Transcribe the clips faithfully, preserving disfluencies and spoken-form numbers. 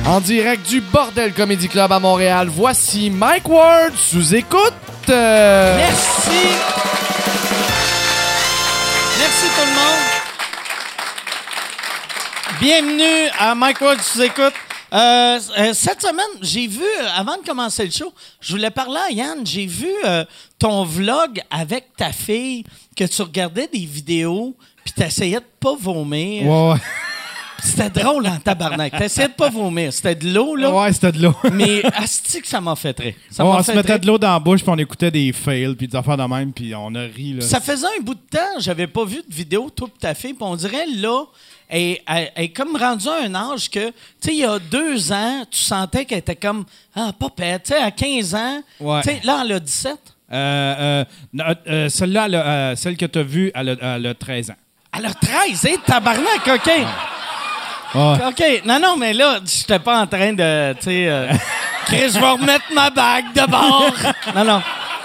En direct du Bordel Comedy Club à Montréal, voici Mike Ward sous écoute. Euh... Merci. Merci tout le monde. Bienvenue à Mike Ward sous écoute. Euh, euh, cette semaine, j'ai vu, euh, avant de commencer le show, je voulais parler à Yann, j'ai vu euh, ton vlog avec ta fille, que tu regardais des vidéos, puis tu essayais de pas vomir. Ouais, ouais. C'était drôle en tabarnak. Tu essayais de pas vomir. C'était de l'eau, là. Ouais, c'était de l'eau. Mais asti que ça m'a fait rire. Ça Ouais, m'a on fait se mettait rire. de l'eau dans la bouche, puis on écoutait des fails, puis des affaires de même, puis on a ri. Là. Ça faisait un bout de temps, j'avais pas vu de vidéo, toi et ta fille, puis on dirait, là, elle, elle, elle est comme rendue à un âge que, tu sais, il y a deux ans, tu sentais qu'elle était comme, ah, pas pète, tu sais, à quinze ans, Ouais. tu sais, là, elle a dix-sept. Euh, euh, non, euh, celle-là, elle a, euh, celle que tu as vue, elle a, elle a treize ans. Elle a treize, hein, tabarnak, OK. Ouais. OK, non, non, mais là, j'étais pas en train de, tu sais, euh, Chris, je vais remettre ma bague de bord. Non, non.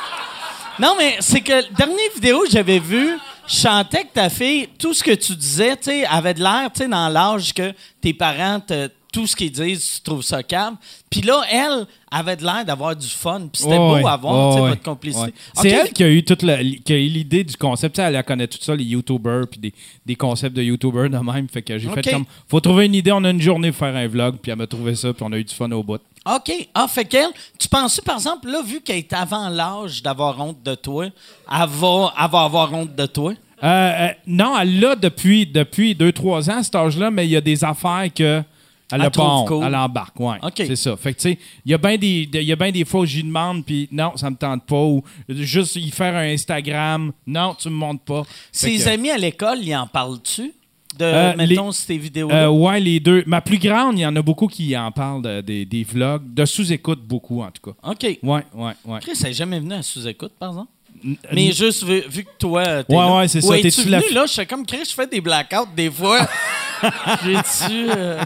Non, mais c'est que la dernière vidéo que j'avais vue, je sentais que ta fille, tout ce que tu disais, tu sais, avait de l'air, tu sais, dans l'âge que tes parents, te, tout ce qu'ils disent, tu trouves ça calme. Puis là, elle avait de l'air d'avoir du fun. Puis c'était Ouais, beau ouais. à voir, tu sais, Ouais, votre complicité. ouais. OK. C'est elle qui a eu toute la, qui a eu l'idée du concept. Tu sais, elle connaît tout ça, les YouTubers, puis des, des concepts de YouTubers de même. Fait que j'ai OK. fait comme, faut trouver une idée, on a une journée pour faire un vlog, puis elle m'a trouvé ça, puis on a eu du fun au bout. OK. Ah, fait qu'elle, tu penses, par exemple, là, vu qu'elle est avant l'âge d'avoir honte de toi, elle va, elle va avoir honte de toi? Euh, euh, non, elle l'a depuis, depuis deux trois ans, cet âge-là, mais il y a des affaires que elle Elle a pas trouve honte. cool. Elle embarque, ouais. OK. C'est ça. Fait que, tu sais, il y a bien des, il y a bien des fois où j'y demande, puis non, ça me tente pas, ou juste y faire un Instagram, non, tu me montres pas. Fait Ses que, amis à l'école, ils en parlent-tu? De, Euh, mettons, les- ces vidéos-là? Euh, ouais, les deux. Ma plus grande, il y en a beaucoup qui en parlent de- des- des vlogs, de sous-écoute beaucoup, en tout cas. OK. Ouais, ouais, ouais. Chris, elle n'est jamais venu à sous-écoute, par exemple? N- Mais n- juste vu, vu que toi, t'es Ouais, là. ouais, c'est Ou ça. es-tu T'es-tu venu, la- là? Je fais comme Chris, je fais des blackouts des fois. J'ai-tu... euh,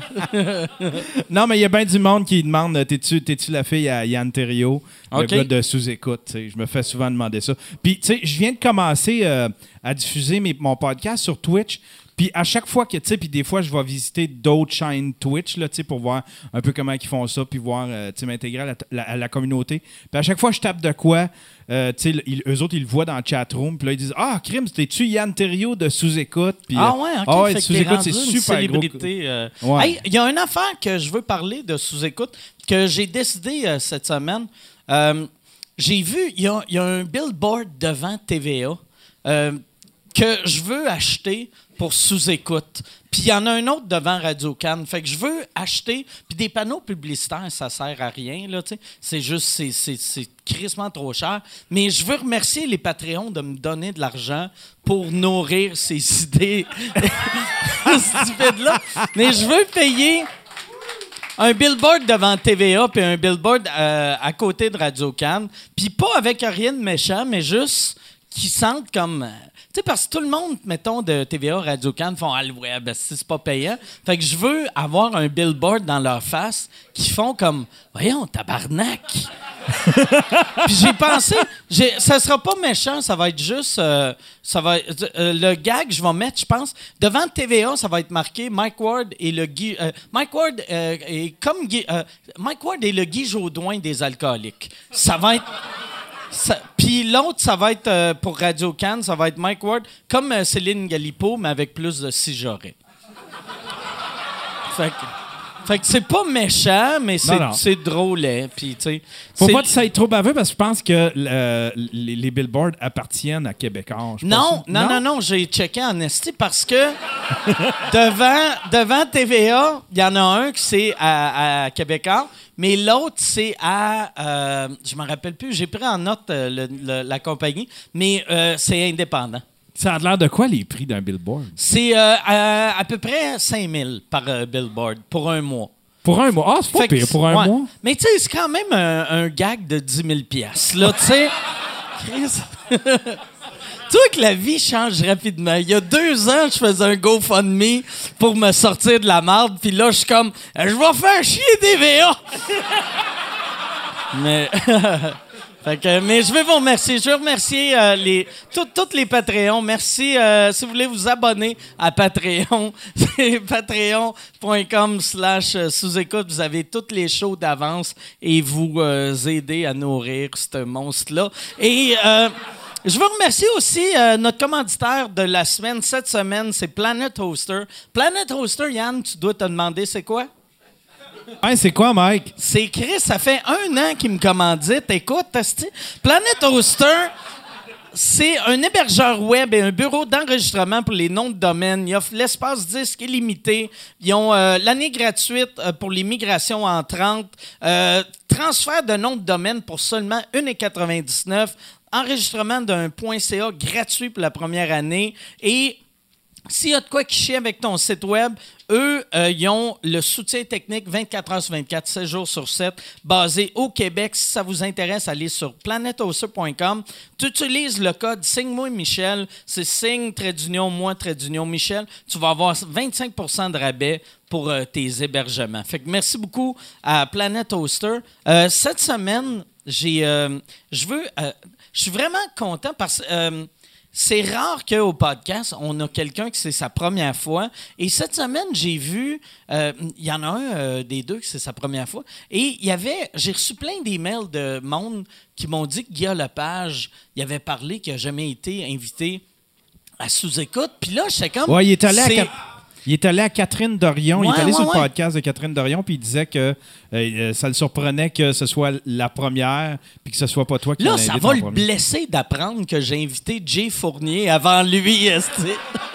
Non, mais il y a bien du monde qui demande euh, t'es-tu, t'es-tu la fille à Yann Terriot, OK. le gars de sous-écoute. tu sais. Je me fais souvent demander ça. Puis, tu sais, je viens de commencer euh, à diffuser mes- mon podcast sur Twitch. Puis, à chaque fois que, tu sais, puis des fois, je vais visiter d'autres chaînes Twitch, là, tu sais, pour voir un peu comment ils font ça, puis voir, euh, tu sais, m'intégrer à la, la- à la communauté. Puis, à chaque fois, je tape de quoi, euh, tu sais, ils- eux autres, ils le voient dans le chatroom. Puis là, ils disent ah, Crime, t'es-tu Yann Terriot de sous-écoute? Puis, Ah euh, ouais, OK. ah ouais, fait que t'es sous-écoute, c'est rendu une super gros. célébrité. euh. Ouais. Hey, il y a une affaire que je veux parler de sous-écoute que j'ai décidé euh, cette semaine. Euh, j'ai vu, il y a, il y a un billboard devant T V A euh, que je veux acheter pour sous-écoute. Puis il y en a un autre devant Radio-Can. Fait que je veux acheter... Puis des panneaux publicitaires, ça sert à rien, là, tu sais. C'est juste... C'est, c'est, c'est crissement trop cher. Mais je veux remercier les Patreons de me donner de l'argent pour nourrir ces idées stupides-là. Mais je veux payer... Un billboard devant T V A puis un billboard euh, à côté de Radio-Can. Puis pas avec rien de méchant, mais juste qu'ils sentent comme... euh, tu sais, parce que tout le monde, mettons, de T V A, Radio-Can font « Ah, le web, c'est pas payant. » Fait que je veux avoir un billboard dans leur face qui font comme « Voyons, tabarnak! » Puis j'ai pensé, j'ai, ça sera pas méchant, ça va être juste, euh, ça va être, euh, le gag, je vais mettre, je pense, devant T V A, ça va être marqué Mike Ward et le Guy, euh, Mike Ward euh, est comme Guy, euh, Mike Ward est le Guy Jodoin des alcooliques. Ça va être, ça- puis l'autre, ça va être euh, pour Radio-Can, ça va être Mike Ward comme euh, Céline Galipo, mais avec plus de si-j'aurais. Fait que, fait que c'est pas méchant, mais c'est, Non, non. c'est drôle. Puis, tu sais, Faut c'est- pas que ça aille trop baveux parce que je pense que euh, les, les billboards appartiennent à Québécois. je suis pas Non, sûr. non, non, non, j'ai checké en esti parce que devant, devant T V A, il y en a un qui c'est à, à Québécois, mais l'autre c'est à, euh, je me rappelle plus, j'ai pris en note euh, le- le- la compagnie, mais euh, c'est indépendant. Ça a l'air de quoi les prix d'un billboard? C'est euh, à, à peu près cinq mille par euh, billboard pour un mois. Pour un mois? Ah, c'est pas Fait que- pire pour un ouais. mois. Mais tu sais, c'est quand même un, un gag de dix mille piastres, là, tu sais. Chris. Tu vois que la vie change rapidement. Il y a deux ans, je faisais un GoFundMe pour me sortir de la marde, puis là, je suis comme, je vais faire chier T V A. Mais... Fait que, mais je vais vous remercier. Je veux remercier euh, les, tous les Patreons. Merci. Euh, si vous voulez vous abonner à Patreon, c'est patreon.com slash sous-écoute. Vous avez toutes les shows d'avance et vous euh, aider à nourrir ce monstre-là. Et... Euh, je veux remercier aussi euh, notre commanditaire de la semaine. Cette semaine, c'est Planet Hoster. Planet Hoster, Yann, tu dois te demander c'est quoi? Hey, c'est quoi, Mike? C'est Chris, ça fait un an qu'il me commandite. Écoute, t'as-tu- Planet Hoster, c'est un hébergeur web et un bureau d'enregistrement pour les noms de domaine. Ils offrent l'espace disque illimité. Ils ont euh, l'année gratuite euh, pour les migrations en trente. Euh, transfert de nom de domaine pour seulement un dollar quatre-vingt-dix-neuf. Enregistrement d'un .ca gratuit pour la première année. Et s'il y a de quoi qui chie avec ton site web, eux, euh, ils ont le soutien technique vingt-quatre heures sur vingt-quatre, sept jours sur sept, basé au Québec. Si ça vous intéresse, allez sur planet hoster point com. Tu utilises le code Signe-moi Michel. C'est signe, trait d'union, moi, trait d'union, Michel. Tu vas avoir vingt-cinq pour cent de rabais pour euh, tes hébergements. Fait que merci beaucoup à Planet Hoster. Euh, cette semaine, j'ai, euh, je veux... Euh, Je suis vraiment content parce que euh, c'est rare qu'au podcast, on a quelqu'un qui c'est sa première fois. Et cette semaine, j'ai vu, il euh, y en a un euh, des deux qui c'est sa première fois. Et il y avait, j'ai reçu plein d'emails de monde qui m'ont dit que Guillaume Lepage, il avait parlé qu'il n'a jamais été invité à sous-écoute. Puis là, j'étais comme... Ouais, il est allé c'est... à... Il est allé à Catherine Dorion. Ouais, il est allé ouais, sur le ouais. podcast de Catherine Dorion, puis il disait que euh, ça le surprenait que ce soit la première, puis que ce soit pas toi qui Là, l'invite ça va en le premier. blesser d'apprendre que j'ai invité Jay Fournier avant lui, esti.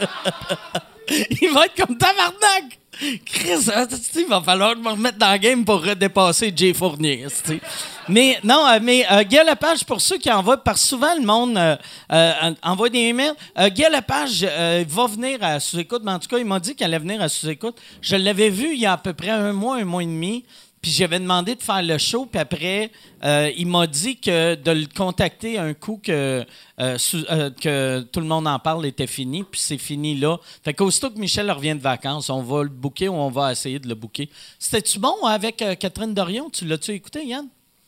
Il va être comme tabarnak! Chris, esti, il va falloir me remettre dans le game pour redépasser Jay Fournier, esti. Mais non, euh, mais euh, Guy Lepage, pour ceux qui envoient, parce que souvent le monde euh, euh, envoie des emails, euh, Guy Lepage euh, va venir à sous-écoute, mais en tout cas, il m'a dit qu'il allait venir à sous-écoute. Je l'avais vu il y a à peu près un mois, un mois et demi. Puis j'avais demandé de faire le show, puis après, euh, il m'a dit que de le contacter un coup que, euh, sous- euh, que tout le monde en parle était fini, puis c'est fini là. Fait qu'aussitôt que Michel revient de vacances, on va le booker ou on va essayer de le booker. C'était-tu bon avec euh, Catherine Dorion? Tu l'as-tu écouté, Yann?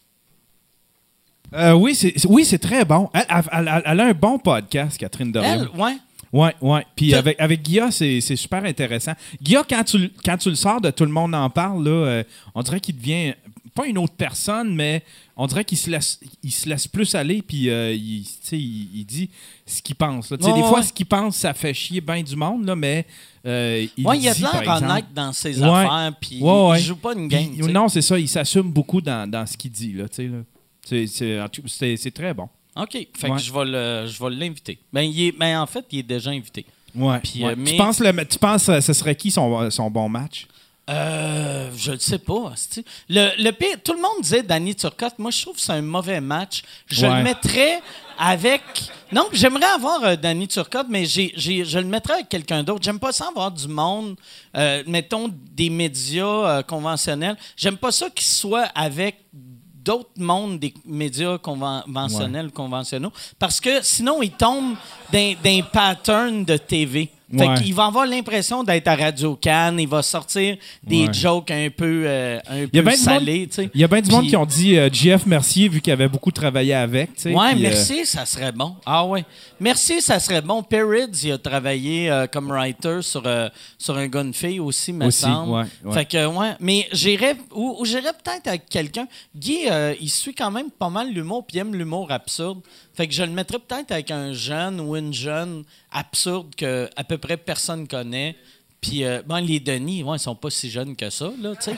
Euh, oui, c'est, oui, c'est très bon. Elle, elle- elle- elle a un bon podcast, Catherine Dorion. Elle, ouais. Oui, oui. Puis Que- avec, avec Guilla, c'est, c'est super intéressant. Guilla, quand tu, le- quand tu le sors de Tout le monde en parle, là, euh, on dirait qu'il devient pas une autre personne, mais on dirait qu'il se laisse, il se laisse plus aller, puis euh, il, tu sais, il, il dit ce qu'il pense. Là. Tu sais, Ouais, des fois, ouais. ce qu'il pense, ça fait chier bien du monde, là, mais euh, il Ouais, il a dit, de par l'air exemple... honnête dans ses Ouais. affaires, puis Ouais, il, ouais. il joue pas une game. Il- tu sais. non, c'est ça, il s'assume beaucoup dans, dans ce qu'il dit. Là, tu sais, là. C'est, c'est, en tout- c'est, c'est très bon. OK, fait Ouais. que je vais le- je vais l'inviter. Ben, il est, ben, en fait, il est déjà invité. Ouais. Puis, ouais. euh, mais- Tu penses, le, tu penses euh, ce serait qui son, son bon match? Euh, je ne sais pas. asti. Le, le pire, tout le monde disait Danny Turcotte. Moi, je trouve que c'est un mauvais match. Je Ouais. le mettrais avec. Non, j'aimerais avoir euh, Danny Turcotte, mais j'ai, j'ai- je le mettrais avec quelqu'un d'autre. J'aime pas ça avoir du monde, euh, mettons, des médias euh, conventionnels. J'aime pas ça qu'il soit avec d'autres mondes des médias conventionnels, conventionnels, parce que sinon, ils tombent dans d'un pattern de T V. Fait Ouais. qu'il va avoir l'impression d'être à Radio-Can, il va sortir des Ouais. jokes un peu, euh, un Il y a peu bien du salés, monde- tu sais. Il y a bien du monde Puis- qui ont dit euh, J F Mercier, vu qu'il avait beaucoup travaillé avec. tu sais, Ouais, puis, euh, merci, ça serait bon. Ah ouais. Merci, ça serait bon. Perrids, il a travaillé euh, comme writer sur, euh, sur un gun fille aussi, me Aussi, semble. ouais, ouais. Fait que, ouais. Mais j'irais, ou, ou j'irais peut-être avec quelqu'un. Guy, euh, il suit quand même pas mal l'humour, puis il aime l'humour absurde. Fait que je le mettrais peut-être avec un jeune ou une jeune absurde que à peu près personne connaît. Puis, euh, bon, les Denis, ouais, ils sont pas si jeunes que ça, là, tu sais.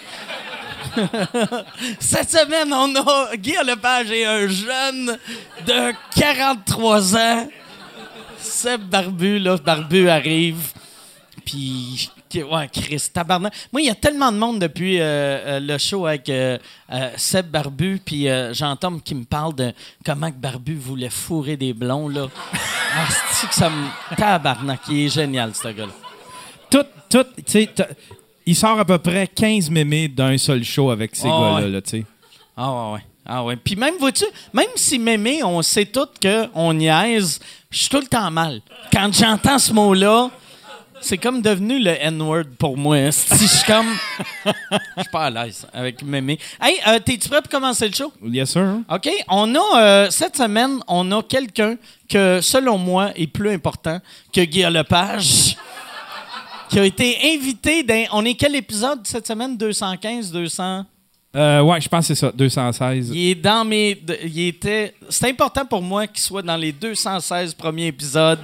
Cette semaine, on a Guy Lepage et un jeune de quarante-trois ans. Seb Barbu, là, Barbu arrive. Puis, ouais, Chris, tabarnak. Moi, il y a tellement de monde depuis euh, euh, le show avec euh, euh, Seb Barbu, puis euh, Jean-Tom qui me parle de comment que Barbu voulait fourrer des blonds, là. Ah, c'est que ça me... Tabarnak, il est génial, ce gars-là. tout, tout, tu sais, t'as- il sort à peu près quinze mémés d'un seul show avec ces Ah, gars-là, ouais. là, tu sais. Ah ouais, ouais. Ah ouais. Puis même, vois-tu, même si mémé, on sait tous qu'on niaise, je suis tout le temps mal. Quand j'entends ce mot-là, C'est comme devenu le N-word pour moi. Si je suis comme... Je suis pas à l'aise avec mémé. Hey, euh, t'es-tu prêt pour commencer le show? Yes, sir. OK. On a, euh, cette semaine, on a quelqu'un que, selon moi, est plus important que Guillaume Lepage, qui a été invité dans... On est quel épisode cette semaine? deux cent quinze, deux cents... Euh, ouais, je pense que c'est ça, deux cent seize. Il est dans mes... de- il était... C'est important pour moi qu'il soit dans les deux cent seize premiers épisodes.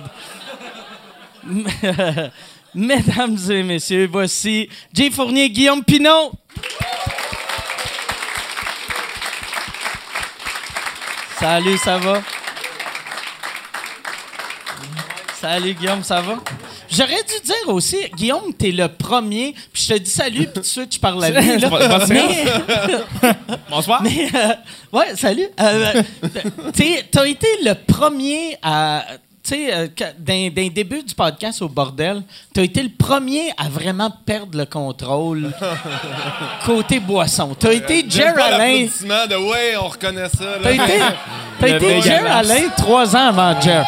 Mesdames et messieurs, voici Jay Fournier, Guillaume Pinault. Salut, ça va? Salut, Guillaume, ça va? J'aurais dû dire aussi, Guillaume, t'es le premier, puis je te dis salut, puis tout de suite, je parle à lui. Là. Pas- pas de Mais, Bonsoir. mais, euh, ouais, salut. Euh, t'es- t'as été le premier à... Tu sais, euh, que- d'un d'un début du podcast au bordel, t'as été le premier à vraiment perdre le contrôle côté boisson. T'as été Jer J'aime pas Alain. l'applaudissement de ouais, on reconnaît ça. Là. T'as été, t'as Le été méga Jer masse. Alain trois ans avant Jer.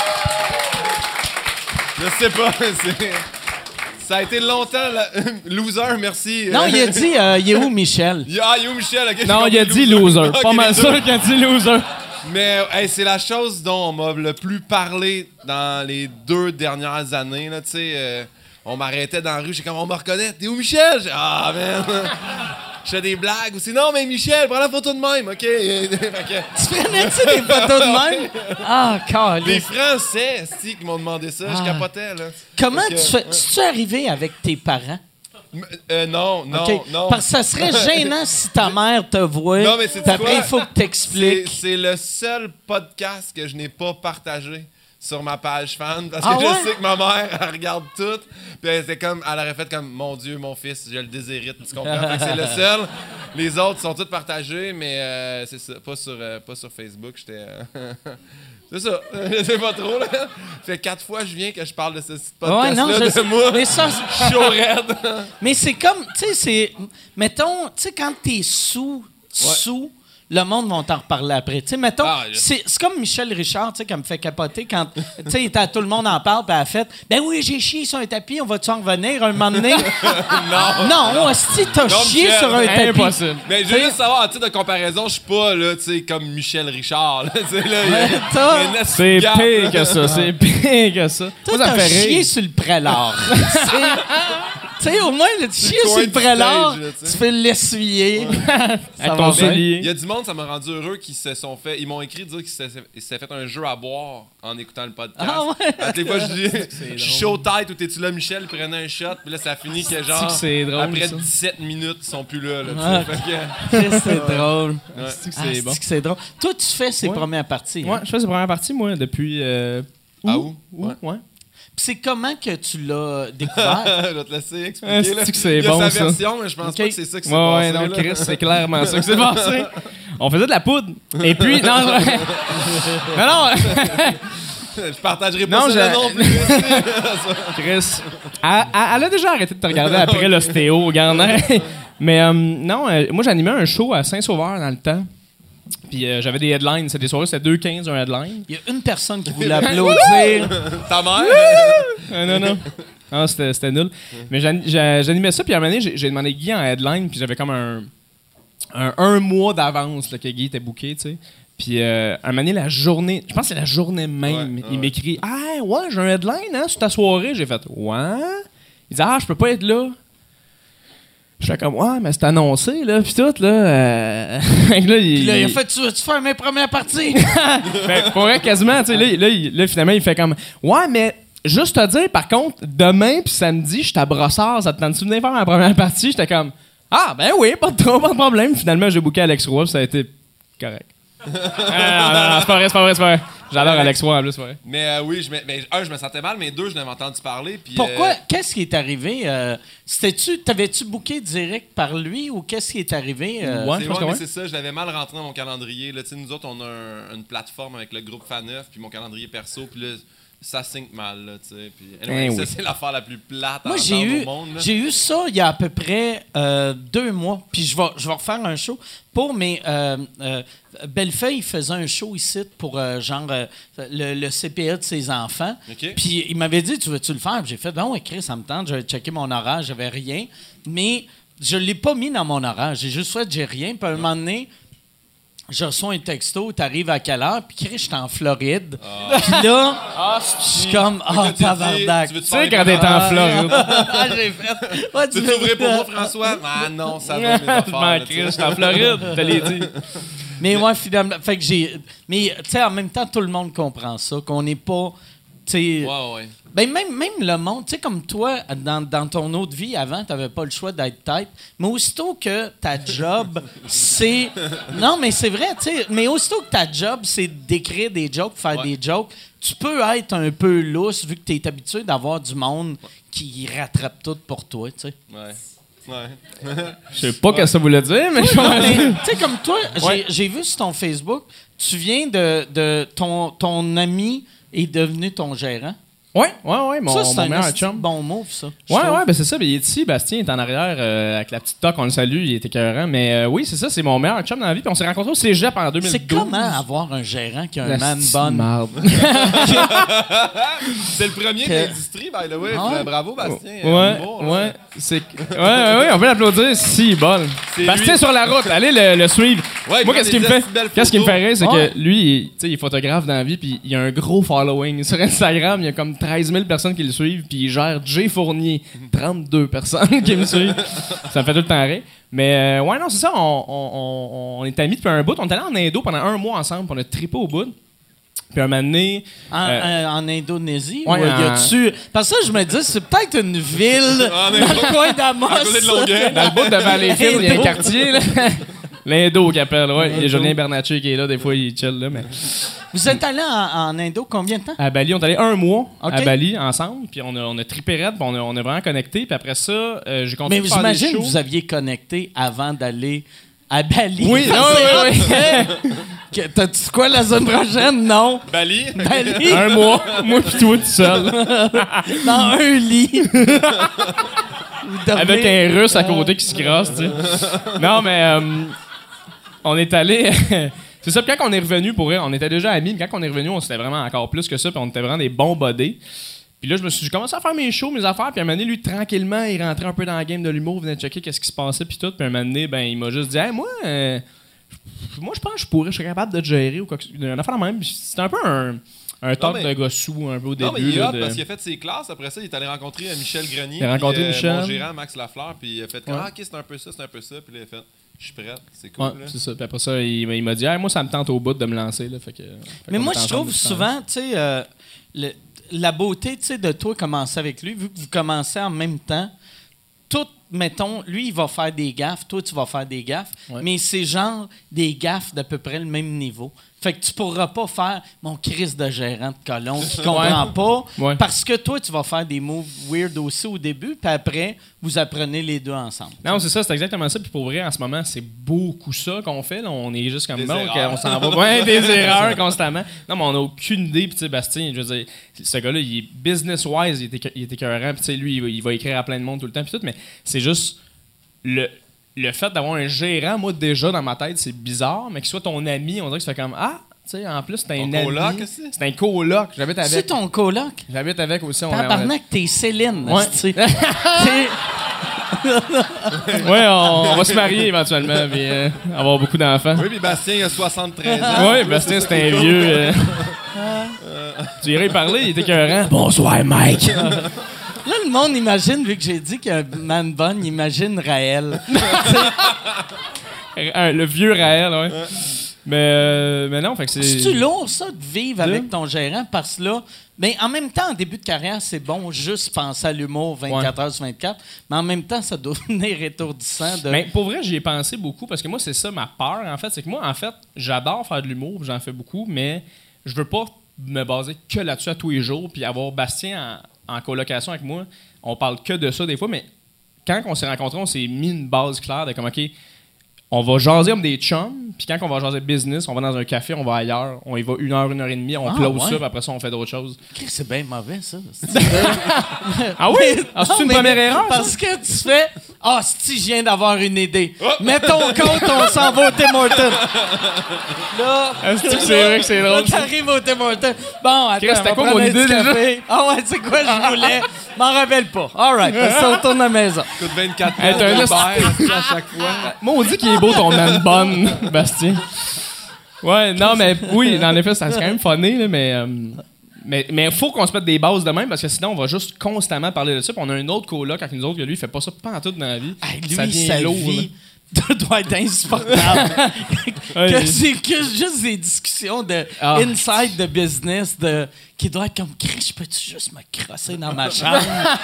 Je sais pas. c'est- Ça a été longtemps. La... Loser, merci. Non, il a dit, euh, il est où Michel? Ah, yo, Michel. ok, j'ai Non, compris, il a dit loser. Ok, Pas mal les deux. sûr qu'il a dit loser. Mais hey, c'est la chose dont on m'a le plus parlé dans les deux dernières années. Là, tu sais, euh, on m'arrêtait dans la rue, j'ai comme on me reconnaît. T'es où Michel? J'ai, ah man! Je fais des blagues aussi. Non, mais Michel, prends la photo de même, ok? Fait que- Tu prenais-tu des photos de même? Ah, les calé. Français, si, qui m'ont demandé ça, je Ah. capotais, là. Comment Fait que- tu fais... Es-tu arrivé avec tes parents? M- euh, non, non, OK. non. Parce que ça serait gênant si ta mère te voit. Non, mais c'est puis après, quoi? il faut que tu C'est, expliques. c'est le seul podcast que je n'ai pas partagé sur ma page fan parce que Ah ouais? je sais que ma mère elle regarde tout puis elle était comme elle aurait fait comme mon Dieu mon fils je le déshérite tu comprends Fait que c'est le seul les autres sont tous partagés mais euh, c'est ça pas sur euh, pas sur Facebook j'étais euh, c'est ça je sais pas trop là fait quatre fois je viens que je parle de ce ce podcast Ouais, non, là je de sais. moi Mais ça, chaud raide. mais c'est comme, tu sais, c'est, mettons, tu sais, quand t'es sous, sous, le monde va t'en reparler après. Tu sais, mettons, Ah, je- c'est, c'est comme Michel Richard, tu sais, qui me fait capoter quand, tu sais, t'as- tout le monde en parle, puis elle a fait, ben oui, j'ai chié sur un tapis, on va-tu en revenir un moment donné? non Non, si t'as Non, chié Michel. sur un tapis. Impossible. Mais je veux juste savoir, à titre de comparaison, je suis pas, là, tu sais, comme Michel Richard, là, tu sais, là, il y a- Ouais, toi- il y a une astuce C'est gap, pire là. que ça. C'est pire que ça. Toi, Moi, ça me t'as fait chié rire. sur le prélat. Tu sais, au moins, le tu chier coin sur le du prélat, stage, là, tu sais. tu fais l'essuyer. Avec va ton bien. soulier. Il y a du monde, ça m'a rendu heureux, qui se sont fait. Ils m'ont écrit dire qu'ils se ils se sont fait un jeu à boire en écoutant le podcast. Ah ouais? À toutes les fois, je dis, je suis chaud tête, ou t'es-tu là, Michel? Ils prenaient un shot, puis là, ça finit que genre. que c'est drôle, après ça. dix-sept minutes, ils sont plus là, là, tu Ah. sais. Fait que- Christ, c'est drôle. C'est que Ah, c'est bon. c'est que c'est drôle. Toi, tu fais ces Ouais. premières parties. Ouais, hein? je fais cette première partie, moi, depuis. Euh, Ah, où? Ouais. ouais. Puis c'est comment que tu l'as découvert? je vais te laisser Ah, expliquer. là. c'est que c'est Il y a bon, sa ça. version, mais je pense Ok. pas que c'est ça qui s'est Ouais, passé. ouais, non, là. Chris, c'est clairement ça qui s'est passé. On faisait de la poudre. Et puis, non, non, non, Je partagerai pas Non, ça là j'ai- non plus. Chris. Elle, elle- elle a déjà arrêté de te regarder après l'ostéo, Garner. Mais euh, non, euh, moi, j'animais un show à Saint-Sauveur dans le temps. Puis euh, j'avais des headlines. C'était des soirées, c'était deux quinze, un headline. Il y a une personne qui voulait applaudir. Ta mère? Euh, non, non. Non, c'était, c'était nul. Mais j'an- j'a- j'animais ça, puis à un moment donné, j'ai, j'ai demandé Guy en headline, puis j'avais comme un, un, un mois d'avance là, que Guy était booké, tu sais. Puis euh, à un moment donné, la journée, je pense que c'est la journée même, Ouais, il ouais. m'écrit « Ah, ouais, j'ai un headline hein, sur ta soirée. » J'ai fait « Ouais. » Il dit « Ah, je peux pas être là. » Je fais comme « Ouais, mais c'est annoncé, là, puis tout, là. Euh... » Fait que là, il, Puis là, il a fait, tu veux-tu faire mes premières parties? Ben, pour vrai, quasiment, tu sais, là, il- là, il- là, finalement, il fait comme Ouais, mais juste te dire, par contre, demain puis samedi, je suis à Brossard, ça te tente-tu de venir faire ma première partie? J'étais comme Ah, ben oui, pas de trop, pas de problème. Finalement, j'ai booké Alex Roy, puis ça a été correct. Ah, non, non, non, c'est pas vrai, c'est pas vrai, c'est pas vrai. J'adore Alex Roy en plus, c'est vrai. Mais euh, oui, je me, mais, un, je me sentais mal, mais deux, je n'avais entendu parler. Puis, Pourquoi? euh, Qu'est-ce qui est arrivé? Euh, c'était-tu, t'avais-tu booké direct par lui ou qu'est-ce qui est arrivé? euh? Ouais, c'est, je pense ouais, que mais ouais. c'est ça, je l'avais mal rentré dans mon calendrier. Là, tu sais, nous autres, on a un- une plateforme avec le groupe Faneuf, puis mon calendrier perso, puis là, ça sync mal, là, tu sais. Puis, anyway, Eh ça, oui. c'est l'affaire la plus plate à Moi, j'ai entendre eu, au monde, là. j'ai eu ça il y a à peu près euh, deux mois. Puis je vais, je vais refaire un show pour mes. Euh, euh, Bellefeuille faisait un show ici pour euh, genre euh, le, le C P A de ses enfants. OK. Puis il m'avait dit, tu veux-tu le faire? Puis j'ai fait, non, écrit, ça me tente. J'avais checké mon horaire, j'avais rien. Mais je ne l'ai pas mis dans mon horaire. J'ai juste fait, j'ai rien. Puis à un moment donné, je reçois un texto, t'arrives à quelle heure? Puis Chris, j'étais en Floride. Puis là, je suis comme, ah, Là, tu dis, tabarnak. tu veux te Tu sais, faire quand t'es en une- Floride. Ah, j'ai fait. Ouais, Tu tu veux t'ouvrir pour moi, François? Ah non, ça va, mes Je affaires. m'en là, tu crie, sais. je suis en Floride, je te l'ai dit. Mais ouais, finalement, fait que j'ai. Mais tu sais, en même temps, tout le monde comprend ça, qu'on n'est pas. Tu sais. Ouais, ouais. Ben même, même le monde, tu sais, comme toi, dans, dans ton autre vie avant, tu n'avais pas le choix d'être tête. Mais aussitôt que ta job, c'est. Non, mais c'est vrai, tu sais. Mais aussitôt que ta job, c'est d'écrire des jokes, faire Ouais. des jokes, tu peux être un peu lousse vu que tu es habitué d'avoir du monde qui rattrape tout pour toi, tu sais. Ouais. Ouais. Je sais pas ce que ça voulait dire, mais je Non, pense mais, tu sais, comme toi, j'ai- Ouais. j'ai vu sur ton Facebook, tu viens de. de ton, ton ami est devenu ton gérant. Ouais, ouais, ouais, mon, ça, c'est mon un meilleur esti chum. bon move, ça. je Ouais, trouve. ouais, ben c'est ça. Ben, il est ici, Bastien est en arrière euh, avec la petite toque, on le salue, il est écœurant. Mais euh, oui, c'est ça, c'est mon meilleur chum dans la vie. Puis on s'est rencontrés au cégep en deux mille douze. C'est comment avoir un gérant qui a un La man petite bun? marde. C'est le premier de Que- l'industrie, by the way. Ah ouais? Bravo, Bastien. Ouais, Humour, là. ouais. C'est... Ouais, ouais, ouais, on peut l'applaudir si bon. C'est Bastien lui. sur la route, allez le, le suivre. Ouais, il Moi, prend qu'est-ce qui des me fait, esti belles qu'est-ce qui me photos. fait rire, c'est Ouais. que lui, il, tu sais, il est photographe dans la vie, puis il a un gros following. Sur Instagram, il y a comme treize mille personnes qui le suivent, puis il gère Jay Fournier, trente-deux personnes qui me suivent. Ça me fait tout le temps rire. Mais euh, ouais, non, c'est ça, on, on, on, on est amis depuis un bout. On est allé en Indo pendant un mois ensemble, puis on a trippé au bout. Puis un moment donné... En, euh, euh, en Indonésie? ouais, ou y en- a-tu... Parce que ça, je me dis, c'est peut-être une ville En dans Indo- le coin d'Amos. À côté de Longueuil. Dans le bout de Valleyfield, il y a un Indo. quartier, là. L'Indo qui appelle, ouais. Il y a Julien Bernatchez qui est là, des fois, il chill, là, mais... Vous êtes allé en, en Indo combien de temps? À Bali, on est allé un mois Ok. à Bali ensemble, puis on a, on a trippé raide, puis on a, on a vraiment connecté, puis après ça, euh, j'ai continué Mais de faire des j'imagine que shows. vous aviez connecté avant d'aller à Bali. Oui, Ça, non, c'est oui, hot. Que- T'as-tu quoi la semaine prochaine? Non. Bali. Bali, Un mois, moi puis toi tout seul, dans un lit. Vous dormez- avec un Russe à côté qui se crasse, tu sais. Non, mais euh, on est allé... C'est ça, puis quand on est revenu, pour vrai, on était déjà amis, mais quand on est revenu, on s'était vraiment encore plus que ça, puis on était vraiment des bons buddies. Puis là, je me suis j'ai commencé à faire mes shows, mes affaires, puis à un moment donné, lui, tranquillement, il rentrait un peu dans la game de l'humour, venait checker qu'est-ce qui se passait, puis tout. Puis à un moment donné, ben, il m'a juste dit, hey, moi, euh, moi, je pense que je pourrais, je serais capable de te gérer ou quoi que ce soit. Une affaire de même. Puis c'était un peu un, un talk mais- de gars sous, un peu au Non, mais début. il est là, hot de- parce qu'il a fait ses classes. Après ça, il est allé rencontrer euh, Michel Grenier. Il a rencontré puis, euh, Michel. Mon gérant, Max Lafleur. Puis il a fait comme, Ouais. ah, ok, c'est un peu ça, c'est un peu ça. Puis là, il a fait, je suis prêt, c'est cool. Ouais, là. c'est ça. Puis après ça, il, m'a- il m'a dit, hey, moi, ça me tente au bout de me lancer. Là, fait que, fait Mais qu'on moi, est je ensemble trouve depuis ce souvent, tu sais, euh, le- la beauté, tu sais, de toi commencer avec lui, vu que vous commencez en même temps, tout, mettons, lui, il va faire des gaffes, toi, tu vas faire des gaffes, Ouais. mais c'est genre des gaffes d'à peu près le même niveau. Fait que tu pourras pas faire mon crise de gérant de colon qui comprend pas, Ouais. parce que toi, tu vas faire des moves weird aussi au début, puis après, vous apprenez les deux ensemble. Non, c'est ça, c'est exactement ça. Puis pour vrai, en ce moment, c'est beaucoup ça qu'on fait. Là. On est juste comme Des bon, erreurs. on s'en va. Ouais, des erreurs constamment. Non, mais on n'a aucune idée. Puis tu sais, Bastien, je veux dire, ce gars-là, il est business-wise, il est, écœur- il est écœurant. Puis tu sais, lui, il va, il va écrire à plein de monde tout le temps. Puis tout, mais c'est juste le, le fait d'avoir un gérant, moi, déjà, dans ma tête, c'est bizarre, mais qu'il soit ton ami, on dirait que ça fait comme ah, tu sais, en plus, c'est un Ton ami. coloc aussi? C'est un coloc. J'habite C'est avec. ton coloc? J'habite avec aussi. On, on- Tabarnak, t'es Céline. Ouais. esti. T'sais, ouais, on, on va se marier éventuellement, puis euh, avoir beaucoup d'enfants. Oui, puis Bastien, il a soixante-treize ans. Oui, Bastien, c'est un vieux. euh, Tu irais y parler, il était écœurant. Bonsoir, Mike. Là, le monde imagine, vu que j'ai dit qu'il y a un man bun, il imagine Raël. Un- Le vieux Raël, ouais. Mais, euh, mais non, fait que c'est. C'est-tu lourd, ça, de vivre De? avec ton gérant? Parce que là, ben, en même temps, en début de carrière, c'est bon juste penser à l'humour vingt-quatre heures sur vingt-quatre, mais en même temps, ça doit devenir étourdissant. De... Mais pour vrai, j'y ai pensé beaucoup parce que moi, c'est ça ma peur, en fait. C'est que moi, en fait, j'adore faire de l'humour, j'en fais beaucoup, mais je veux pas me baser que là-dessus à tous les jours, puis avoir Bastien en, en colocation avec moi. On parle que de ça des fois, mais quand on s'est rencontrés, on s'est mis une base claire de comme, OK, on va jaser comme des chums, puis quand on va jaser business, on va dans un café, on va ailleurs, on y va une heure, une heure et demie, on Ah, close ouais. ça, puis après ça, on fait d'autres choses. C'est bien mauvais, ça. Ah oui? Ah, c'est Non, une mais première erreur, ça? Parce que tu fais « Ah, si je viens d'avoir une idée. Mets ton compte, on s'en va au Tim Hortons. » Là, Est-ce que c'est vrai que c'est là, drôle? t'arrives au Tim Hortons. Bon, attends, Chris, c'était on va quoi prendre mon un idée, petit déjà? café. Ah ouais, c'est quoi je voulais? M'en rappelle pas. All right, ça retourne à la maison. Coûte vingt-quatre Hey, piastres t'as un de esti- Uber, à chaque fois. Moi, on dit qu'il est beau ton man bun, Bastien. Ouais, non, mais oui, en effet, c'est quand même funny, là, mais. Euh, mais il faut qu'on se mette des bases de même parce que sinon, on va juste constamment parler de ça. Puis on a un autre coloc avec nous autres que lui, il fait pas ça pas en tout dans la vie. Hey, lui, ça devient sa lourd, vie doit être insupportable. Ouais, que il- c'est que juste des discussions de Ah. inside de business de qui doit être comme Chris, je peux-tu juste me crosser dans ma chambre?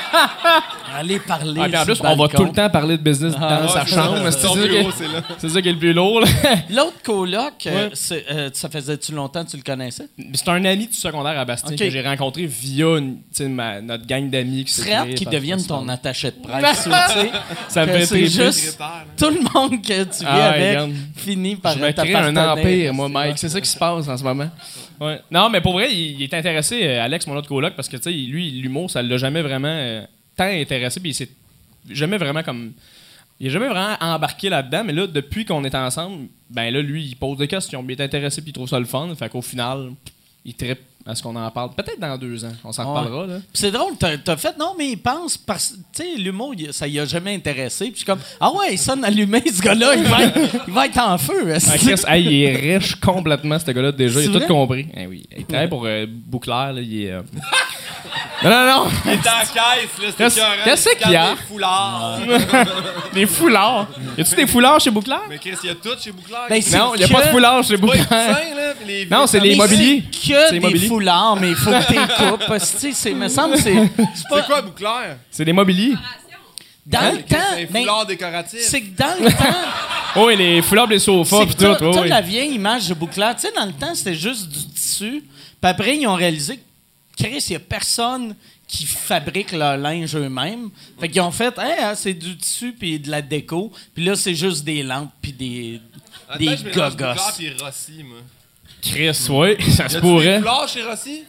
Aller parler. Ah, puis en sur plus, le on va balcon. tout le temps parler de business dans Ah, sa ouais, c'est chambre. ça. C'est Son ça, bureau, qui c'est là. est- c'est ça qui est le plus lourd. là. L'autre coloc, euh, Ouais. c'est, euh, ça faisait-tu longtemps que tu le connaissais? C'est un ami du secondaire à Bastien Ok. que j'ai rencontré via une- tu sais, ma- notre gang d'amis. qui Ce s'est serait hâte créée qu'il par devienne ton Facebook. attaché de presse. ou, tu sais, Ça me que fait c'est triper. juste tout le monde que tu vis Ah, avec regarde. finit par Je me crée un t'appartenir. empire, moi, Mike. C'est ça qui se passe en ce moment. Ouais. Non, mais pour vrai, il, il est intéressé, euh, Alex, mon autre coloc, parce que, tu sais, lui, l'humour, ça l'a jamais vraiment euh, tant intéressé, puis il s'est jamais vraiment comme... Il est jamais vraiment embarqué là-dedans, mais là, depuis qu'on est ensemble, ben là, lui, il pose des questions, puis il est intéressé, puis il trouve ça le fun, fait qu'au final, il trippe à ce qu'on en parle. Peut-être dans deux ans, on s'en Ouais. reparlera, là. Puis c'est drôle, t'as, t'as fait, non, mais il pense, parce tu sais, l'humour, il- ça y a jamais intéressé. Puis je suis comme, ah ouais, il sonne allumé, ce gars-là, il va être, il va être en feu. Ah, est-ce Chris, hey, il est riche complètement, ce gars-là, déjà. C'est Il a tout vrai? compris. Eh oui. Il travaille pour euh, Bouclair, là, il est... euh, non, non, non! Il est en caisse, là, c'est Qu'est-ce- écœurant. qu'est-ce Il qu'il y a? garde des foulards. Des foulards! Y a-tu des foulards chez Bouclair? Mais Chris, il y a tout chez Bouclair. Ben, C'est c'est Non, il n'y a que- pas de foulard chez pas les Bouclair. coussins, là, puis les Non, c'est vieux les Mais mobiliers. c'est que C'est des immobilier. foulards, mais il faut que tu les coupes. Parce que, tu sais, c'est, me semble, c'est, c'est pas. C'est quoi, Bouclair? C'est des mobiliers. Dans Hein? le temps, C'est un ben, foulard décoratif. c'est que dans le temps, Oh, et les foulards, les sofas, c'est pis que t'as, tout. oh, t'as oui. la vieille image de Bouclair. Tu sais, dans le temps, c'était juste du tissu. Puis après, ils ont réalisé que, Chris, il n'y a personne qui fabrique leur linge eux-mêmes. Fait qu'ils ont fait, hey, hein, c'est du tissu puis de la déco. Puis là, c'est juste des lampes puis des, Attends, des je mélange Bouclair gogos. puis Rossi, moi. Chris, oui, ça Y se a-tu des pourrait. foulards chez Rossi?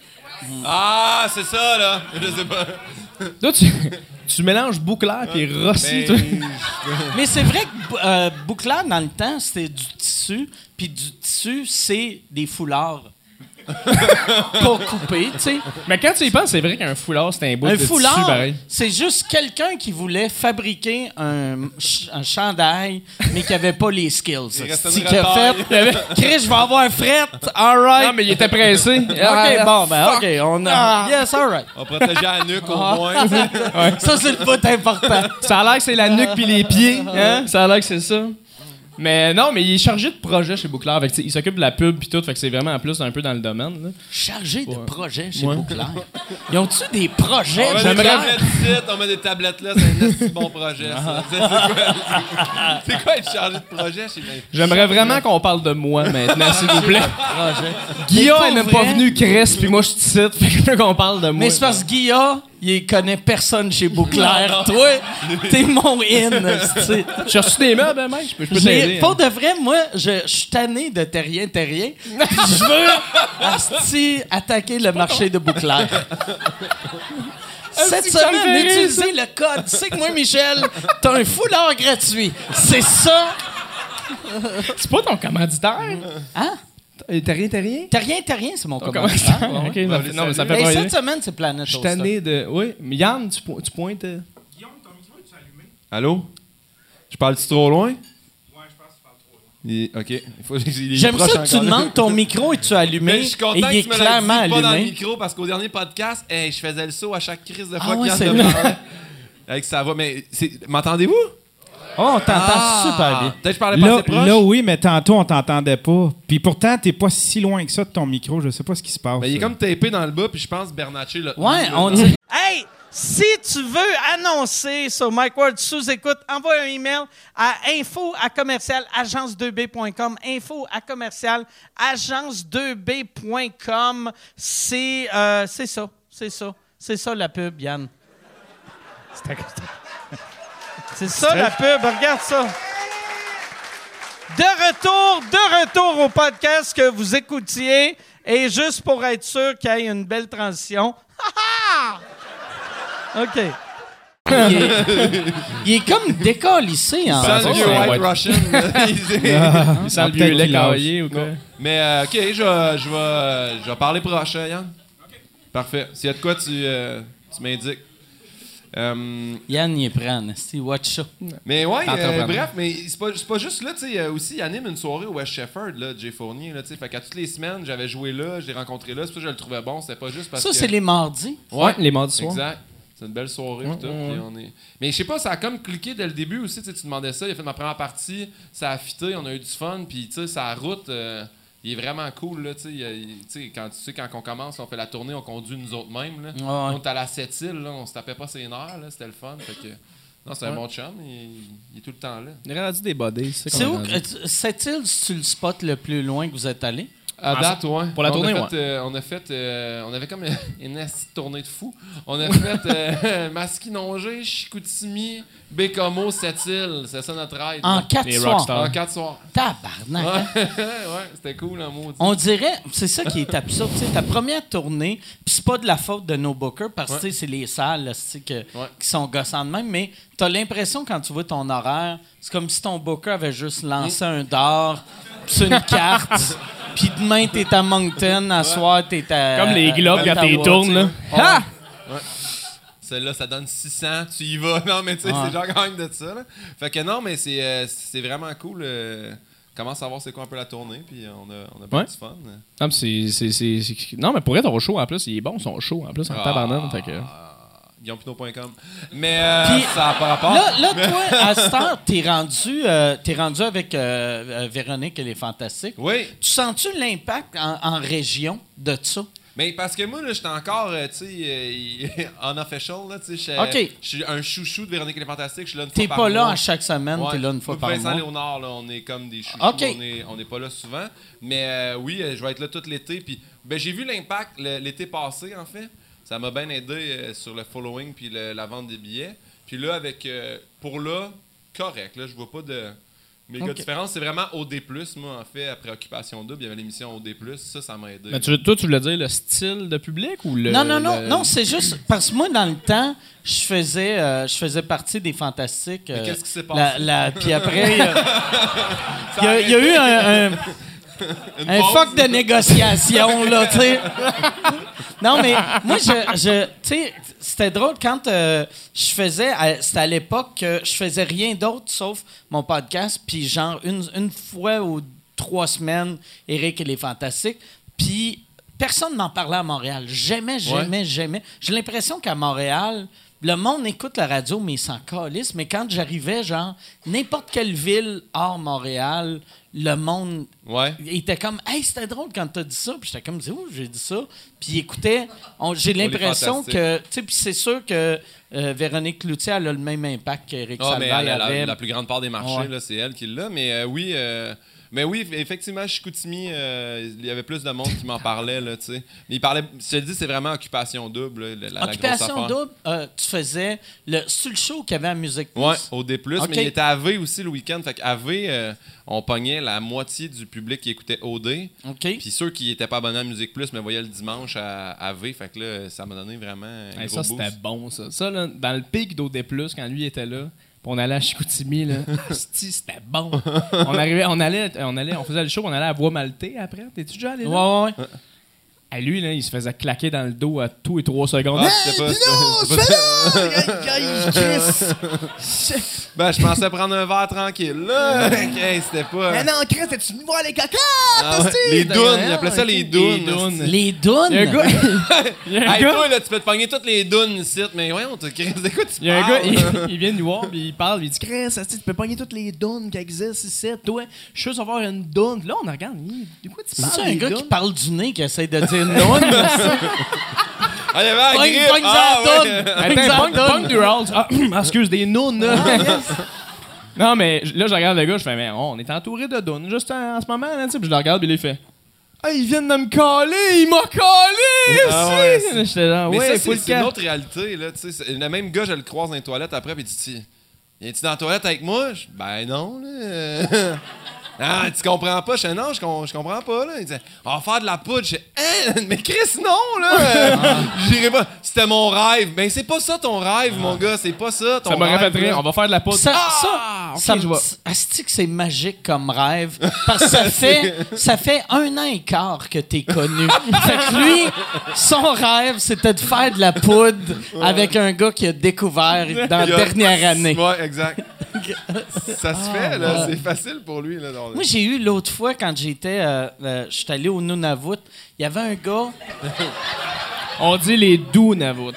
Ah, c'est ça, là. Je sais pas. Toi, tu, tu mélanges Bouclair et Rossi, Ben, toi. Mais c'est vrai que euh, Bouclair, dans le temps, c'était du tissu. Puis du tissu, c'est des foulards. Pas coupés, tu sais. Mais quand tu y penses, c'est vrai qu'un foulard, c'est un bout Un de tissu, foulard, pareil. c'est juste quelqu'un qui voulait fabriquer un, ch- un chandail, mais qui avait pas les skills. Il restait C'est une qui a retaille. fait, Chris, je vais avoir fret, all right. Non, mais il était pressé. OK, bon, ben, OK, on a... Yes, all right. On va protéger la nuque au Ah. moins. tu sais. Ça, c'est le bout important. Ça a l'air que c'est la nuque puis les pieds. Hein? Ça a l'air que c'est ça. Mais non, mais il est chargé de projet chez Bouclair. Fait que, tu sais, il s'occupe de la pub puis tout. Fait que c'est vraiment en plus un peu dans le domaine. Là. Chargé de Ouais. projets chez Ouais. Bouclair. Ils ont-tu des projets? On met des J'aimerais- tablettes ici, on met des tablettes là, c'est un esti bon projet. ça. C'est quoi, c'est quoi être chargé de projet chez les... J'aimerais vraiment qu'on parle de moi maintenant, s'il vous plaît. Projets. Guillaume Mais est même pour pas vrai- venu, Chris, puis moi je te cite. Fait que je veux qu'on parle de moi. Mais c'est parce que Guilla, il connaît personne chez Bouclair. Toi, t'es mon in. c'est- Tu as reçu des meubles, hein, mec? Je peux, je peux J'ai- t'aider. Pour hein. de vrai, moi, je je suis tanné de terrien, terrien. Puis je veux asti, attaquer le marché de Bouclair. Cette Asti que ça me semaine, fait rire, utilisez le code. Tu sais que moi, Michel, t'as un foulard gratuit. C'est ça. C'est pas ton commanditaire? Hein? T'as rien, t'as rien? Terrien, terrien, c'est mon Ton commanditaire. commanditaire? Ok, Ouais. ça fait- non, mais ça fait Hey, pas cette idée. semaine, c'est Planet Je suis Toaster. tanné de. Oui, mais Yann, tu, po- tu pointes. euh, Allô? Je parle-tu trop loin? Ouais, je pense que tu parles trop loin. Il... OK. Il faut... il est J'aime proche ça que tu encore. demandes ton micro et tu as allumé. Mais je suis content et il que est tu me l'aies clairement dit pas dans le allumé. micro parce qu'au dernier podcast, hey, je faisais le saut à chaque crise de Ah fois ouais, qu'il c'est me vrai. parlait. Avec ça va, mais c'est- m'entendez-vous? Oh, on t'entend Ah! super bien. Peut-être que je parlais pas Là, assez proche. là, oui, mais tantôt, on t'entendait pas. Puis pourtant, t'es pas si loin que ça de ton micro. Je sais pas ce qui se passe. Ben, il est comme tapé dans le bas, puis je pense Bernatchez là. Ouais, on dit. Hey, si tu veux annoncer sur Mike Ward sous écoute, envoie un email à info à commercial agence deux b point com. info à commercial agence deux b point com. C'est euh, c'est ça, c'est ça, c'est ça la pub, Yann. C'est ça la pub, regarde ça. De retour, de retour au podcast que vous écoutiez. Et juste pour être sûr qu'il y ait une belle transition. OK. Il est, il est comme décalissé en Sans ça, le vieux c'est un White white- Russian. Il sent le peut-être vieux lait qu'il lâche. caillé ou quoi? Mais euh, OK, je vais, je vais, je vais parler proche, hein, Yann. Parfait. S'il y a de quoi, tu, euh, tu m'indiques. Euh, Yann, il est prêt, c'est watch ça. mais ouais, euh, Entrepreneur. bref, mais c'est pas, c'est pas juste là, tu sais, euh, aussi, il anime une soirée au West Shefford, là, Jay Fournier, là, tu sais, fait qu'à toutes les semaines, j'avais joué là, je l'ai rencontré là, c'est pour ça que je le trouvais bon, c'était pas juste parce Ça, que... c'est les mardis. Ouais, les mardis soirs. Exact. C'est une belle soirée, pis tout, ouais, puis ouais. on est... Mais je sais pas, ça a comme cliqué dès le début aussi, tu sais, tu demandais ça, il a fait ma première partie, ça a fité, on a eu du fun, puis tu sais, sa route... euh, il est vraiment cool, là, tu sais, il- tu sais, quand, tu sais, quand on commence, on fait la tournée, on conduit nous autres mêmes, là. Ouais. On est à la Sept-Îles, là, on se tapait pas ses nerfs, là, c'était le fun, fait que... Non, c'est un Ouais. bon chum, il, il est tout le temps là. Il a rendu des bodies. C'est C'est qu'on où? a rendu. euh, Cette île, c'est-tu le spot le plus loin que vous êtes allé? À Ah, date, ouais. pour la On a tournée, fait, ouais. euh, on a fait... euh, on avait comme une esti de tournée de fou. On a fait euh, Masquinongé, Chicoutimi, Bécomo, Sept-Îles. C'est ça notre ride. En là. quatre Les soirs. rockstars. En quatre soirs. Tabarnak. hein? Ouais, ouais, c'était cool, en maudit. On dirait, c'est ça qui est absurde. Tu sais, ta première tournée, puis c'est pas de la faute de nos bookers, parce que Ouais. tu sais, c'est les salles là, tu sais, que, Ouais. qui sont gossantes de même, mais t'as l'impression quand tu vois ton horaire, c'est comme si ton booker avait juste lancé Mm. un d'or sur une carte, puis demain t'es à Moncton, à soir t'es à. Comme les globes quand Ottawa, t'es tournes, là. tu sais. Ah! Celle-là, ça donne six cents, tu y vas. Non, mais tu sais, Ouais. c'est genre quand même de ça. Là. Fait que non, mais c'est, euh, c'est vraiment cool. Euh, commence à voir c'est quoi un peu la tournée, puis on a, on a bien Ouais. du fun. Non, mais c'est, c'est, c'est, c'est- non, mais pour être ton show, en plus, il est bon, son show, en plus, en tabarnak. Fait que... guillaume pinot point com. Mais euh, Puis, ça n'a pas rapport. Là, là, toi, à cette heure, t'es rendu, euh, t'es rendu avec euh, euh, Véronique, elle est fantastique. Oui. Tu sens-tu l'impact en, en région de ça? Mais parce que moi, là, j'étais encore, euh, tu sais, euh, en official, là, tu sais, OK. je suis un chouchou de Véronique les Fantastiques, je suis là une T'es fois pas par là mois. à chaque semaine, Ouais. t'es là une fois Moi, par Vincent mois. Léonard, là, on est comme des chouchous, OK. on est, on est pas là souvent. Mais euh, oui, euh, je vais être là tout l'été. Puis, ben, j'ai vu l'impact le- l'été passé, en fait. Ça m'a bien aidé euh, sur le following puis le- la vente des billets. Puis là, avec, euh, pour là, correct, là, je vois pas de méga OK. différence. C'est vraiment O D plus, moi, en fait, après Occupation Double, il y avait l'émission O D plus. Ça, ça m'a aidé. Mais tu, toi, tu voulais dire le style de public ou le. Non, non, non, le- non, c'est juste parce que moi, dans le temps, je faisais, euh, je faisais partie des Fantastiques. Mais euh, qu'est-ce qui s'est la- passé? la- Puis après, il y a- Ça il y, a- il y a eu un, un, Une un pause. fuck de négociation, là, tu sais. Non, mais moi, je, je tu sais, c'était drôle quand euh, je faisais, à- c'était à l'époque que je faisais rien d'autre sauf mon podcast, puis genre une, une fois ou trois semaines, Eric et les Fantastiques, puis personne n'en parlait à Montréal. Jamais, jamais, jamais. J'ai l'impression qu'à Montréal, le monde écoute la radio, mais ils s'en calissent. Mais quand j'arrivais, genre, n'importe quelle ville hors Montréal, le monde Ouais. il était comme, hey, c'était drôle quand t'as dit ça. Puis j'étais comme, c'est où j'ai dit ça? Puis il écoutait. On- j'ai l'impression fantastiques. que, tu sais, puis c'est sûr que euh, Véronique Cloutier, elle a le même impact qu'Éric Ah, mais Salvaille elle, la, avait. la plus grande part des marchés, Ouais. là, c'est elle qui l'a. Mais euh, oui, euh, mais oui, effectivement, Chicoutimi, euh, il y avait plus de monde qui m'en parlait, là, tu sais. Mais il parlait, je te le dis, c'est vraiment Occupation Double, là, la, la grosse Occupation affaire. Double, euh, tu faisais le, c'est le show qu'il y avait à Musique Plus. Ouais, au D plus, Ok. mais il était à V aussi le week-end. Fait qu'à V, euh, on pognait la moitié du public qui écoutait O D. OK. Puis ceux qui n'étaient pas abonnés à Musique Plus me voyaient le dimanche à, à V. Fait que là, ça m'a donné vraiment un Hey, gros ça, boost. c'était bon, ça. Ça, là, dans le pic d'O D plus, quand lui était là, puis on allait à Chicoutimi, là, c'ti, c'était bon. On arrivait, on allait, on allait, on faisait le show, on allait à Bois Maltais après. T'es-tu déjà allé là? Ouais, ouais, ouais. À lui, là, il se faisait claquer dans le dos à tous les trois secondes. Ah, c'était pas, c'était- c'était pas- Ben, je pensais prendre un verre tranquille, là. Ok, c'était pas... Mais non, Chris, es-tu venu voir les cocottes? Ah ouais, les dounes, il appelait ça les dounes. dounes. Les dounes. Il y a un gars, il y a un Hey, gars- toi, là, tu peux te pogner toutes les dounes ici, mais ouais, on te crie, de quoi tu il y a un gars, parles? il, il vient nous voir, puis il parle, puis il dit Chris, asti, tu peux pogner toutes les dounes qui existent ici, toi. Je suis sûr avoir une doune. Puis là, on regarde, il- de quoi tu parles? C'est un les gars qui dounes? parle du nez qui essaie de dire non. Ah, il y avait la Pogne, grippe. pogne Ah, ça, ouais. donne. Attends, punk, punk du Rolls. Ah, excuse, des nounes. là. Non, mais là, je regarde le gars, je fais, mais on est entouré de dounes juste en, en ce moment, là, tu sais. Puis je le regarde, puis là, il fait, ah, ils viennent de me caler, il m'a calé! Ah aussi! ouais, Là, j'étais là, Mais ouais, ça, faut c'est le c'est une cap. autre réalité, là, tu sais. c'est- Le même gars, je le croise dans les toilettes après, puis il dit, viens-tu dans la toilette avec moi? Je- Ben non, là. Ah, tu comprends pas? Je disais, non, je, com- je comprends pas. Là. Il disait, on va faire de la poudre. Je disais, hein? Mais Chris, non, là. Euh, J'irai pas. C'était mon rêve. Ben, c'est pas ça ton rêve, mon gars. C'est pas ça ton Ça m'aurait rêve. fait rire. là. On va faire de la poudre. Ça, Ah! ça, ok, ça je me- vois. asti que c'est magique comme rêve. Parce que ça fait, ça fait un an et quart que t'es connu. Fait que lui, son rêve, c'était de faire de la poudre avec un gars qui a découvert dans la Il y a- dernière année. Ouais, exact. Ça se fait, là. C'est facile pour lui, là. dans le- Moi, j'ai eu l'autre fois, quand j'étais... Euh, euh, je suis allé au Nunavut, il y avait un gars... On dit les doux Navut.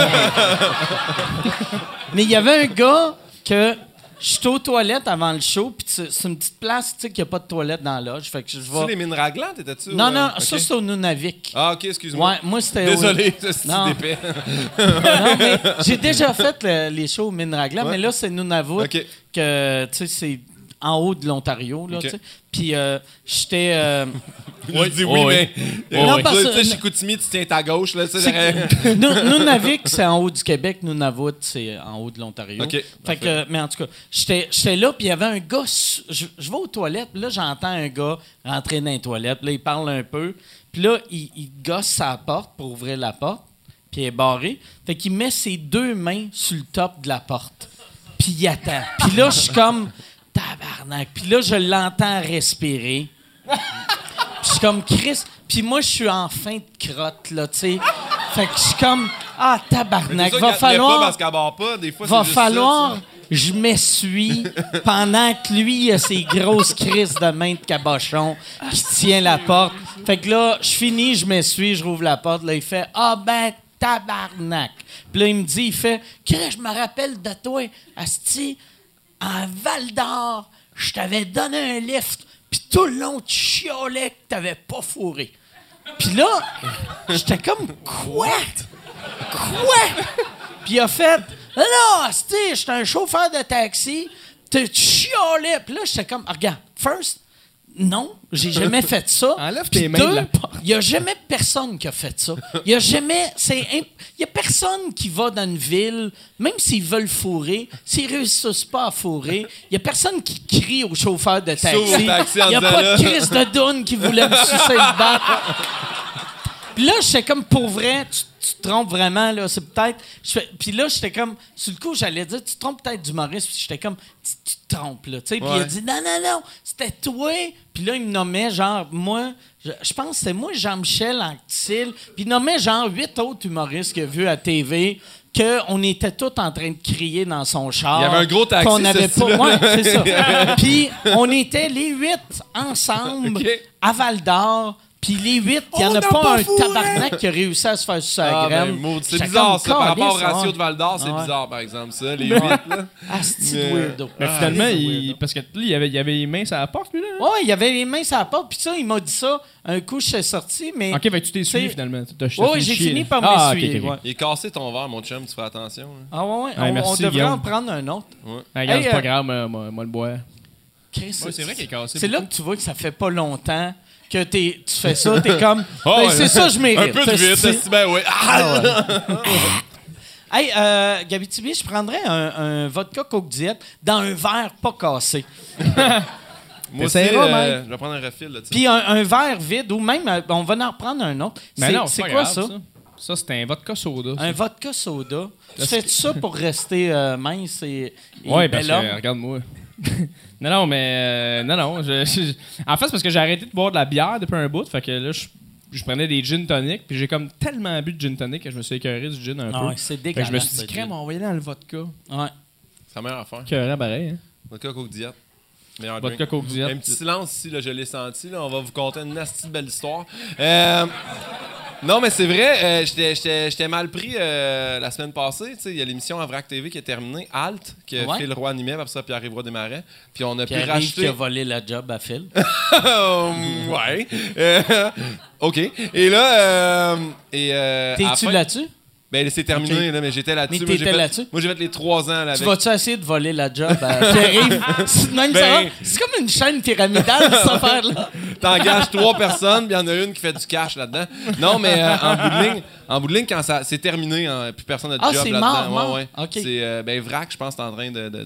Mais il y avait un gars que... J'étais aux toilettes avant le show, puis c'est c'est une petite place, tu sais, qu'il n'y a pas de toilette dans la loge. Fait que je Tu vais... les mines raglantes, t'étais-tu? Non, ou, non, euh, ça, ok. c'est au Nunavik. Ah, ok, excuse-moi. Ouais, moi, c'était... Désolé, au- c'est Non. d'épais. Non, mais j'ai déjà fait le- les shows au Mine-Raglan, Ouais. mais là, c'est Nunavut, Ok. que, tu sais, c'est en haut de l'Ontario, là, Ok. tu sais. Puis, euh, j'étais... euh, Je dis oui, Oh, mais. oui. Euh, Non, tu parce sais, que- tu sais, chez Koutimi, tu tiens ta gauche, là. tu sais, c'est j'aurais- que- Nu- Nunavik, c'est en haut du Québec. Nunavut, c'est en haut de l'Ontario. Ok, Fait parfait. que, mais en tout cas, j'étais j'étais là, puis il y avait un gars... su- Je, je vais aux toilettes, puis là, j'entends un gars rentrer dans les toilettes. Puis là, il parle un peu. Puis là, il, il gosse sa porte pour ouvrir la porte, puis il est barré. Fait qu'il met ses deux mains sur le top de la porte. Puis il attend. Puis là, je suis comme... Tabarnak. Puis là, je l'entends respirer. Puis je suis comme Chris. Puis moi, je suis en fin de crotte, là, tu sais. Fait que je suis comme, ah, C'est tabarnak, ça va qu'elle te met pas falloir, parce qu'elle barre pas. Des fois, va c'est juste ça, falloir, tu je m'essuie pendant que lui, il a ses grosses crises de main de cabochon qui tient la porte. Fait que là, je finis, je m'essuie, je rouvre la porte. Là, il fait, ah ben, tabarnak. Puis là, il me dit, il fait, Chris, je me rappelle de toi, asti, en Val-d'Or, je t'avais donné un lift, puis tout le long, tu chiolais que t'avais pas fourré. Puis là, j'étais comme, quoi? Quoi? Puis il a fait, non, non, asti, j'étais un chauffeur de taxi, tu tu chiolais. Puis là, j'étais comme, regarde, first, non, j'ai jamais fait ça. Enlève Puis tes mains de deux, la porte. il y a jamais personne qui a fait ça. Il y a jamais, c'est, imp- il y a personne qui va dans une ville, même s'ils veulent fourrer, s'ils réussissent pas à fourrer, il y a personne qui crie au chauffeur de taxi. Sauve le taxi en Il y a disant pas là. de Chris de Doune qui voulait me sucer le bat. Puis là, j'étais comme, pour vrai, tu, tu te trompes vraiment, là, c'est peut-être... je fais- Puis là, j'étais comme, sur le coup, j'allais dire, tu te trompes peut-être d'humoriste, puis j'étais comme, tu, tu te trompes, là, tu sais. Puis il a Ouais. dit, non, non, non, c'était toi. Puis là, il me nommait, genre, moi, je, je pense que c'était moi, Jean-Michel Anctil, puis il nommait, genre, huit autres humoristes qu'il a vus à T V, qu'on était tous en train de crier dans son char. Il y avait un gros taxi, Qu'on n'avait ce pas... style-là. Ouais, c'est ça. Puis on était les huit ensemble Ok. à Val-d'Or. Puis les huit, il n'y en On a n'a pas, pas un fourré. tabarnak qui a réussi à se faire sucer la Ah, ben, graine. maudit. C'est J'étais bizarre, comme, ça. Par rapport au calisse, ratio ouais. de Val d'Or, c'est Ouais. bizarre, par exemple, ça. Les huit, là. Asti de Mais- weirdo. Mais Ah, finalement, c'est il... weirdo. parce que lui, il avait, il avait les mains sur la porte, lui, là. Ouais, il avait les mains sur la porte, puis ça, il m'a dit ça. Un coup, je suis sorti, mais... Ok, fait que tu t'es suivi C'est- finalement. T'as- t'as Ouais, fini j'ai chier, fini là. par Ah, ok, m'essuyer. ok, ok. ouais. Il est cassé ton verre, mon chum, tu fais attention. là. Ah ouais, ouais. Ouais, on, merci, on devrait Guillaume. en prendre un autre. Ah, regarde, Hey, c'est pas euh, grave, moi, moi, moi le boire. Chris, Ouais, c'est vrai qu'il est cassé C'est là beaucoup. que tu vois que ça fait pas longtemps que t'es- tu fais ça, t'es comme... Ah ben, ouais. c'est ça, je mérite. Un peu de vite, Asti. esti, ben oui. Ah! Hey, euh, Gabi-Tibi, je prendrais un, un vodka Coke Diet dans un verre pas cassé. Moi aussi, T'essaieras, euh, mec. je vais prendre un refil là-dessus. Puis un, un verre vide, ou même, euh, on va en reprendre un autre. Mais C'est non, c'est pas quoi grave, ça? Ça, c'est un vodka soda. ça. Un vodka soda. Tu Là, fais c'est- ça pour rester euh, mince et, et Ouais, parce bel que, homme? euh, regarde-moi. non, non, mais. euh, non, non. je- je- en fait, c'est parce que j'ai arrêté de boire de la bière depuis un bout. Fait que là, je, je prenais des gin tonic. Puis j'ai comme tellement bu de gin tonic que je me suis écœuré du gin un Ah peu. ouais, c'est Fait que dégueulasse. je me suis dit, ce crème, gin. on va y aller dans le vodka. Ouais. C'est la meilleure affaire. Écœurant, pareil. Hein? Vodka Coke Diet. Meilleur Vodka drink. Coke Diet. Un petit silence ici, là, je l'ai senti. Là, on va vous conter une nasty belle histoire. Euh, non, mais c'est vrai, euh, j'étais- j'étais j'étais mal pris euh, la semaine passée. Tu sais, il y a l'émission à Vrac T V qui est terminée, Halt, que Ouais. Phil Roy animait, après ça, Pierre-Yves Roy Desmarais. Puis on a Puis pu arrive qui racheter. a volé la job à Phil. Hum, ouais. Euh, OK. Et là. Euh, et, euh, à la T'es-tu fin- là-dessus? Ben, c'est terminé, Ok. là, mais j'étais là-dessus. Mais Moi, j'ai t'étais fait- là-dessus? Moi, j'ai fait les trois ans là, Tu avec. vas-tu essayer de voler la job à Pierre-Yves? C'est même Ben- ça. C'est comme une chaîne pyramidale, cette affaire-là. T'engages trois personnes, puis il y en a une qui fait du cash là-dedans. Non, mais euh, en bout de ligne, en bout de ligne, quand ça c'est terminé, hein, plus personne n'a de Ah, job c'est là-dedans. mort, mort. Ouais, ouais. OK. C'est euh, ben Vrac, je pense, t'es en train de, de, de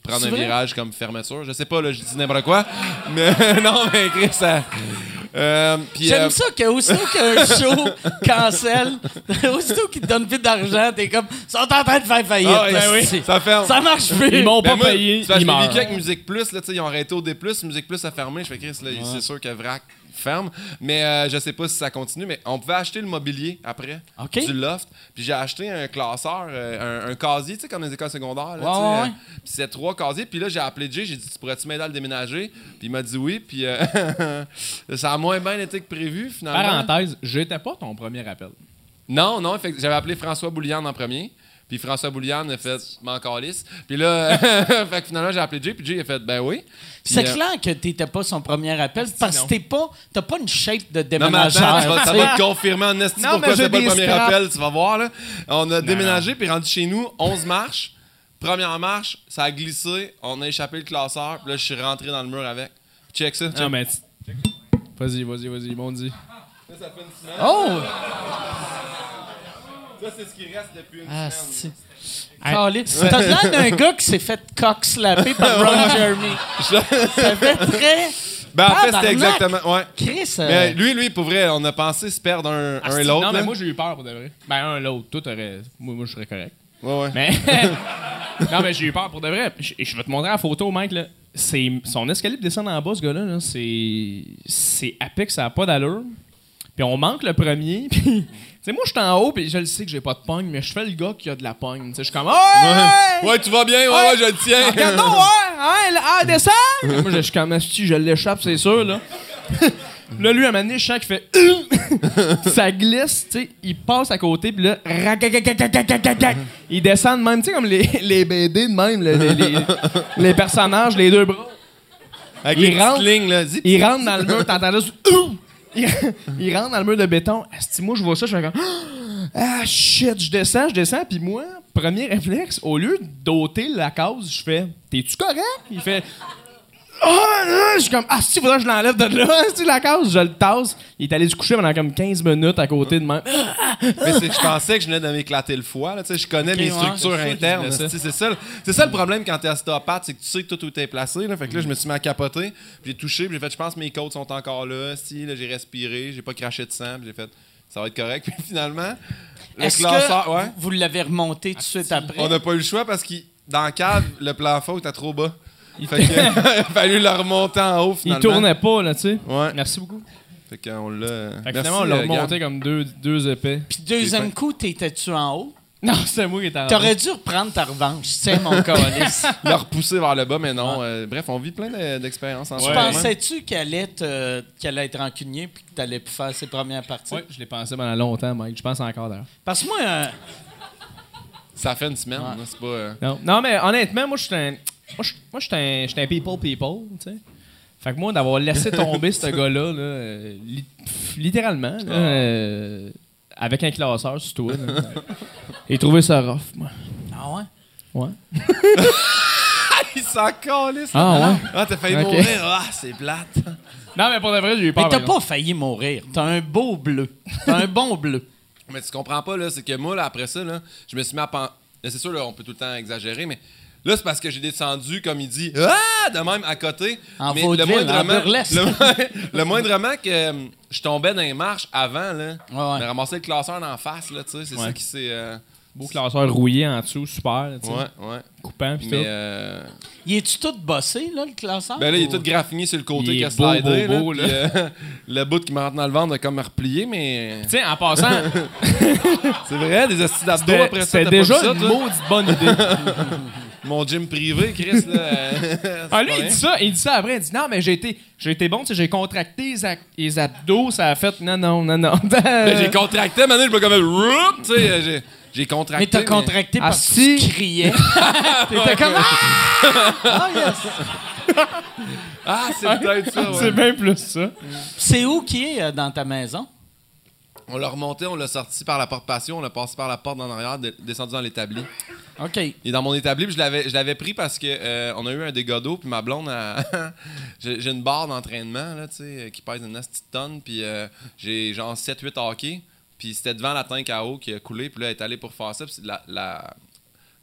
prendre C'est un vrai? virage comme fermeture. Je sais pas, là, je dis n'importe quoi. Mais non, mais Chris, ça... Euh, puis, J'aime euh, ça qu'aussitôt qu'un show cancelle, aussitôt qu'ils te donnent plus d'argent, t'es comme, ils sont en train de faire faillite. Ah ouais, là, ben oui, c'est- ça ferme. Ça marche plus. Ils m'ont Ben pas moi, payé, c'est parce que ils je l'ai meurent. vécu avec Musique Plus, là, tu sais, ils ont arrêté au D plus, Musique Plus a fermé. Je fais Chris, là, c'est sûr que Vrac ferme. Mais euh, je sais pas si ça continue, mais on pouvait acheter le mobilier après OK. du loft. Puis j'ai acheté un classeur, euh, un, un casier, tu sais, comme les écoles secondaires. Là, Ouais, tu sais, ouais, euh, ouais. Puis c'était trois casiers. Puis là, j'ai appelé Jay, j'ai dit, tu pourrais-tu m'aider à le déménager? Puis il m'a dit oui. Puis euh, ça a moins bien été que prévu, finalement. Parenthèse, j'étais pas ton premier appel. Non, non, fait que j'avais appelé François Bouliane en premier. Puis François Bouliane a fait m'en calisse. Puis là, fait que finalement, j'ai appelé Jay. Puis Jay a fait ben oui. Puis, C'est euh, clair que t'étais pas son premier appel parce non. que t'es pas, t'as pas une shape de Non, mais déménageur. attends, tu vas- ça tu sais. va te confirmer en esti Non, pourquoi mais c'est j'ai pas le des premier scraps. appel, tu vas voir. Là. On a déménagé, puis rendu chez nous, onze marches. Première marche, ça a glissé, on a échappé le classeur, puis là, je suis rentré dans le mur avec. Check ça. Check. Non, mais. tu- Vas-y, vas-y, vas-y, ils m'ont dit. Ça, ça fait une semaine. Oh! Ça, c'est ce qui reste depuis une Ah, semaine. c'est... Caliste. T'as l'air d'un gars qui s'est fait cock-slapper par Ron Jeremy. Ça fait très... Ben, en fait, Tabarnak! c'était exactement. Ouais. Chris, euh, Mais lui, lui, pour vrai, on a pensé se perdre un, un et l'autre. Non, mais là. moi, j'ai eu peur pour de vrai. Ben, un l'autre. Toi, t'aurais. Moi, moi je serais correct. Ouais, ouais. Mais. non, mais j'ai eu peur pour de vrai. Je, je vais te montrer la photo, mec. Là. C'est, son escalier pour descendre en bas, ce gars-là, là, c'est. C'est à pic, ça n'a pas d'allure. Puis on manque le premier. Puis. Tu sais, moi, je suis en haut, puis je le sais que j'ai pas de pogne, mais je fais le gars qui a de la pogne. Tu sais, je suis comme. Ouais! Ouais, tu vas bien, ouais, ouais, je le tiens. Regarde, non, ouais! Hein, là, ah, descends! Moi, je suis comme, si je l'échappe, c'est sûr, là. Là, lui, à un moment donné, je sens qu'il fait. Ça glisse, tu sais. Il passe à côté, puis là. Il descend de même, tu sais, comme les, les B D de même, là, les, les, les personnages, les deux bras. Avec Il les petites rentre- lignes, là. Dis- Il rentre dans le mur, t'entends juste. Il, il rentre dans le mur de béton. Asti, moi, je vois ça, je fais comme. Ah, shit, je descends, je descends, puis moi, premier réflexe, au lieu d'ôter la case, je fais. T'es-tu correct? Il fait. Ah, là, je suis comme, ah, si, faudrait que je l'enlève de là, c'est la case, je le tasse. Il est allé se coucher pendant comme quinze minutes à côté de moi. Mais c'est que je pensais que je venais de m'éclater le foie. Là, tu sais, je connais Ok, mes ouais, structures c'est ça qui internes. disait ça. tu sais, C'est ça, le- c'est ça le problème quand t'es ostéopathe, c'est que tu sais que tout où est placé. Là, fait que là, je me suis mis à capoter. Puis j'ai touché, puis j'ai fait, je pense que mes côtes sont encore là. Si, là, j'ai respiré, j'ai pas craché de sang, puis j'ai fait, ça va être correct. Puis finalement, le est-ce classeur, que ouais, vous l'avez remonté tout de suite après? on n'a pas eu le choix parce que dans la cave, le plafond était trop bas. Fait que, il a fallu le remonter en haut Il finalement. tournait pas, là, tu sais. Ouais. Merci beaucoup. Fait qu'on l'a. Fait que Merci, finalement, on l'a euh, remonté Gab. comme deux, deux épais. Puis deuxième coup, t'étais-tu en haut? Non, c'était moi qui étais en T'aurais dû reprendre ta revanche. Tiens, mon calice. Le repousser vers le bas, mais non. euh, bref, on vit plein de- d'expériences en Tu ce moment. pensais-tu qu'elle allait, te- qu'elle allait être rancunier puis que t'allais plus faire ses premières parties? Oui, je l'ai pensé pendant longtemps, Mike. Je pense encore d'ailleurs. Parce que moi, euh, Ça fait une semaine, Ouais. là, c'est pas. euh, Non, non mais honnêtement, moi, je suis un. Moi, je moi, je suis un, je suis un people people, tu sais. Fait que moi, d'avoir laissé tomber ce gars-là, là, euh, li- pff, littéralement, là, euh, avec un classeur sur toi, là, j'ai trouvé ça rough, moi. ah ouais? Ouais. Il s'en calisse. Ah, ouais? Ah, t'as failli Ok. mourir. Ah, c'est plate. Non, mais pour de vrai, j'ai eu Mais peur. t'as par exemple. pas failli mourir. T'as un beau bleu. T'as un bon bleu. Mais tu comprends pas, là, c'est que moi, là, après ça, là, je me suis mis à penser. C'est sûr, là, on peut tout le temps exagérer, mais là, c'est parce que j'ai descendu, comme il dit, ah, de même à côté. En mais vaudeville, en moindrement, burlesque. le, le moindrement que euh, je tombais dans les marches avant, là, Ouais, je ouais. ramassé le classeur d'en face, là, tu sais, c'est Ouais. ça qui s'est. euh, Beau classeur rouillé en dessous, super, tu sais. Ouais, ouais. Coupant, pis Mais. tout. euh, Il est-tu tout bossé, là, le classeur? Ben là, il est ou- tout graffiné sur le côté Il qui a est beau, slidé. beau, là, beau, puis, là. euh, le bout qui me rentre dans le ventre a comme replié, mais. Tu sais, en passant, C'est vrai, des hosties d'abdos c'était après ça. c'était t'as déjà pas vu ça, une toi? maudite bonne idée. Mon gym privé, Chris, là. euh, c'est Ah, lui, pas il rien. dit ça, il dit ça après. Il dit non, mais j'ai été, j'ai été bon, tu sais, j'ai contracté les, ac- les abdos, ça a fait. Non, non, non, non. Ben, j'ai contracté, maintenant, je me comme. Roup, tu sais, j'ai- j'ai contracté. Mais t'as contracté Ah, parce que si. tu criais. T'étais comme... Ah! Ah, yes! Ah, c'est peut-être ça, C'est ouais. bien plus ça. C'est où qui est euh, dans ta maison? On l'a remonté, on l'a sorti par la porte patio, on l'a passé par la porte en arrière, de- descendu dans l'établi. OK. Il est dans mon établi, puis je l'avais, je l'avais pris parce que euh, on a eu un dégât d'eau, puis ma blonde, a- j'ai, j'ai une barre d'entraînement, là, tu sais, qui pèse une petite tonne, puis euh, j'ai genre sept huit hockey, puis c'était devant la tank à eau qui a coulé, puis là, elle est allée pour faire ça, puis c'est la, la,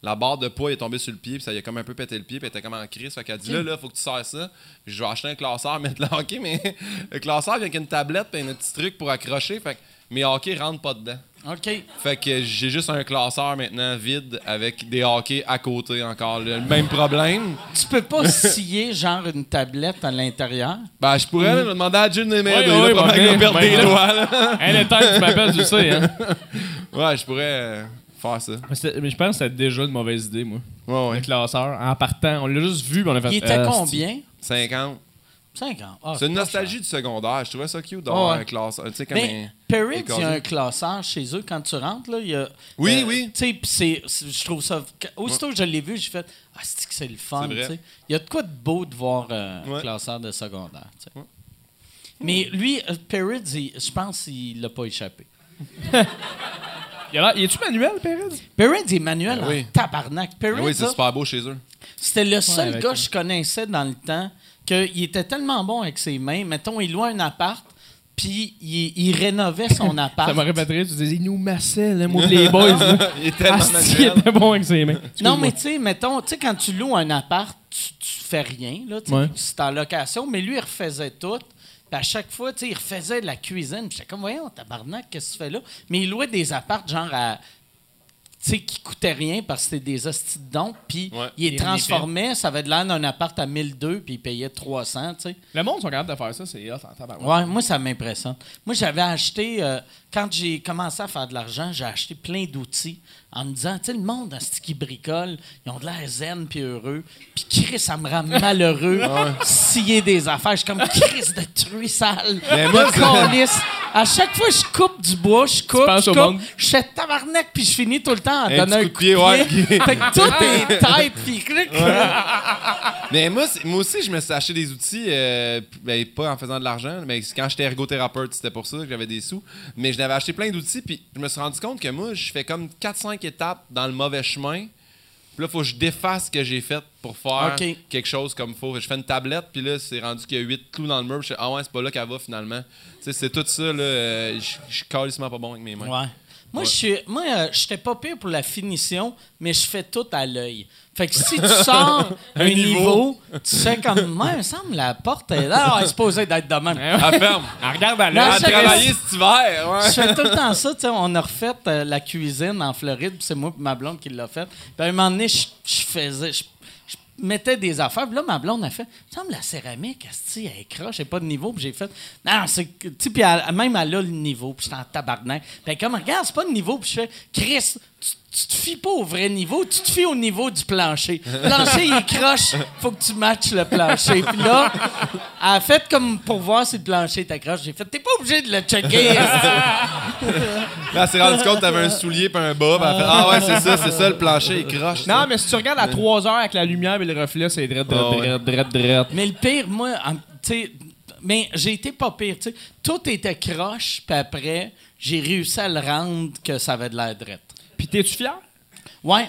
la barre de poids est tombée sur le pied, puis ça y a comme un peu pété le pied, puis elle était comme en crise. Fait qu'elle dit, là, là, faut que tu sers ça. Puis je vais acheter un classeur, mettre le hockey, mais le classeur vient avec une tablette, puis un petit truc pour accrocher. Fait que mes hockey rentrent pas dedans. OK. Fait que j'ai juste un classeur maintenant vide avec des hockey à côté encore. Le même problème. Tu peux pas scier, genre, une tablette à l'intérieur? Ben, je pourrais là, demander à June de m'aider. Oui, oui, là, probablement ben, qu'il va perdre ben, des là. doigts. Là. Anytime tu m'appelles, tu le sais, hein. Ouais, je pourrais euh, faire ça. Mais, c'était- mais je pense que c'était déjà une mauvaise idée, moi. Ouais, ouais. Le classeur, en partant, on l'a juste vu, puis on a fait. Il était euh, combien? cinquante. cinquante. Ah, C'est une pas nostalgie cher. du secondaire. Je trouvais ça cute d'avoir Ouais. un classeur. Tu sais, comme Mais un... Perrids, des il y a casiers. un classeur chez eux quand tu rentres. Là, il y a, Oui, oui. Tu sais, puis c'est, c'est- je trouve ça. Aussitôt que je l'ai vu, j'ai fait ah, c'est que c'est le fun. C'est vrai. tu sais. Il y a de quoi de beau de voir euh, un Ouais. classeur de secondaire. tu sais. Ouais. Mais lui, euh, Perrids, il- je pense qu'il l'a pas échappé. Il a l'air- il est-tu manuel, Pérez? Perrids est manuel Ben en oui. tabarnak. Perrids, Ben oui, c'est là, super beau chez eux. c'était le seul avec gars ça. que je connaissais dans le temps qu'il était tellement bon avec ses mains. Mettons, il louait un appart, puis il, il rénovait son appart. Ça m'aurait fait rire, tu disais, il nous massait, le mot de les boys. là. Il était tellement Asti, il manuel. était bon avec ses mains. Non, Excuse-moi. mais tu sais, mettons, tu sais, quand tu loues un appart, tu, tu fais rien, là, tu sais, Ouais. c'est en location, mais lui, il refaisait tout. Puis à chaque fois, tu sais, il refaisait de la cuisine. Puis j'étais comme, voyons, tabarnak, qu'est-ce que tu fais là? Mais il louait des apparts, genre, à, tu sais, qui coûtaient rien parce que c'était des hosties de dons. Puis Ouais. il les Il transformait, ça avait de l'air d'un appart à mille deux, puis il payait trois cents, tu sais. Le monde sont capables de faire ça, c'est hot en tabarouette. Ouais, moi, ça m'impressionne. Moi, j'avais acheté, euh, quand j'ai commencé à faire de l'argent, j'ai acheté plein d'outils en me disant, tu sais, le monde, dans ce qui bricole, ils ont de l'air zen puis heureux. Puis Chris, ça me rend malheureux scier des affaires. Je suis comme Chris de truie sale. Mais moi, de calice. À chaque fois, je coupe du bois, je coupe, penses je au coupe. monde? Je fais tabarnak, puis je finis tout le temps en Un donnant petit un coup de pied, ouais. Fait que tout est tête, puis clic. Mais moi, c'est- moi aussi, je me suis acheté des outils, euh, ben, pas en faisant de l'argent, mais c'est quand j'étais ergothérapeute, c'était pour ça que j'avais des sous. Mais je n'avais acheté plein d'outils, puis je me suis rendu compte que moi, je fais comme quatre cinq étapes dans le mauvais chemin. Puis là, il faut que je défasse ce que j'ai fait pour faire OK. quelque chose comme il faut. Je fais une tablette, puis là, c'est rendu qu'il y a huit clous dans le mur. Je fais, ah ouais, c'est pas là qu'elle va finalement. Tu sais, c'est tout ça, là. euh, je je suis calissement pas bon avec mes mains. Ouais. Moi, Ouais. je suis, moi, euh, j'étais pas pire pour la finition, mais je fais tout à l'œil. Fait que si tu sors un niveau, tu fais comme, moi, il me semble la porte est là, elle est supposée d'être de même. Elle ferme. Elle regarde à Non, Elle l'œil. a chaque- travaillé cet hiver, ouais. Je fais tout le temps ça, tu sais, on a refait euh, la cuisine en Floride, puis c'est moi et ma blonde qui l'a fait. Puis à un moment donné, je, je faisais, je, je mettais des affaires, puis là, ma blonde a fait, il me semble la céramique, asti, elle est croche, elle n'a pas de niveau, puis j'ai fait, non, c'est, que- tu sais, puis elle- même elle a le niveau, puis j'étais en tabarnak. Puis elle est comme, regarde, c'est pas le niveau, puis je fais, Chris, tu, tu te fies pas au vrai niveau, tu te fies au niveau du plancher. Le plancher, il est croche, faut que tu matches le plancher. Puis là, elle a fait comme pour voir si le plancher était croche. J'ai fait, t'es pas obligé de le checker. esti. Là, elle s'est rendu compte que t'avais un soulier puis un bas. Puis elle a fait, ah ouais, c'est ça, c'est ça, le plancher, il croche. Non, ça. mais si tu regardes à trois heures avec la lumière et le reflet, c'est drette, drette, Ah ouais. drette, drette, drette. Mais le pire, moi, en- tu sais, mais j'ai été pas pire, tu sais. Tout était croche, puis après, j'ai réussi à le rendre que ça avait de l'air drette. Puis t'es-tu fier? Ouais.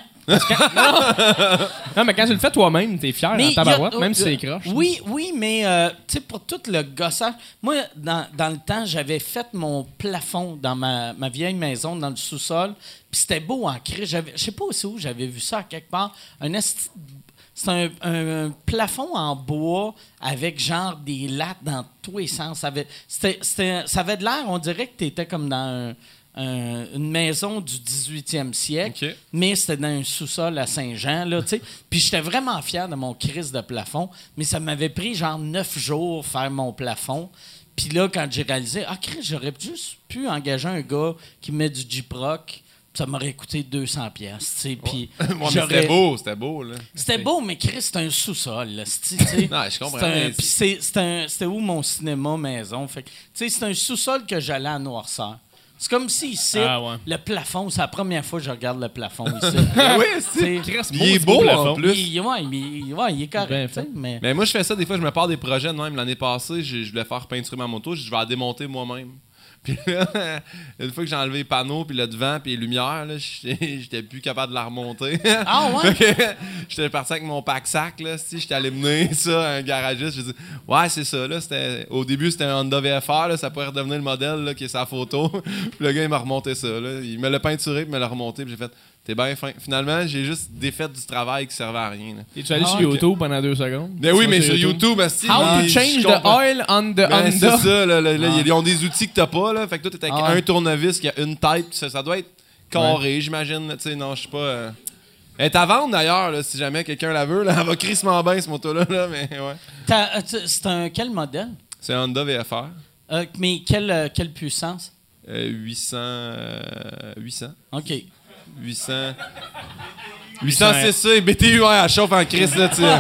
Non, mais quand tu le fais toi-même, t'es fier Mais en il y a- tabarouette, même euh, si c'est croche. Oui, oui, mais euh, tu sais, pour tout le gossage, moi, dans, dans le temps, j'avais fait mon plafond dans ma, ma vieille maison, dans le sous-sol, puis c'était beau en crise. J'avais- Je sais pas aussi où j'avais vu ça, quelque part. Un esti- C'est un, un- un plafond en bois avec genre des lattes dans tous les sens. Ça avait, c'était- c'était- ça avait de l'air, on dirait que tu étais comme dans un- un- une maison du dix-huitième siècle, OK. mais c'était dans un sous-sol à Saint-Jean. Là, tu sais. Puis j'étais vraiment fier de mon crise de plafond, mais ça m'avait pris genre neuf jours faire mon plafond. Puis là, quand j'ai réalisé, ah, Chris, j'aurais juste pu engager un gars qui met du J-Proc, ça m'aurait coûté deux cents piastres, tu sais. Puis Ouais, mais j'aurais- c'était beau, c'était beau, là. c'était beau, mais Chris, c'est un sous-sol. là, c'est- tu sais. Non, je comprends, C'est un- mais Puis c'est- c'est un- c'était où mon cinéma maison? Fait que, tu sais, c'est un sous-sol que j'allais à noirceur. C'est comme si ici, Ah, ouais. le plafond, c'est la première fois que je regarde le plafond ici. oui, Tu sais, Chris, Il est c'est beau, plafond. en plus. il, ouais, il, ouais, il est correct, Bien tu sais, fait. mais... Mais moi, je fais ça, des fois, je me pars des projets de même. L'année passée, j'ai- je voulais faire peinturer ma moto, je dis, je vais la démonter moi-même. Puis là, une fois que j'ai enlevé les panneaux, puis le devant, puis les lumières, là, j'étais j'étais plus capable de la remonter. Ah ouais? Fait que j'étais parti avec mon pack-sac, là, si j'étais allé mener ça à un garagiste. J'ai dit, ouais, c'est ça, là. C'était, au début, c'était un Honda V F R, là, ça pourrait redevenir le modèle, là, qui est sa photo. Puis le gars, il m'a remonté ça, là. Il me l'a peinturé, puis il me l'a remonté, puis j'ai fait, T'es bien fin. Finalement, j'ai juste défait du travail qui servait à rien. Es-tu allé Ah, sur ok. YouTube pendant deux secondes? Ben oui, mais sur YouTube, asti, How les- to change je the comprends- oil on the Ben, c'est Honda. ça, là, là, là, Ah. ils ont des outils que t'as pas, là. Fait que toi, t'es avec Ah ouais. un tournevis qui a une tête, ça, ça doit être carré, j'imagine. là, Tu sais, non, je sais pas. euh. Elle est à vendre d'ailleurs, là, si jamais quelqu'un la veut. Là. Elle va crissement bien, ce moto-là, là, mais ouais. T'as- euh, tu- C'est un quel modèle? C'est un Honda V F R. Euh, mais quelle, euh, quelle puissance? Euh, huit cents. euh, huit cents. OK. huit cents. huit cents C C, B T U, ouais, elle chauffe en crise, là, tu sais.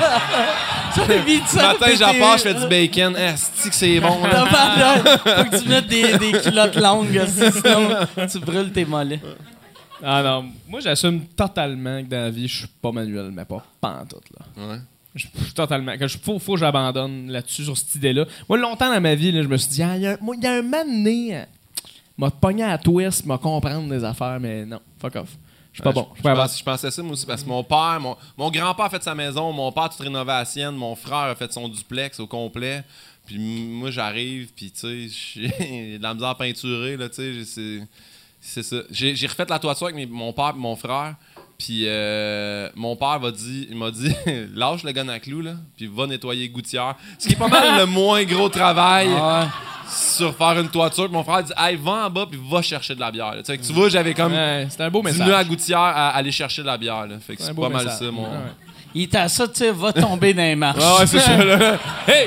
Ce matin, j'en pars, je fais du bacon. Asti que c'est bon, là. Faut que tu mettes des, des culottes longues, sinon tu brûles tes mollets. Ah non, moi j'assume totalement que dans la vie, je suis pas manuel, mais pas pantoute, là. Ouais. Je je suis totalement. Que je, faut, faut que j'abandonne là-dessus, sur cette idée-là. Moi, longtemps dans ma vie, là, je me suis dit, ah, il y a, moi, il y a un man né, euh, m'a pogné à la twist, m'a comprendre des affaires, mais non, fuck off. Je suis pas Ouais, bon. Je, Je suis pas je bon. pense- je pensais ça, moi aussi, parce que mon père, mon, mon grand-père a fait sa maison, mon père a tout rénové à la sienne, mon frère a fait son duplex au complet. Puis m- moi, j'arrive, puis tu sais, j'ai de la misère à peinturer, là, tu sais, j'ai- c'est, c'est ça. J'ai, j'ai refait la toiture avec mes- mon père et mon frère. Puis euh, mon père m'a dit, il m'a dit lâche le gun à clous, là, puis va nettoyer gouttière. Ce qui est pas mal le moins gros travail Ouais. sur faire une toiture. Puis mon frère dit hey, va en bas, puis va chercher de la bière. là. Tu sais, que tu vois, j'avais comme Ouais, c'est un beau diminué message. à gouttière à aller chercher de la bière. Là. Fait que C'est un c'est beau pas mal message. ça, mon. Ouais, ouais. Il était à ça, tu sais, va tomber dans les marches. Ah ouais, c'est ça, là. Hey!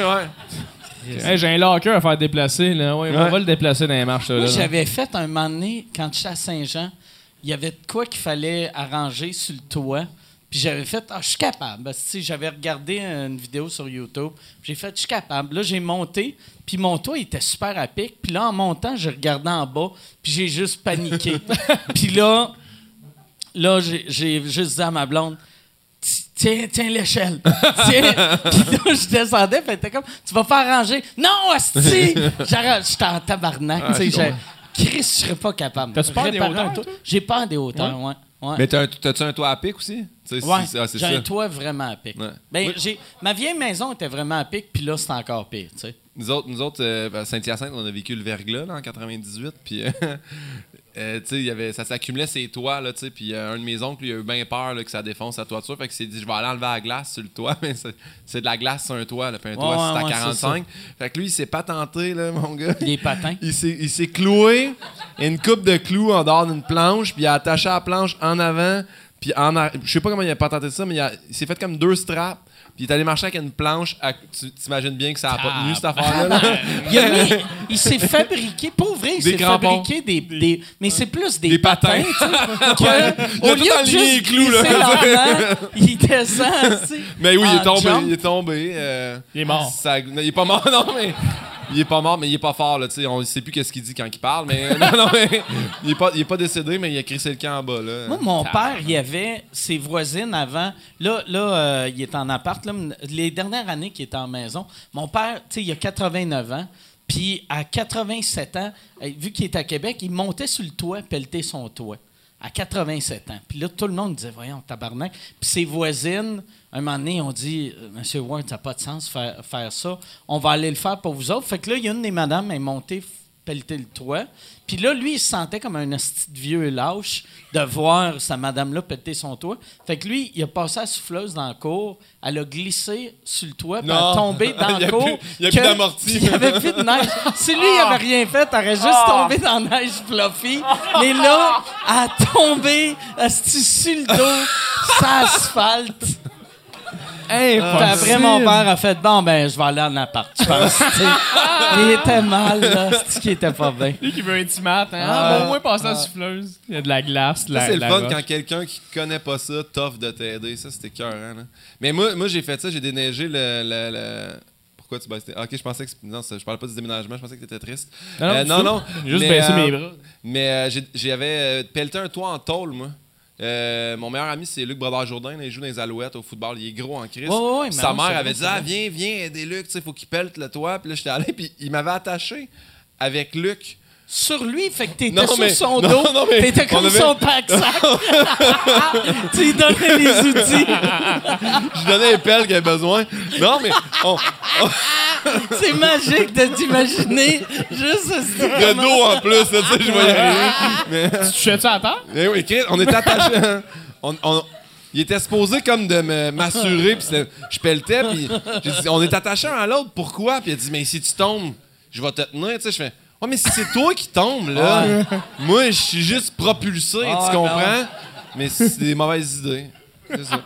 ouais. Hey, j'ai un locker à faire déplacer, là. Ouais, On Ouais. va le déplacer dans les marches, là. Moi, là. j'avais fait un moment donné, quand j'étais à Saint-Jean, il y avait de quoi qu'il fallait arranger sur le toit. Puis j'avais fait, ah, je suis capable. Parce que, tu sais, j'avais regardé une vidéo sur YouTube. J'ai fait, je suis capable. Là, j'ai monté. Puis mon toit il était super à pic. Puis là, en montant, j'ai regardé en bas. Puis j'ai juste paniqué. Puis là, là j'ai, j'ai juste dit à ma blonde, tiens, tiens l'échelle. Tiens. Puis là, je descendais, puis elle était comme, tu vas faire ranger. Non, asti! J'arrête, j'étais en tabarnak. Ah, tu sais, je j'ai- comprends. Chris, je serais pas capable. T'as-tu peur des Réparer hauteurs, un toit. toi? J'ai peur des hauteurs, ouais. ouais. Mais t'as un- t'as-tu un toit à pic aussi? Tu sais, Ouais, c'est, ah, c'est j'ai ça. un toit vraiment à pic. Ouais. Ben, Oui. j'ai, ma vieille maison était vraiment à pic, puis là, c'est encore pire, tu sais. Nous autres, nous autres euh, à Saint-Hyacinthe, on a vécu le verglas là, en quatre-vingt-dix-huit. Puis, euh, euh, tu sais, il y avait- ça s'accumulait ses toits. Là, tu sais, puis euh, un de mes oncles, lui, il a eu bien peur là, que ça défonce sa toiture. Fait qu'il s'est dit, je vais aller enlever la glace sur le toit. Mais c'est, c'est de la glace sur un toit. Là, puis un toit, Ouais, c'est à ouais, quarante-cinq. Fait que lui, il s'est patenté, là, mon gars. Les patins. Il s'est, il s'est cloué une coupe de clous en dehors d'une planche, puis il a attaché la planche en avant, puis en arrière. Je sais pas comment il a patenté ça, mais il, a- il s'est fait comme deux straps, puis il est allé marcher avec une planche. À- tu t'imagines bien que ça a pas tenu, cette affaire-là. là. Il, a mis- il s'est fabriqué, pour vrai, il Des s'est crampons. fabriqué des, des- mais c'est plus des, Des patins. tu sais, que, Il a au tout lieu de aligné les juste clous, là. glisser lentement, il descend, tu sais. Mais oui, il est en tombé. jump. Il est tombé. euh, Il est mort. ça- il est pas mort, non, mais. Il est pas mort, mais il est pas fort, là, tu sais. On ne sait plus qu'est-ce qu'il dit quand il parle, mais. Non, non, mais. Il est pas, il est pas décédé, mais il a crissé le camp en bas, là. Moi, mon père, il y avait ses voisines avant. Là, là euh, il est en appart. Là, les dernières années qu'il était en maison, mon père, tu sais, il a quatre-vingt-neuf ans. Puis à quatre-vingt-sept ans, euh, vu qu'il est à Québec, il montait sur le toit, pelleter son toit. À quatre-vingt-sept ans. Puis là, tout le monde disait, voyons, tabarnak. Puis ses voisines, un moment donné, ont dit, Monsieur Ward, ça n'a pas de sens de faire, faire ça. On va aller le faire pour vous autres. Fait que là, il y a une des madames, elle est montée pelleter le toit. Puis là, lui, il se sentait comme un hostie de vieux lâche de voir sa madame-là pelleter son toit. Fait que lui, il a passé la souffleuse dans la cour. Elle a glissé sur le toit, puis elle Non. a tombé dans Il y la a cour. plus- il y a que- plus d'amorti. puis Il n'y avait plus de neige. Si lui, il n'avait rien fait, elle aurait juste tombé dans la neige fluffy. Mais là, elle a tombé esti, sur le dos, sur l'asphalte. Puis après, mon père a fait, bon, ben, je vais aller en appart, je pense. tu sais. Il était mal, là. C'est qu'il était pas bien. Lui qui veut un petit mat, hein? Ah, bon, au moins passer à la souffleuse. Il y a de la glace, de la Ça, c'est le la fun roche. quand quelqu'un qui connaît pas ça t'offre de t'aider. Ça, c'était écœurant. Là. Mais moi, moi j'ai fait ça, j'ai déneigé le. le, le... Pourquoi tu baisses tes- Ok, je pensais que. Non, ça- je parlais pas du déménagement, je pensais que t'étais triste. Non, non, Euh, du non, tout. non. J'ai juste Mais, baissé euh, mes bras. Mais euh, j'ai- j'avais euh, pelleté un toit en tôle, moi. Euh, mon meilleur ami, c'est Luc Brodeur-Jourdain. Là, il joue dans les Alouettes au football. Il est gros en crise. Ouais, ouais, ouais, mais Sa oui, mère c'est avait vrai, dit c'est ah, vrai. viens, viens aider Luc, il faut qu'il pelte le toit. Puis là, j'étais allé, puis il m'avait attaché avec Luc. Sur lui, fait que t'étais Non, sur mais- son non, dos. non, mais T'étais on comme avait- son pack-sac. Tu lui donnais les outils. Je lui donnais les pelles qu'il avait besoin. Non, mais on, on, C'est magique de t'imaginer juste ce Le dos en plus, tu sais, je voyais rien. Mais... Tu touchais-tu à terre? Eh oui, Chris, on était attachés. on, on, il était supposé comme de me, m'assurer, puis je pelletais, puis j'ai dit, on est attachés un à l'autre, pourquoi? Puis il a dit, mais si tu tombes, je vais te tenir, tu sais, je fais, ouais, mais si c'est toi qui tombes, là, moi, je suis juste propulsé, Ah, tu comprends? non. Mais c'est des mauvaises idées. C'est ça.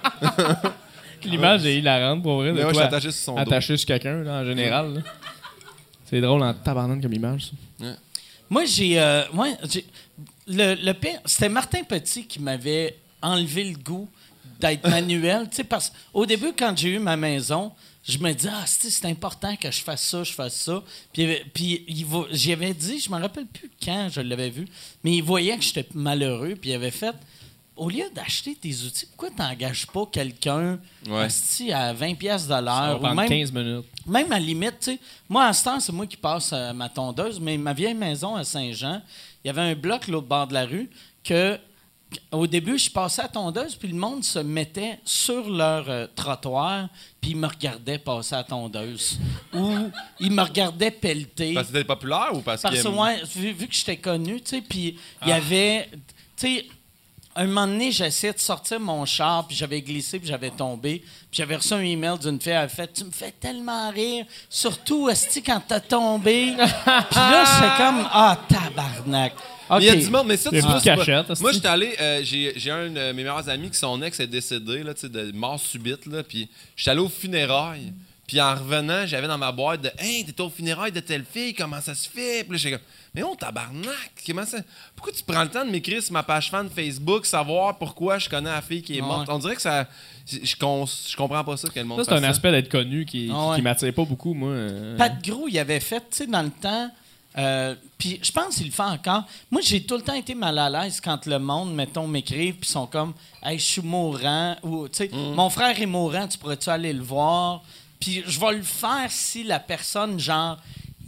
L'image est hilarante, pour vrai. De Mais ouais, toi, je suis attaché sur son dos. attaché sur quelqu'un, là, en général. là. C'est drôle en tabarnane comme image, ça. Moi, j'ai. Euh, moi, j'ai le, le pire, c'était Martin Petit qui m'avait enlevé le goût d'être manuel. Tu sais, parce qu'au début, quand j'ai eu ma maison, je me disais, ah, c'est c'est important que je fasse ça, je fasse ça. Puis, puis il va- j'y avais dit, je me rappelle plus quand je l'avais vu, mais il voyait que j'étais malheureux, puis il avait fait, au lieu d'acheter tes outils, pourquoi tu n'engages pas quelqu'un Ouais. asti, à vingt piastres de Ça l'heure? va ou prendre même, quinze minutes. même à la limite, tu sais, moi, à ce temps, c'est moi qui passe euh, ma tondeuse, mais ma vieille maison à Saint-Jean, il y avait un bloc l'autre bord de la rue que, au début, je passais à la tondeuse, puis le monde se mettait sur leur euh, trottoir, puis ils me regardaient passer à la tondeuse. Ou ils me regardaient pelleter. Parce que t'étais populaire ou parce, Parce que... que, ouais, vu, vu que j'étais connu, tu sais, puis il y avait, tu sais, un moment donné, j'essayais de sortir mon char, puis j'avais glissé, puis j'avais tombé, puis j'avais reçu un email d'une fille, elle a fait « Tu me fais tellement rire, surtout, esti, quand t'as tombé. » Puis là, c'est comme « Ah, tabarnak. » Mais il y a OK. du monde, mais ça, Il y a tu plus vois, de c'est pas- cachette, Moi, hostie. j'étais allé, euh, j'ai, j'ai un de mes meilleurs amis qui son ex est décédé, là, tu sais, de mort subite, là, puis j'étais allé aux funérailles, puis en revenant, j'avais dans ma boîte de « Hey, t'es aux funérailles de telle fille, comment ça se fait? » Puis là, j'étais comme « Mais oh, tabarnak, comment ça... Pourquoi tu prends le temps de m'écrire sur ma page fan Facebook, savoir pourquoi je connais la fille qui est Ah morte? ouais. On dirait que ça... Je, je, con- je comprends pas ça, que le monde Ça, c'est fasse un ça. aspect d'être connu qui, Ah ouais. qui m'attire pas beaucoup, moi. euh. Pat Gros, il avait fait, tu sais, dans le temps, euh, puis je pense qu'il le fait encore. Moi, j'ai tout le temps été mal à l'aise quand le monde, mettons, m'écrive, puis sont comme « Hey, je suis mourant » ou, tu sais, Mm. mon frère est mourant, tu pourrais-tu aller le voir? Puis je vais le faire si la personne, genre,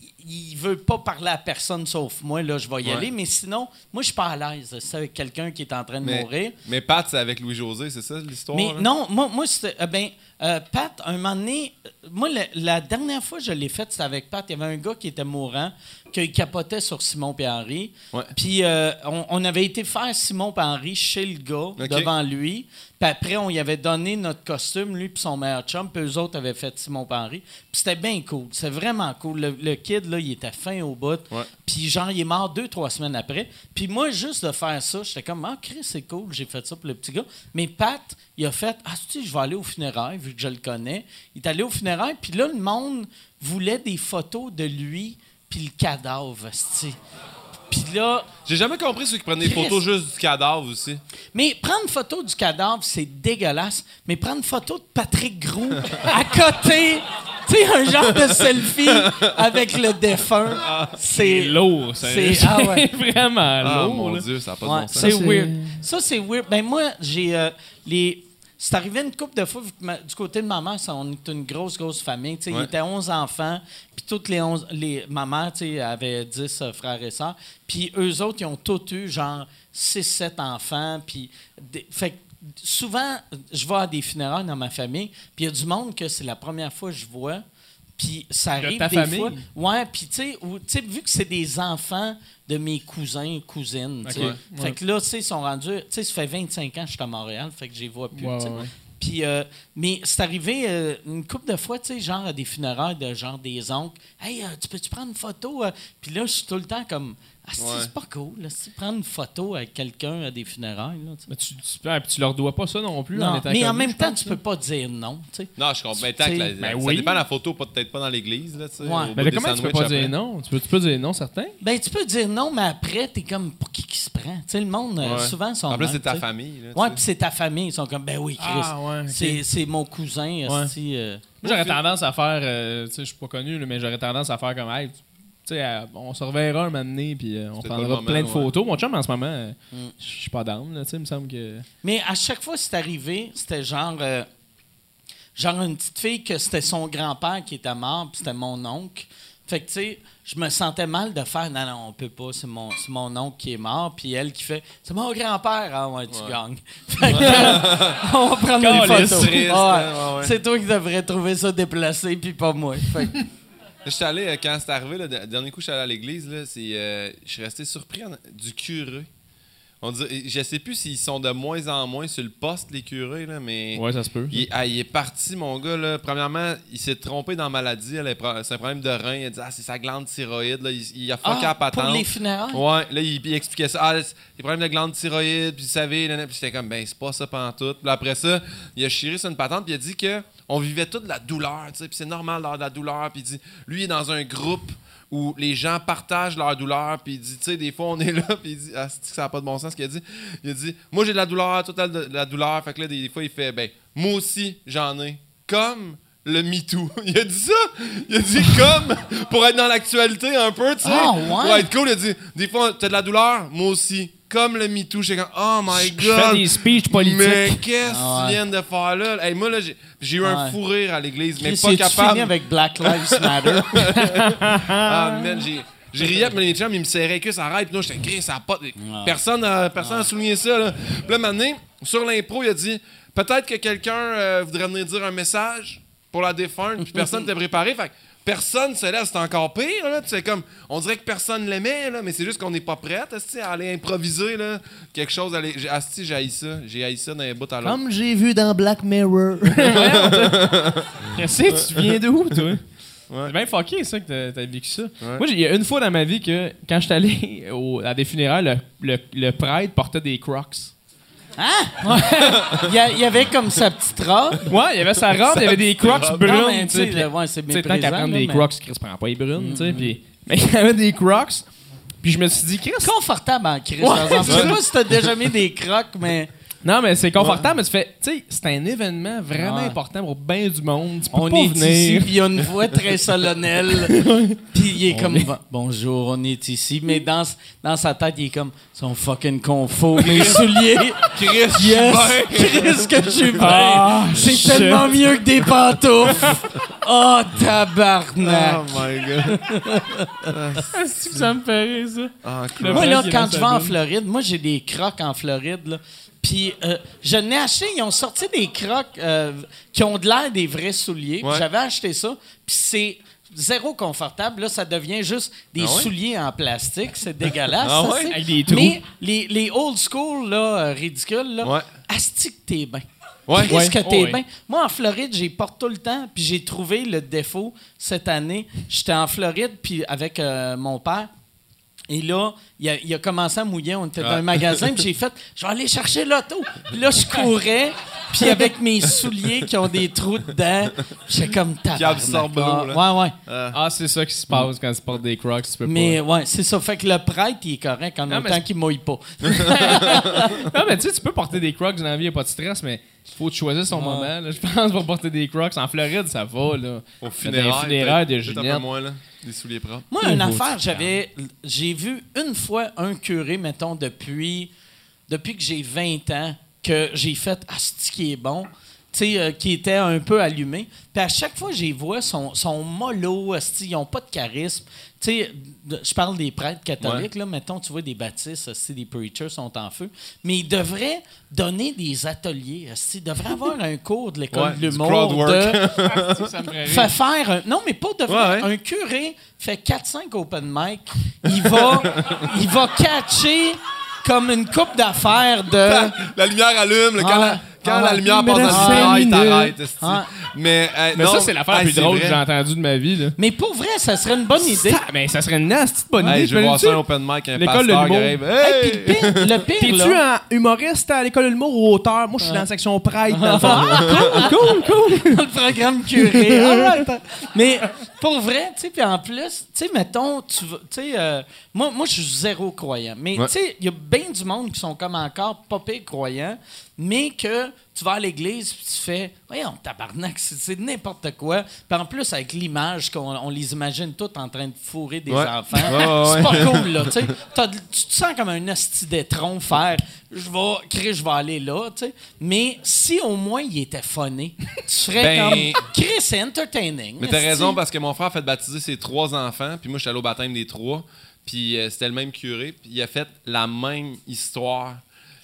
il veut pas parler à personne sauf moi, là, je vais y Ouais. aller. Mais sinon, moi, je suis pas à l'aise. C'est avec quelqu'un qui est en train de Mais, mourir. mais Pat, c'est avec Louis-José, c'est ça l'histoire? Mais là? non, moi, moi c'était. euh, ben, euh, Pat, un moment donné, euh, moi, la, la dernière fois que je l'ai faite, c'était avec Pat. Il y avait un gars qui était mourant, qui capotait sur Simon et Henri. Ouais. Puis euh, on, on avait été faire Simon et Henri chez le gars, OK. devant lui. Puis après, on y avait donné notre costume, lui puis son meilleur chum. Puis eux autres avaient fait Simon et Henri. Puis c'était bien cool. C'était vraiment cool. Le, le kid, là, il était fin au bout. Ouais. Puis genre, il est mort deux, trois semaines après. Puis moi, juste de faire ça, j'étais comme, ah, Chris, c'est cool, j'ai fait ça pour le petit gars. Mais Pat, il a fait, ah, tu sais, je vais aller au funérailles, vu que je le connais. Il est allé au funérailles, puis là, le monde voulait des photos de lui, puis le cadavre, tu sais. Puis là, J'ai jamais compris ceux qui prennent des Chris. photos juste du cadavre aussi. mais prendre une photo du cadavre, c'est dégueulasse. Mais prendre une photo de Patrick Groux à côté, tu sais, un genre de selfie avec le défunt, c'est C'est lourd, ça. c'est- C'est ah ouais. vraiment Ah, lourd. mon là. Dieu, ça n'a pas Ouais, de bon sens. c'est Ça, c'est- weird. Ça, c'est weird. Ben moi, j'ai euh, les. C'est arrivé une couple de fois, vu que ma- du côté de ma mère, ça, on est une grosse, grosse famille. Tu sais, Ouais. Il était onze enfants, puis toutes les onze. Les, ma mère, tu sais, avait dix euh, frères et sœurs. Puis eux autres, ils ont tous eu genre six sept enfants. Puis. des- Fait que souvent, je vais à des funérailles dans ma famille, puis il y a du monde que c'est la première fois que je vois. Puis ça De arrive ta des famille? fois. Ouais, puis tu sais, ou- tu sais, vu que c'est des enfants de mes cousins, cousines, tu sais. Ok. Fait Ouais. que là, tu sais, ils sont rendus. Tu sais, ça fait vingt-cinq ans que je suis à Montréal, fait que je les vois plus. Ouais, tu sais. ouais, ouais. Puis, euh, mais c'est arrivé euh, une couple de fois, tu sais, genre à des funérailles de genre des oncles. Hey, euh, tu peux-tu prendre une photo? euh? Puis là, je suis tout le temps comme. Ah, si, Ouais. c'est pas cool, là, si, prendre une photo avec quelqu'un à des funérailles. Là, tu sais. Mais tu, tu, ah, puis tu leur dois pas ça non plus. Non, en étant mais en connu, même je temps, pense, tu là. peux pas dire non. Tu sais. Non, je comprends. Mais tant que la- Ben ça oui. dépend de la photo, pas- peut-être pas dans l'église. Là, tu sais, Ouais. au Mais bout Mais des là, comment tu peux sandwichs pas dire après. non? Tu peux, tu peux dire non, certains? Ben, tu peux dire non, mais après, t'es comme, pour qui qui se prend? Tu sais, le monde, euh, Ouais. souvent, sont En plus, même, c'est ta tu sais. famille. Là, tu Ouais, sais. puis c'est ta famille. Ils sont comme, ben oui, Chris. Ah, ouais, ok. c'est, c'est mon cousin. Ouais. esti, euh. Moi, j'aurais tendance à faire, euh, tu sais, je suis pas connu, là, mais j'aurais tendance à faire comme, hey, tu sais, euh, on se reverra un moment donné, puis euh, on C'est prendra pas le moment, plein de ouais. photos. Mon chum, en ce moment, euh, Mm. je suis pas down, là, tu sais, il me semble que. Mais à chaque fois que c'est arrivé, c'était genre, euh, genre une petite fille que c'était son grand-père qui était mort, puis c'était mon oncle. Fait que, tu sais, je me sentais mal de faire, non, non, on peut pas, c'est mon, c'est mon oncle qui est mort, puis elle qui fait, c'est mon grand-père, ah ouais, tu Ouais. gagnes. Fait que, on va prendre des Calisse, photos. triste, Ouais. hein, ouais, ouais. C'est toi qui devrais trouver ça déplacé, puis pas moi. Fait que, Je suis allé, euh, quand c'est arrivé, le dernier coup, je suis allé à l'église, là, c'est, euh, je suis resté surpris en- du curé. On dirait, je sais plus s'ils sont de moins en moins sur le poste, les curés, là, mais... Ouais, ça se peut. Il, ah, il est parti, mon gars. Là. Premièrement, il s'est trompé dans la maladie. Elle a- C'est un problème de rein. Il a dit ah, c'est sa glande thyroïde. Là. Il, il a fucké Ah, la patente. pour les funérailles? Ouais, là, il, il expliquait ça. Ah, c'est des problèmes de glande thyroïde. Puis, vous savez, là, là. Puis j'étais comme, ben, c'est pas ça pantoute. Puis après ça, il a chiré sur une patente. Puis il a dit que on vivait toute de la douleur. Tu sais, puis c'est normal d'avoir de la douleur. Puis il dit, lui, il est dans un groupe où les gens partagent leur douleur, puis il dit, tu sais, des fois, on est là, puis il dit, ah, c'est que ça n'a pas de bon sens ce qu'il a dit. Il a dit, moi, j'ai de la douleur, toi, t'as de la douleur. Fait que là, des, des fois, il fait, ben, moi aussi, j'en ai. Comme le MeToo. Il a dit ça. Il a dit comme, pour être dans l'actualité un peu, tu sais. Ah, ouais. Pour être cool, il a dit, des fois, t'as de la douleur, moi aussi. Comme le MeToo. J'étais comme, oh my God. Je fais des speeches politiques. Mais qu'est-ce que Ah, ouais. tu viens de faire là? Hey, moi, là, j'ai, j'ai eu un Ouais. fou rire à l'église, mais Chris, pas es-tu capable. fini avec Black Lives Matter? Ah, man, j'ai. J'ai riais, puis mes chums, ils me serraient que ça arrête. Puis là, j'étais gris, ça a pas. Personne n'a personne a souligné ça. Là. Puis là, maintenant, sur l'impro, il a dit peut-être que quelqu'un euh, voudrait venir dire un message pour la défunte, puis personne n'était préparé. Fait que personne se lève, c'est encore pire. Là. C'est comme, on dirait que personne l'aimait, là, mais c'est juste qu'on n'est pas prête à aller improviser là, quelque chose. Aller... Asti, j'ai haï ça. J'ai haï ça dans les bouts à l'autre. Comme j'ai vu dans Black Mirror. Qu'est-ce que tu viens d'où, toi? Ouais. C'est bien fucké, ça, que t'as, t'as vécu ça. Moi, j'ai- il y a une fois dans ma vie que, quand j'étais allé au- à des funérailles, le, le, le prêtre portait des Crocs. Hein? il, y a- il y avait comme sa petite robe. Ouais, il y avait sa robe, il y avait des Crocs Non, brunes. mais tu tu sais, sais, puis- le- ouais, c'est tu sais, tant qu'à méprisant, prendre là, des mais- Crocs, Chris prend pas les brunes, tu sais. Puis, mais il y avait des Crocs. Puis je me suis dit, Chris. Confortable en Chris. Ouais, par exemple. Je sais pas si t'as déjà mis des crocs, mais Non, mais c'est confortable, mais tu fais, tu sais, c'est un événement vraiment Ouais. important pour bien du monde. Tu peux on pas est ici, venir. puis il y a une voix très solennelle. Puis il est comme, Bon- bonjour, on est ici. Mais dans, dans sa tête, il est comme, son fucking confo, mes souliers. Chris, yes, Chris, que je suis bien. Ah, C'est shit. tellement mieux que des pantoufles. Oh, tabarnak. Oh my God. Est-ce que ça me fait rire, ça? Ah, Le Moi, vrai là, qui est quand dans je sa vais en bulle. Floride, moi, j'ai des crocs en Floride, là. Puis, euh, je n'ai acheté, ils ont sorti des crocs euh, qui ont de l'air des vrais souliers. Puis Ouais. J'avais acheté ça, puis c'est zéro confortable. Là, ça devient juste des Ah ouais? souliers en plastique. C'est dégueulasse. Ah ça, ouais? c'est. Avec des trous. Mais les, les old school, là, euh, ridicules, là, Ouais. asti que t'es bien. Ouais. Qu'est-ce que Ouais. t'es Oh, ouais. bien? Moi, en Floride, j'y porte tout le temps, puis j'ai trouvé le défaut cette année. J'étais en Floride, puis avec euh, mon père. Et là, il a, il a commencé à mouiller. On était dans un magasin, puis j'ai fait, je vais aller chercher l'auto. Puis là, je courais, puis avec mes souliers qui ont des trous dedans, j'étais comme tabarnak. Qui absorbe l'eau, là. Ouais, ouais. Ah, c'est ça qui se passe quand tu portes des Crocs, tu peux Mais ouais, c'est ça. Fait que le prêtre, il est correct en Non, même mais temps c'est- qu'il mouille pas. pas. Non, mais tu sais, tu peux porter des Crocs dans la vie, y a pas de stress, mais faut choisir son moment. Là. Je pense pour porter des Crocs. En Floride, ça va, là. Au Dans les funérailles. funérailles de peut-être un peu Ginette. moins, là. Des souliers propres. Moi, une affaire, j'avais. J'ai vu une fois un curé, mettons, depuis, depuis que j'ai vingt ans, que j'ai fait « Ah, c'est qui est bon », tu sais, euh, qui était un peu allumé. Puis à chaque fois que j'y vois, son, son mollo, asti, ils n'ont pas de charisme. Tu sais, de- je parle des prêtres catholiques, là, mettons, tu vois, des baptistes, asti, des preachers sont en feu. Mais ils devraient donner des ateliers, asti. Ils devraient avoir un cours de l'école Ouais, de du l'humour crowd work. de Ça me ferait rire. fait faire un, non mais pas de vrai, Ouais, ouais. un curé fait quatre cinq open mic, il va il va catcher comme une coupe d'affaires de La lumière allume, là, quand, Ah, la, quand ah, la ouais. lumière Mais passe là, dans cinq le funéraille, minutes. t'arrêtes. esti. Ah. Mais, euh, Mais non, ça, c'est l'affaire la hey, plus c'est drôle vrai. que j'ai entendue de ma vie. Là. mais pour vrai, ça serait une bonne idée. Ah, mais ça serait une nasty de bonne idée. Hey, je vais tu voir sais. ça un open mic, un L'école de pasteur qui l'humour. arrive. Hey, puis Hey! le pire, le pire T'es-tu là, un humoriste à l'école de l'humour ou auteur? Moi, je suis dans la section prêtre. dans le fond. Ah, cool, cool, dans le programme curé. All right. Mais pour vrai, tu sais, puis en plus, tu sais, mettons, tu vas- tu sais, euh, moi, moi, je suis zéro croyant. Mais Ouais. tu sais, il y a bien du monde qui sont comme encore pas pire croyants, mais que tu vas à l'église puis tu fais, voyons, tabarnak, c'est, c'est n'importe quoi. Puis en plus, avec l'image qu'on on les imagine tous en train de fourrer des Ouais. enfants, Ouais, ouais, c'est ouais. pas cool, là. Tu sais. T'as de- tu te sens comme un hostie d'étron faire, je vais, Chris, je vais aller là, tu sais. Mais si au moins il était funné, tu ferais Ben- comme, Chris, c'est entertaining. Mais t'as esti. raison, parce que mon frère a fait baptiser ses trois enfants, puis moi, j'étais allé au baptême des trois, puis euh, c'était le même curé, puis il a fait la même histoire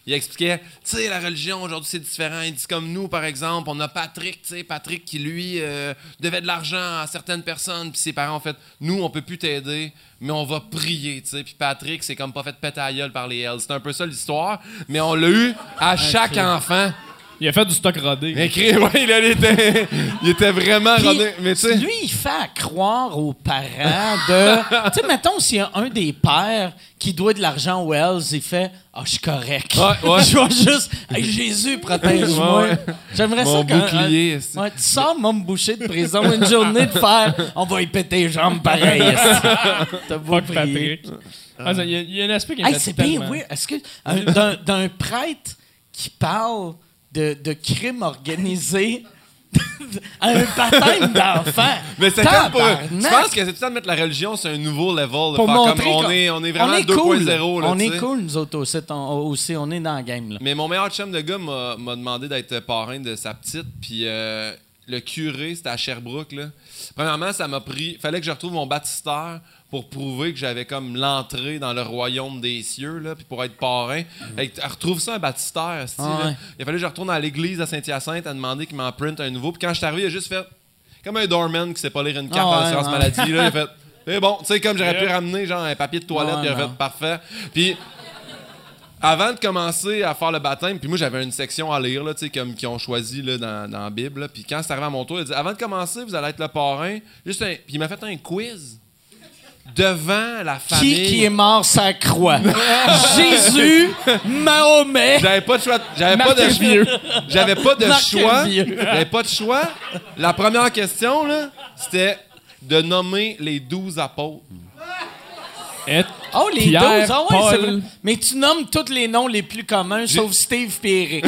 il expliquait, tu sais, la religion aujourd'hui c'est différent. Il dit comme nous, par exemple, on a Patrick, tu sais, Patrick qui lui euh, devait de l'argent à certaines personnes, puis ses parents ont fait, nous on peut plus t'aider, mais on va prier, tu sais. Puis Patrick c'est comme pas fait péter à gueule par les Hells. C'est un peu ça l'histoire, mais on l'a eu à chaque enfant. Il a fait du stock rodé. Mais ouais, il, il, était, il était vraiment Puis, rodé. Mais tu sais, lui, il fait à croire aux parents de... tu sais, mettons, s'il y a un des pères qui doit de l'argent aux Hells, il fait « Ah, oh, je suis correct. Ouais, ouais. Je vais juste... Hey, Jésus, protège-moi. Ouais, ouais. J'aimerais Mon ça... bouclier, un, ouais, tu sors Mom Boucher de prison une journée de faire « On va y péter les jambes pareil. » T'as beau Fuck prier. Patrick. Ah, ça, Il y, a- il y a un aspect qui Hey, est c'est bien tellement... weird. Est-ce que un- d'un, d'un prêtre qui parle de, de crimes organisés à un baptême d'enfant? mais c'est comme pour. Tabarnak! Je pense que c'est tout le temps de mettre la religion sur un nouveau level. de Pour faire montrer comme on qu'on- est, on est vraiment on est deux point cool. zéro. Là, On tu est sais. cool, nous autres aussi. On, aussi, on est dans la game. Là. Mais mon meilleur chum de gars m'a, m'a demandé d'être parrain de sa petite. Puis euh, le curé, c'était à Sherbrooke. Là. Premièrement, ça m'a pris. Fallait que je retrouve mon baptistère pour prouver que j'avais comme l'entrée dans le royaume des cieux, là, puis pour être parrain. Fait que, retrouve ça un baptistère, esti, Ah là. ouais. Il fallait que je retourne à l'église à Saint-Hyacinthe à demander qu'il m'en print un nouveau. Puis quand je suis arrivé, il a juste fait comme un doorman qui sait pas lire une carte Ah ouais, d'assurance ouais. maladie. Là, il a fait c'est bon, tu sais, comme j'aurais pu ramener genre un papier de toilette, Ah ouais, puis il a non. fait parfait. Puis avant de commencer à faire le baptême, puis moi j'avais une section à lire là, tu sais, comme qui ont choisi là, dans, dans la Bible. Là. Puis quand c'est arrivé à mon tour, il a dit avant de commencer, vous allez être le parrain. Juste un... Puis il m'a fait un quiz devant la famille. Qui, qui est mort sa croix? Jésus, Mahomet. J'avais pas de choix. J'avais pas Marc de Vieux. J'avais pas de Marc choix. Vieux. J'avais pas de choix. La première question là, c'était de nommer les douze apôtres. Et- Oh, les Pierre, douze. Ah ouais, Paul. c'est vrai. Mais tu nommes tous les noms les plus communs, sauf Steve et Eric.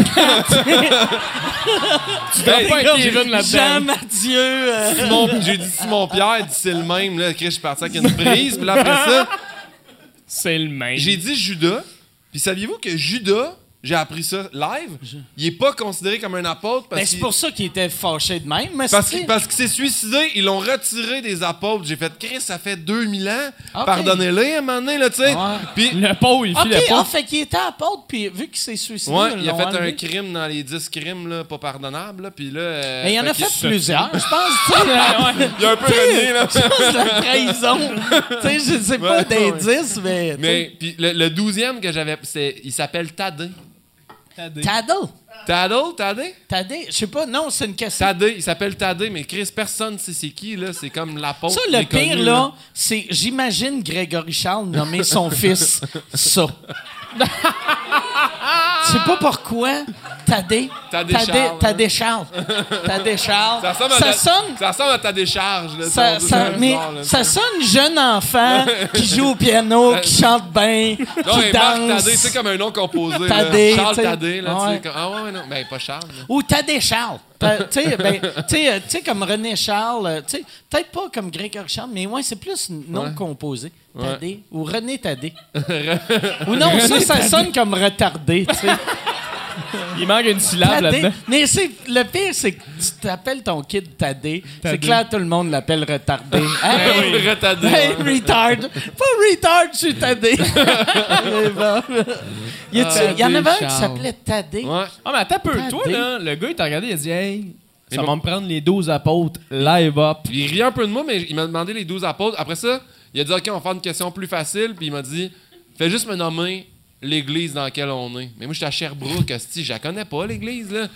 Tu dois pas être Kevin Jean, là-dedans. Mathieu. euh, Simon- J'ai dit Simon Pierre, il dit c'est le même. Là, Chris, je suis parti avec une prise. Puis là, après ça, C'est le même. j'ai dit Judas. Puis saviez-vous que Judas, j'ai appris ça live, il est pas considéré comme un apôtre parce Ben, c'est qu'il pour ça qu'il était fâché de même. Mais parce c'est- qu'il parce qu'il s'est suicidé. Ils l'ont retiré des apôtres. J'ai fait Chris, ça fait deux mille ans. Ok. Pardonnez-les à un moment donné, là, tu sais. Ouais. Puis Le pauvre, il OK, filait pas. ah, fait qu'il était apôtre, puis vu qu'il s'est suicidé... ouais, ils il a l'ont fait enlevé. un crime dans les dix crimes là, pas pardonnables. Là, puis là, euh, Mais il y en a qu'il- fait plusieurs, je pense. tu sais. Il a un peu renié, là. Je pense que la trahison. Tu sais, je sais pas Ouais, des ouais. dix, mais... tu sais. Mais puis le, le douzième que j'avais, c'est, il s'appelle Thaddée. Tadé. Thaddée, Thaddée? Tadé, je sais pas, non, c'est une question. Thaddée, il s'appelle Thaddée, mais Chris, personne sait c'est qui, là. C'est comme l'apôtre. Ça, le méconnu, pire, là, c'est... J'imagine Grégory Charles nommer son fils ça. Je sais pas pourquoi. Tadé. Thaddée Tadé- Charles, Tadé Charles. Tadé Charles. Ça ressemble, à Ça ta, sonne... ça ressemble à ta décharge, là. Ça, ton- ça- ton mais bizarre, là. ça sonne jeune enfant qui joue au piano, qui chante bien, Non, qui mais Marc danse. Thaddée, c'est comme un nom composé. là. Thaddée, Charles tu sais. Thaddée, là. tu Ouais. sais, comme- ah ouais, ouais, non. Ben, pas Charles. là. Ou Tadé Charles. Ta- Tu sais, ben, tu sais, euh, tu sais, comme René Charles, euh, tu sais, peut-être pas comme Grégory Charles, mais ouais, c'est plus nom Ouais. composé. Ouais. Tadé. Ou René Tadé. Ou non, ça, ça sonne comme retardé, tu sais. Il manque une syllabe Tadé. là-dedans. Mais c'est, le pire, c'est que tu t'appelles ton kid Tadé. C'est Tadé. clair, tout le monde l'appelle retardé. Hey, Retardé, hey, ouais. retard. Pas retard, je suis Tadé. Mais bon. Y, a-tu- Tadé y en avait un qui Charles. s'appelait Tadé. Ouais. Ah, mais attends un peu. Tadé. Toi, là, le gars, il t'a regardé, il a dit, hey, ça bon- va me prendre les douze apôtres live up. Puis il riait un peu de moi, mais il m'a demandé les douze apôtres. Après ça, il a dit, OK, on va faire une question plus facile. Puis il m'a dit, fais juste me nommer l'église dans laquelle on est. Mais moi, j'étais à Sherbrooke, hostie, je la connais pas, l'église, là.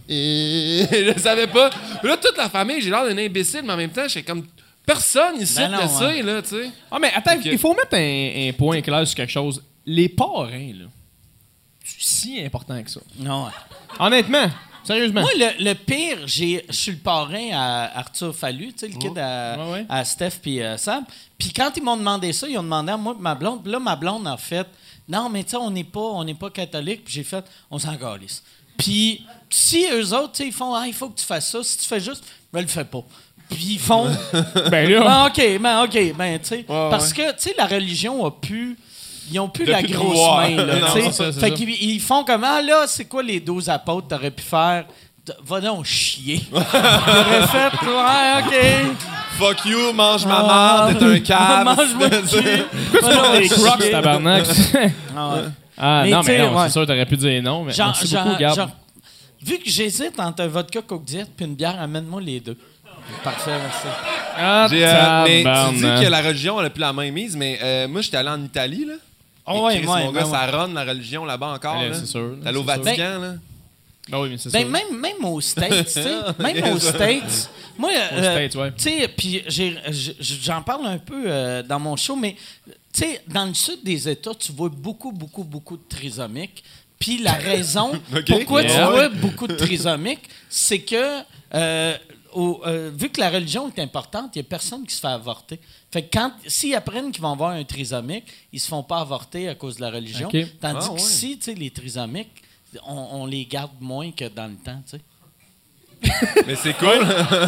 Et je savais pas. Puis là, toute la famille, j'ai l'air d'un imbécile, mais en même temps, j'étais comme, personne ici Ben ne non, le sait, là, tu sais. Ah, mais attends, Ok. il faut mettre un, un point clair sur quelque chose. Les parrains, là, c'est si important que ça. Non. Honnêtement, sérieusement. Moi, le, le pire, j'ai, je suis le parrain à Arthur Fallu, tu sais, le kid à, Ouais, ouais. à Steph puis euh, Sam. Puis quand ils m'ont demandé ça, ils ont demandé à moi et ma blonde. Puis là, ma blonde, en fait, non, mais tu sais, on n'est pas, on n'est pas catholique. Puis j'ai fait, on s'en calisse. Puis si eux autres, tu sais, ils font, ah, il faut que tu fasses ça. Si tu fais juste, ben, le fais pas. Puis ils font, Ben là, ben, OK, ben, OK, ben, tu sais. Ouais, parce ouais. que, tu sais, la religion a pu. Ils ont plus Ils ont la plus de grosse pouvoir. main, là, Non, tu sais. c'est ça, c'est Fait ça. qu'ils ils font comme, ah là, c'est quoi les douze apôtres t'aurais pu faire? D- Va donc chier. J'aurais fait, ouais, OK. Fuck you, mange ma Ah. marde, t'es un cave. Mange-moi le cul. Va pourquoi tu donc portes des crocs, chier. tabarnak? Ah ouais. Ah, Mais non, tu sais, mais non, ouais. c'est sûr, t'aurais pu dire non, mais Genre, merci genre- beaucoup, Gab. genre, vu que j'hésite entre un vodka Coke Diet puis une bière, amène-moi les deux. Parfait, merci. Ah, J'ai, euh, mais tu dis tabarnak. que la religion, elle a plus la main mise, mais euh, moi, j'étais allé en Italie, là. Oh, Et ouais, Chris, ouais, mon ben gars, ouais. ça run la religion là-bas encore. Ben, là. c'est sûr. T'es allé au c'est sûr. Vatican, là. Ben oui, mais c'est Ben, sûr. même, même aux States, tu sais. Même aux States. Moi, Aux euh, States, ouais. tu sais, puis j'ai- j- j'en parle un peu euh, dans mon show, mais tu sais, dans le sud des États, tu vois beaucoup, beaucoup, beaucoup de trisomiques. Puis la raison Ok. pourquoi Yeah. tu vois beaucoup de trisomiques, c'est que euh, au- euh, vu que la religion est importante, il n'y a personne qui se fait avorter. Fait que quand, s'ils apprennent qu'ils vont avoir un trisomique, ils se font pas avorter à cause de la religion. Ok. Tandis Ah, ouais. qu'ici, tu sais, les trisomiques, on, on les garde moins que dans le temps, tu sais. Mais c'est cool.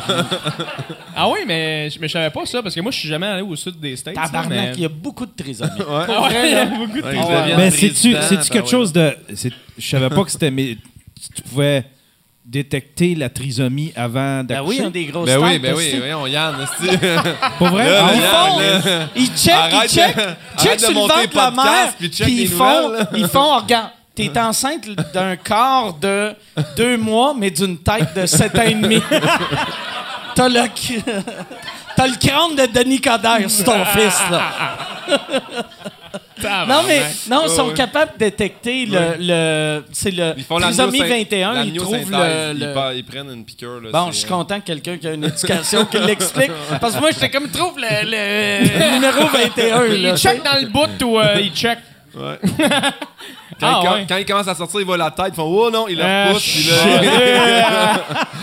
Ah oui, mais, je- mais je savais pas ça, parce que moi, je suis jamais allé au sud des States. là, Tabarnak, mais- il y a beaucoup de trisomiques. Ouais. Ah ouais, il y a beaucoup de Ouais, trisomiques. ils deviennent Mais c'est-tu présidents, c'est-tu ben quelque ouais. chose de. c'est- Je savais pas que c'était. Mais tu pouvais détecter la trisomie avant Ben d'accoucher. oui, ils ont des grosses Ben oui, têtes, ben oui, aussi. voyons, Yann, esti. Pas vrai? Là, Ah Ils oui? Yann, font, là. ils checkent, Arrête ils checkent, de- checkent arrête de sur le monter ventre de la podcast, mère, puis check puis les ils font, nouvelles, là. ils font, regarde, t'es enceinte d'un corps de deux mois, mais d'une tête de sept ans et demi. T'as le, t'as le crâne de Denis Coderre sur ton fils, là. Non, mais non, ils sont ouais. capables de détecter le, le c'est le Ils font trisomie l'amniosyn- vingt et un, ils l'amniosynthèse. trouvent le, Ils, le- pa- ils prennent une piqûre. Là, Bon, c'est- je suis content que quelqu'un qui a une éducation qui l'explique. Parce que moi, j'étais comme, trouve le, le numéro vingt et un. Là, Il check dans le bout ou euh, il check? Ouais. Quand, Ah, il, quand- ouais. quand il commence à sortir, il voit la tête, ils font oh non, il Euh, leur pousse, puis là,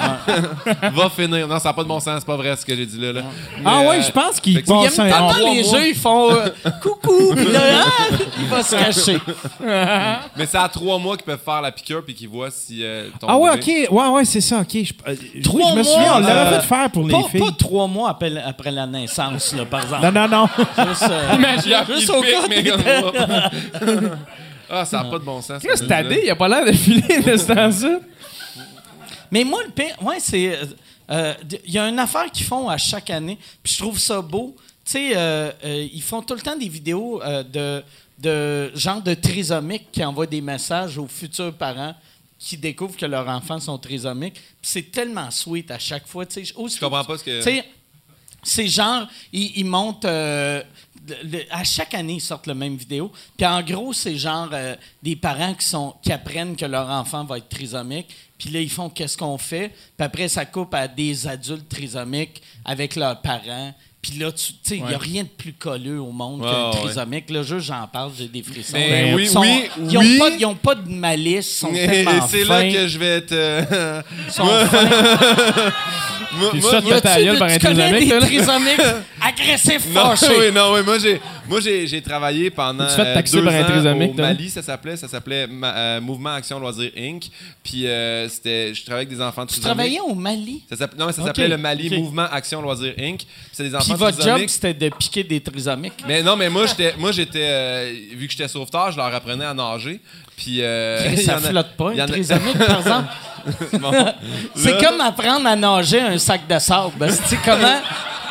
va finir. Non, ça n'a pas de bon sens, c'est pas vrai ce que j'ai dit là. là. Ah Mais, ouais, euh, je pense qu'ils fait que- Il aime passent un. tellement trois les mois. jeux, ils font euh, coucou, puis là, ah, il va se cacher. Mais c'est à trois mois qu'ils peuvent faire la piqûre puis qu'ils voient si euh, ton Ah ouais, bébé- ok. Ouais, ouais, c'est ça, ok. Je, euh, Trois je me mois, souviens, on l'avait euh, fait faire pour les Pas, filles. pas trois mois après, après la naissance, là, par exemple. Non, non, non. Juste, euh, Il a juste il au pique, cas mais où- comme- Ah, ça n'a pas de bon sens. Qu'est-ce ce que qu'on t'as dit, dit? là. Il a pas l'air de filer de ce temps-là. Mais moi, le pire, ouais, c'est. euh, Il y a une affaire qu'ils font à chaque année, puis je trouve ça beau. Tu sais, euh, euh, ils font tout le temps des vidéos euh, de, de genre de trisomiques qui envoient des messages aux futurs parents qui découvrent que leurs enfants sont trisomiques. Puis c'est tellement sweet à chaque fois. Tu sais, Je comprends pas ce que. Tu sais, c'est genre, ils, ils montent. euh, le- le- à chaque année, ils sortent la même vidéo. Puis en gros, c'est genre euh, des parents qui, sont, qui apprennent que leur enfant va être trisomique. Puis là, ils font qu'est-ce qu'on fait. Puis après, ça coupe à des adultes trisomiques avec leurs parents. Puis là, tu sais, il n'y a Ouais. rien de plus colleux au monde Ouais, qu'un ouais. trisomique. Là, juste, j'en parle, j'ai des frissons. Mais Ils oui, sont- oui, ils ont oui. pas- Ils n'ont pas de malice, ils sont Et tellement c'est fins. là que je vais être. euh, Ils sont fins. moi, Puis moi- ça, moi- t'as ta gueule Tu par un connais trisomique, des là? trisomiques agressifs, Non, fâchés. oui, non, oui, moi j'ai, moi j'ai, j'ai travaillé pendant Tu te fais euh, taxer deux par un ans trisomique, au toi? Mali, ça s'appelait, ça s'appelait Ma- euh, Mouvement Action Loisirs Incorporé. Puis euh, c'était, je travaillais avec des enfants Tu trisomiques. travaillais au Mali? Ça s'appelait, non, mais ça Ok, s'appelait le Mali ok. Mouvement Action Loisirs Incorporé. Puis c'est des enfants Puis votre job, trisomiques. c'était de piquer des trisomiques. Mais non, mais moi j'étais, moi j'étais, euh, vu que j'étais sauveteur, je leur apprenais à nager. Puis euh, il y Ça en a- flotte pas, il y en un a- trisomique, par exemple. Bon. C'est Là- comme apprendre à nager un sac de sable. Ben, c'est comment?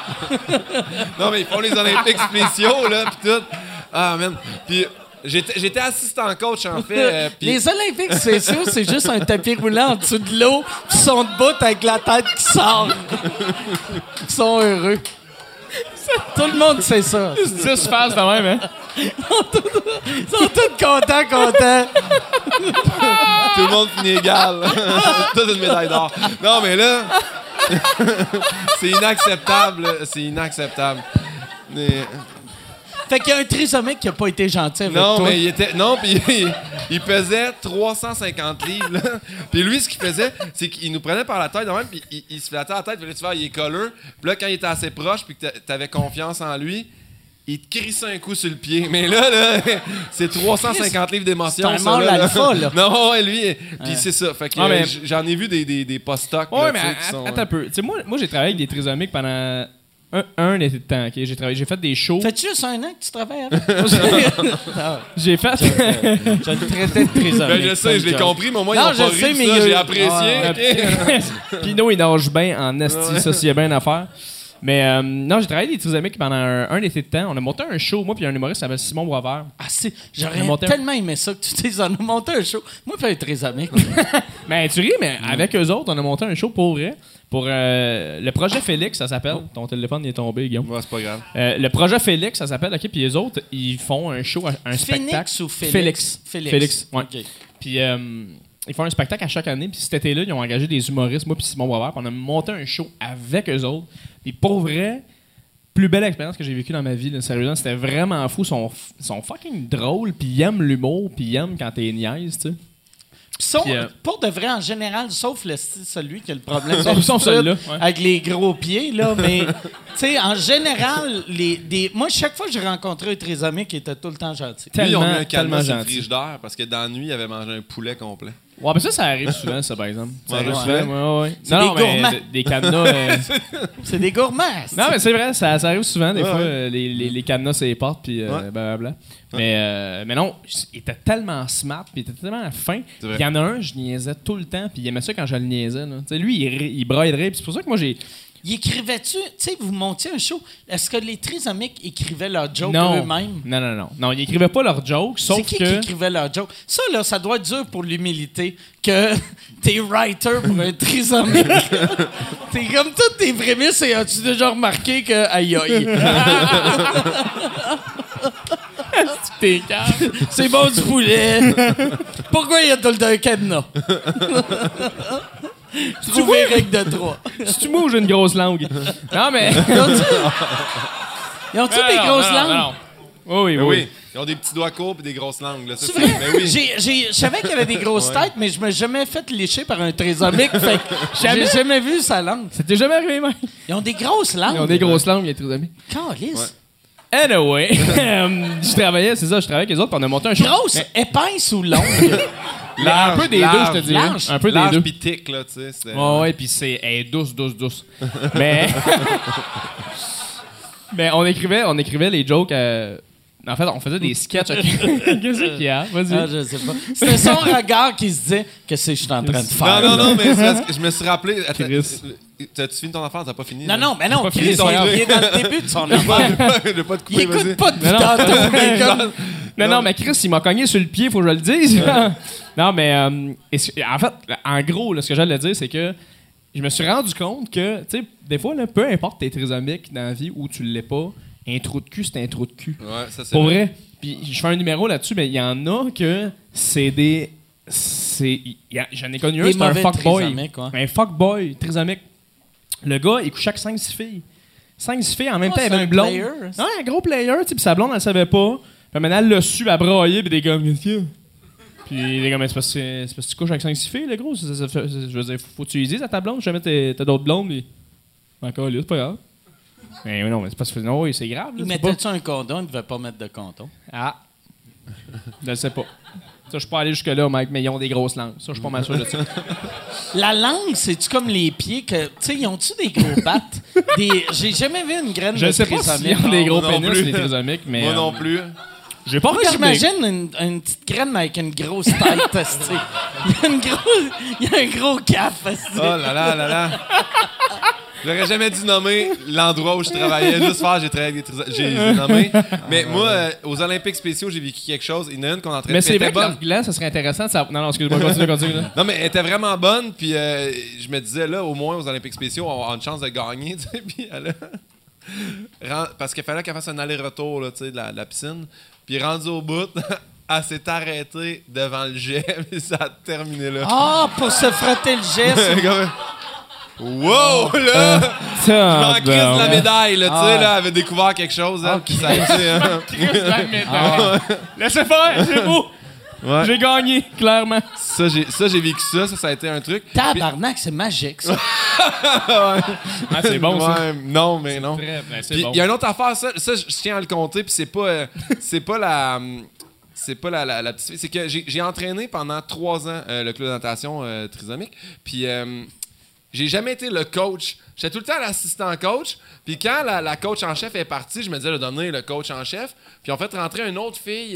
Non, mais ils font les Olympiques spéciaux, là, puis tout. Ah, man. Puis j'étais, j'étais assistant coach, en fait. euh, puis- Les Olympiques spéciaux, c'est juste un tapis roulant en dessous de l'eau, puis ils sont debout avec la tête qui sort. Ils sont heureux. Tout le monde sait ça. dix phases quand même, hein? Ils sont tous contents, contents. Tout le monde finit égal. Toute une médaille d'or. Non, mais là, c'est inacceptable. là. C'est inacceptable. Mais- Fait qu'il y a un trisomique qui n'a pas été gentil avec Non, toi. mais il était. Non, puis il, il pesait trois cent cinquante livres. Là. Puis lui, ce qu'il faisait, c'est qu'il nous prenait par la tête de même, puis il, il se flattait la tête, puis là, tu vois, il est colleux. Puis là, quand il était assez proche, puis que t'a- t'avais confiance en lui, il te crissait un coup sur le pied. Mais là, là, c'est trois cent cinquante livres d'émotion. C'est un ça, mâle là, là. alpha, là. Non, ouais, lui. Puis c'est ça. Fait que Ah, mais- euh, j- j'en ai vu des, des, des post-docs. Ouais, là, mais tu sais, qui att- sont, attends euh, un peu. Tu sais, moi, moi j'ai travaillé avec des trisomiques pendant un, un été de temps. ok? J'ai travaillé, j'ai fait des shows. Fais-tu juste un an que tu travailles avec? J'ai fait. Je le traitais de trisomique. Ben, je sais, je l'ai job. compris, mais au moins, Non, ils ont je pas sais, ri, mais ça, il y a- j'ai apprécié. Ah, ok? Pino, il nage bien en esti, ça, s'il y a bien une affaire. Mais euh, non, j'ai travaillé des trisomiques pendant un, un été de temps. On a monté un show, moi puis un humoriste qui s'appelle Simon Boisvert. Ah, c'est... J'aurais monté un- tellement aimé ça que tu t'es en as monté un show. Moi, je fais un trisomique. Mais tu ris, mais avec eux autres, on a monté un show pour vrai. Pour euh, le projet Félix, ça s'appelle. Ton téléphone il est tombé, Guillaume. Ouais, c'est pas grave. Euh, le projet Félix, ça s'appelle. OK, puis les autres, ils font un show, un Phoenix spectacle. ou Félix? Félix. Félix. Félix, ouais. OK. Puis euh, ils font un spectacle à chaque année. Puis cet été-là, ils ont engagé des humoristes, moi puis Simon Boisvert. Puis on a monté un show avec eux autres. Puis pour vrai, plus belle expérience que j'ai vécue dans ma vie. Là, sérieusement, c'était vraiment fou. Ils sont, ils sont fucking drôles. Puis ils aiment l'humour. Puis ils aiment quand t'es niaise, tu sais. Puis sont- Puis, euh, pour de vrai, en général, sauf le style, celui qui a le problème Sauf- sauf d'habitude, celui-là, ouais. avec les gros pieds, là, mais tu sais, en général, les, des, moi, chaque fois que j'ai rencontré un trisomique, il était tout le temps gentil. Lui, ils ont mis Tellement, un tellement cadenas sur le gentil. frigidaire parce que dans la nuit, il avait mangé un poulet complet. Ouais, mais ça, ça arrive souvent, ça, par exemple. Ça Ouais, arrive ouais. souvent, ouais, ouais. C'est Non, des non, mais gourmands. d- des cadenas. euh, C'est des gourmands. Non, mais c'est vrai, ça, ça arrive souvent, des Ouais, fois, ouais. euh, les, les, les cadenas, c'est les portes, puis euh, Ouais. blablabla. Mais, euh, mais non, il était tellement smart, puis il était tellement fin. C'est vrai. Il y en a un, je niaisais tout le temps, puis il aimait ça quand je le niaisais. Là. Tu sais, lui, il, ri- il braillerait, puis c'est pour ça que moi, j'ai. Il écrivait-tu, tu sais, vous montiez un show, est-ce que les trisomiques écrivaient leurs jokes Non. eux-mêmes? Non, non, non. Non, ils écrivaient pas leurs jokes, sauf C'est qui que. qui écrivait leurs jokes? Ça, là, ça doit être dur pour l'humilité que t'es writer pour un trisomique. T'es comme toutes tes prémices et as-tu déjà remarqué que aïe aïe? T'es calme. C'est bon du poulet. Pourquoi il y a tout le temps un cadenas? Trouver règle de trois. Si tu mouves, j'ai une grosse langue. Non, mais. Ils ont-tu Ils ont-tu Non, des non, grosses non, langues? non, non. Oui, Mais oui. oui, ils ont des petits doigts courts et des grosses langues. Là. Ça, C'est vrai? Mais oui. J'ai- j'ai- Je savais qu'il y avait des grosses têtes, mais je me suis jamais fait lécher par un trisomique. Fait que j'ai jamais vu sa langue. Ça t'est jamais arrivé, mec? Ils ont des grosses langues. Ils ont des grosses langues, les trisomiques. Calice. Anyway, euh, je travaillais, c'est ça, je travaillais avec les autres, puis on a monté un show. Grosse, Mais- épaisse ou longue? mais un peu des deux, je te dis. large, Un peu des Large deux. pis tic, là, tu sais. c'était- Ouais, ouais, puis c'est elle est douce, douce, douce. Mais. Mais on écrivait, on écrivait les jokes. euh, En fait, on faisait des sketchs. ok. Qu'est-ce qu'il y a? Vas-y. Ah, je sais pas. C'était son regard qui se disait que c'est que je suis en train de faire. Non, non, là. non, mais c'est parce que je me suis rappelé. Attends, Chris. euh, t'as-tu fini ton affaire? T'as pas fini? Non, là? non, mais non, pas Chris, fini son il truc. est dans le début de son affaire. Je vais pas te Il couper, vas-y. écoute pas depuis Non, non. tantôt. mais comme- Non, non, mais Chris, il m'a cogné sur le pied, faut que je le dise. Non, mais euh, est-ce- en fait, en gros, là, ce que j'allais dire, c'est que je me suis rendu compte que, tu sais, des fois, là, peu importe t'es trisomique dans la vie ou tu l'es pas, un trou de cul, c'est un trou de cul. Ouais, ça, c'est Pour vrai. Puis je fais un numéro là-dessus, mais il y en a que c'est des. C'est. il y a- J'en ai connu un, Des c'est un mauvais fuckboy. trisomiques, ouais. Un fuckboy, trisomique. Le gars, il couchait avec cinq six filles. cinq six filles en même Ah, temps, il c'est avait un une blonde. player, ça. Ouais, un gros player, tu sais, puis sa blonde, elle le savait pas. Puis maintenant, elle l'a su, elle a braillé, puis des gars, qu'est-ce qu'il y a? Puis les gars, mais c'est parce que c'est parce que tu couches avec cinq six filles, le gros. Ça- ça- ça- je veux dire, faut que tu lui dises à ta blonde, jamais t'as t'as d'autres blondes, puis. Encore, là, c'est pas grave. Mais oui, non, mais c'est parce que non, oui, c'est grave. Là, Il c'est pas- mettait-tu un condom? Il devait pas mettre de condom. Ah. Je le sais pas. Ça, je suis pas allé jusque-là, Mike, mais ils ont des grosses langues. Ça, je suis pas mal sûr de ça. La langue, c'est-tu comme les pieds que. Tu sais, ils ont-tu des gros pattes? Des... J'ai jamais vu une graine Je de sais pas trisomique. s'ils ont des gros moi non pénis, plus. les trisomiques, mais. Moi euh, non plus. J'ai pas Moi, regardé. j'imagine une, une petite graine avec une grosse tête, esti. Il y a une grosse... Il y a un gros cap, esti. Oh là là là là. J'aurais jamais dû nommer l'endroit où je travaillais. Juste faire, j'ai travaillé avec des trisomiques. J'ai j'ai nommé. Mais moi, euh, aux Olympiques spéciaux, j'ai vécu quelque chose. Il y en a une qu'on entraînait. Mais c'est elle vrai était que bonne. leur gland, ça serait intéressant de savoir. Non, non, excuse-moi, continue, continue. là. Non, mais elle était vraiment bonne. Puis euh, je me disais, là, au moins, aux Olympiques spéciaux, on a une chance de gagner. Tu sais, puis elle a- Ren- Parce qu'il fallait qu'elle fasse un aller-retour là, tu sais, de, la, de la piscine. Puis rendu au bout, elle s'est arrêtée devant le jet. Puis ça a terminé là. Ah, pour se frotter le geste. Comme- Wow, là! Je m'en crise de la médaille, là, tu sais, là, elle avait découvert quelque chose, hein, puis ça a été... hein. Laissez faire, c'est beau. Ouais. J'ai gagné, clairement. Ça, j'ai ça, j'ai vécu ça, ça, ça a été un truc. Tabarnak, c'est magique, ça. Ah, c'est bon, ça. Ouais, non, mais non. Très- ben, c'est Puis bon. il y a une autre affaire, ça, ça je tiens à le compter, puis c'est pas, euh, c'est pas la... hum, C'est pas la, la, la petite fille. C'est que j'ai j'ai entraîné pendant trois ans euh, le club de natation euh, trisomique, puis... euh, j'ai jamais été le coach. J'étais tout le temps l'assistant coach. Puis quand la, la coach en chef est partie, je me disais, là, donner le coach en chef. Puis on fait rentrer une autre fille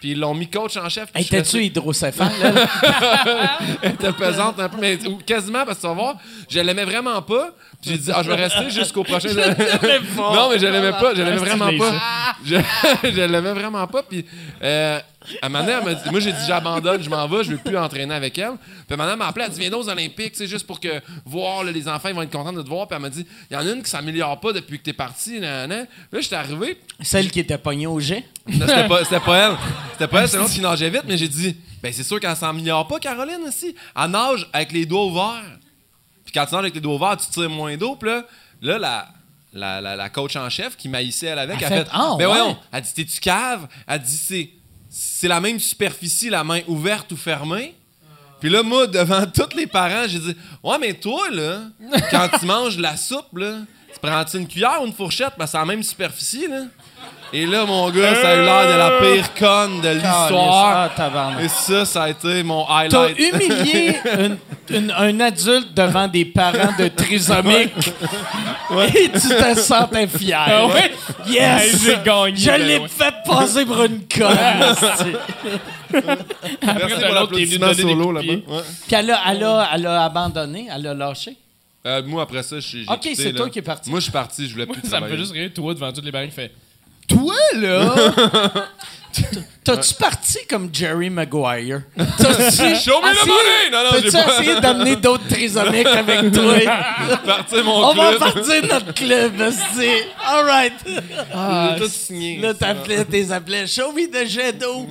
Puis ils l'ont mis coach en chef. Hey, t'es-tu hydrocéphale, là? Elle était pesante un peu, mais ou quasiment, parce que tu vas voir, je l'aimais vraiment pas. Puis j'ai dit, ah, je vais rester jusqu'au prochain. Non, mais je l'aimais pas, je l'aimais vraiment pas. Je, je l'aimais vraiment pas. Puis euh, à un moment donné, elle m'a dit, moi, j'ai dit, j'abandonne, je m'en vais, je veux plus entraîner avec elle. Puis maintenant, elle m'a appelé, elle dit, viens aux Olympiques, tu sais, juste pour que voir, là, les enfants, ils vont être contents de te voir. Puis elle m'a dit, il y en a une qui s'améliore pas depuis que t'es parti. Nan, nan. Puis là, j'étais arrivé. Celle qui était pognée au jet? Non, c'était pas, c'était pas elle. C'était pas elle, c'est l'autre qui nageait vite, mais j'ai dit, ben c'est sûr qu'elle s'améliore pas, Caroline, aussi. Elle nage avec les doigts ouverts. Puis quand tu nages avec les doigts ouverts, tu tires moins d'eau. Puis là, là la, la, la, la coach en chef qui maïssait elle avec, Elle elle a fait, fait, ah, ben ouais. voyons, elle dit, t'es-tu cave? Elle dit, c'est, c'est la même superficie, la main ouverte ou fermée. Puis là, moi, devant tous les parents, j'ai dit, ouais, mais toi, là, quand tu manges de la soupe, là, tu prends-tu une cuillère ou une fourchette? Ben, c'est la même superficie, là. Et là, mon gars, ça a eu l'air de la pire conne de l'histoire. Ah, tabarnak. Et ça, ça a été mon T'as highlight. humilié une- une- un adulte devant des parents de trisomiques et tu te sentais fier. Ah ouais? Yes! Hey, j'ai gagné, Je ben l'ai ouais. fait passer pour une conne. esti. Merci de pour l'autre, t'es venu l'applaudissement donner des solo coups de là-bas. pied. Ouais. Puis elle a, elle, a, elle a abandonné, elle a lâché. Euh, moi, après ça, j'ai j'ai Ok, quitté, c'est là. toi qui es parti. Moi, je suis parti, je voulais Moi, plus ça me travailler. fait juste rire, toi, devant toutes les barils, qui fait Toi, là! T'as-tu parti comme Jerry Maguire? T'as-tu Show me the essayé- money! Non, non, j'ai T'as-tu pas- essayé d'amener d'autres trisomiques avec toi? partir mon On va club. partir notre club, esti. All right. J'ai tout signé. Là, t'appelais, t'es appelés. Show me the jet d'eau.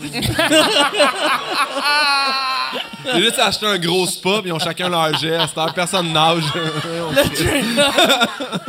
J'ai juste acheté un gros spa, puis ils ont chacun leur jet. À cette heure, personne nage. Le Jerry-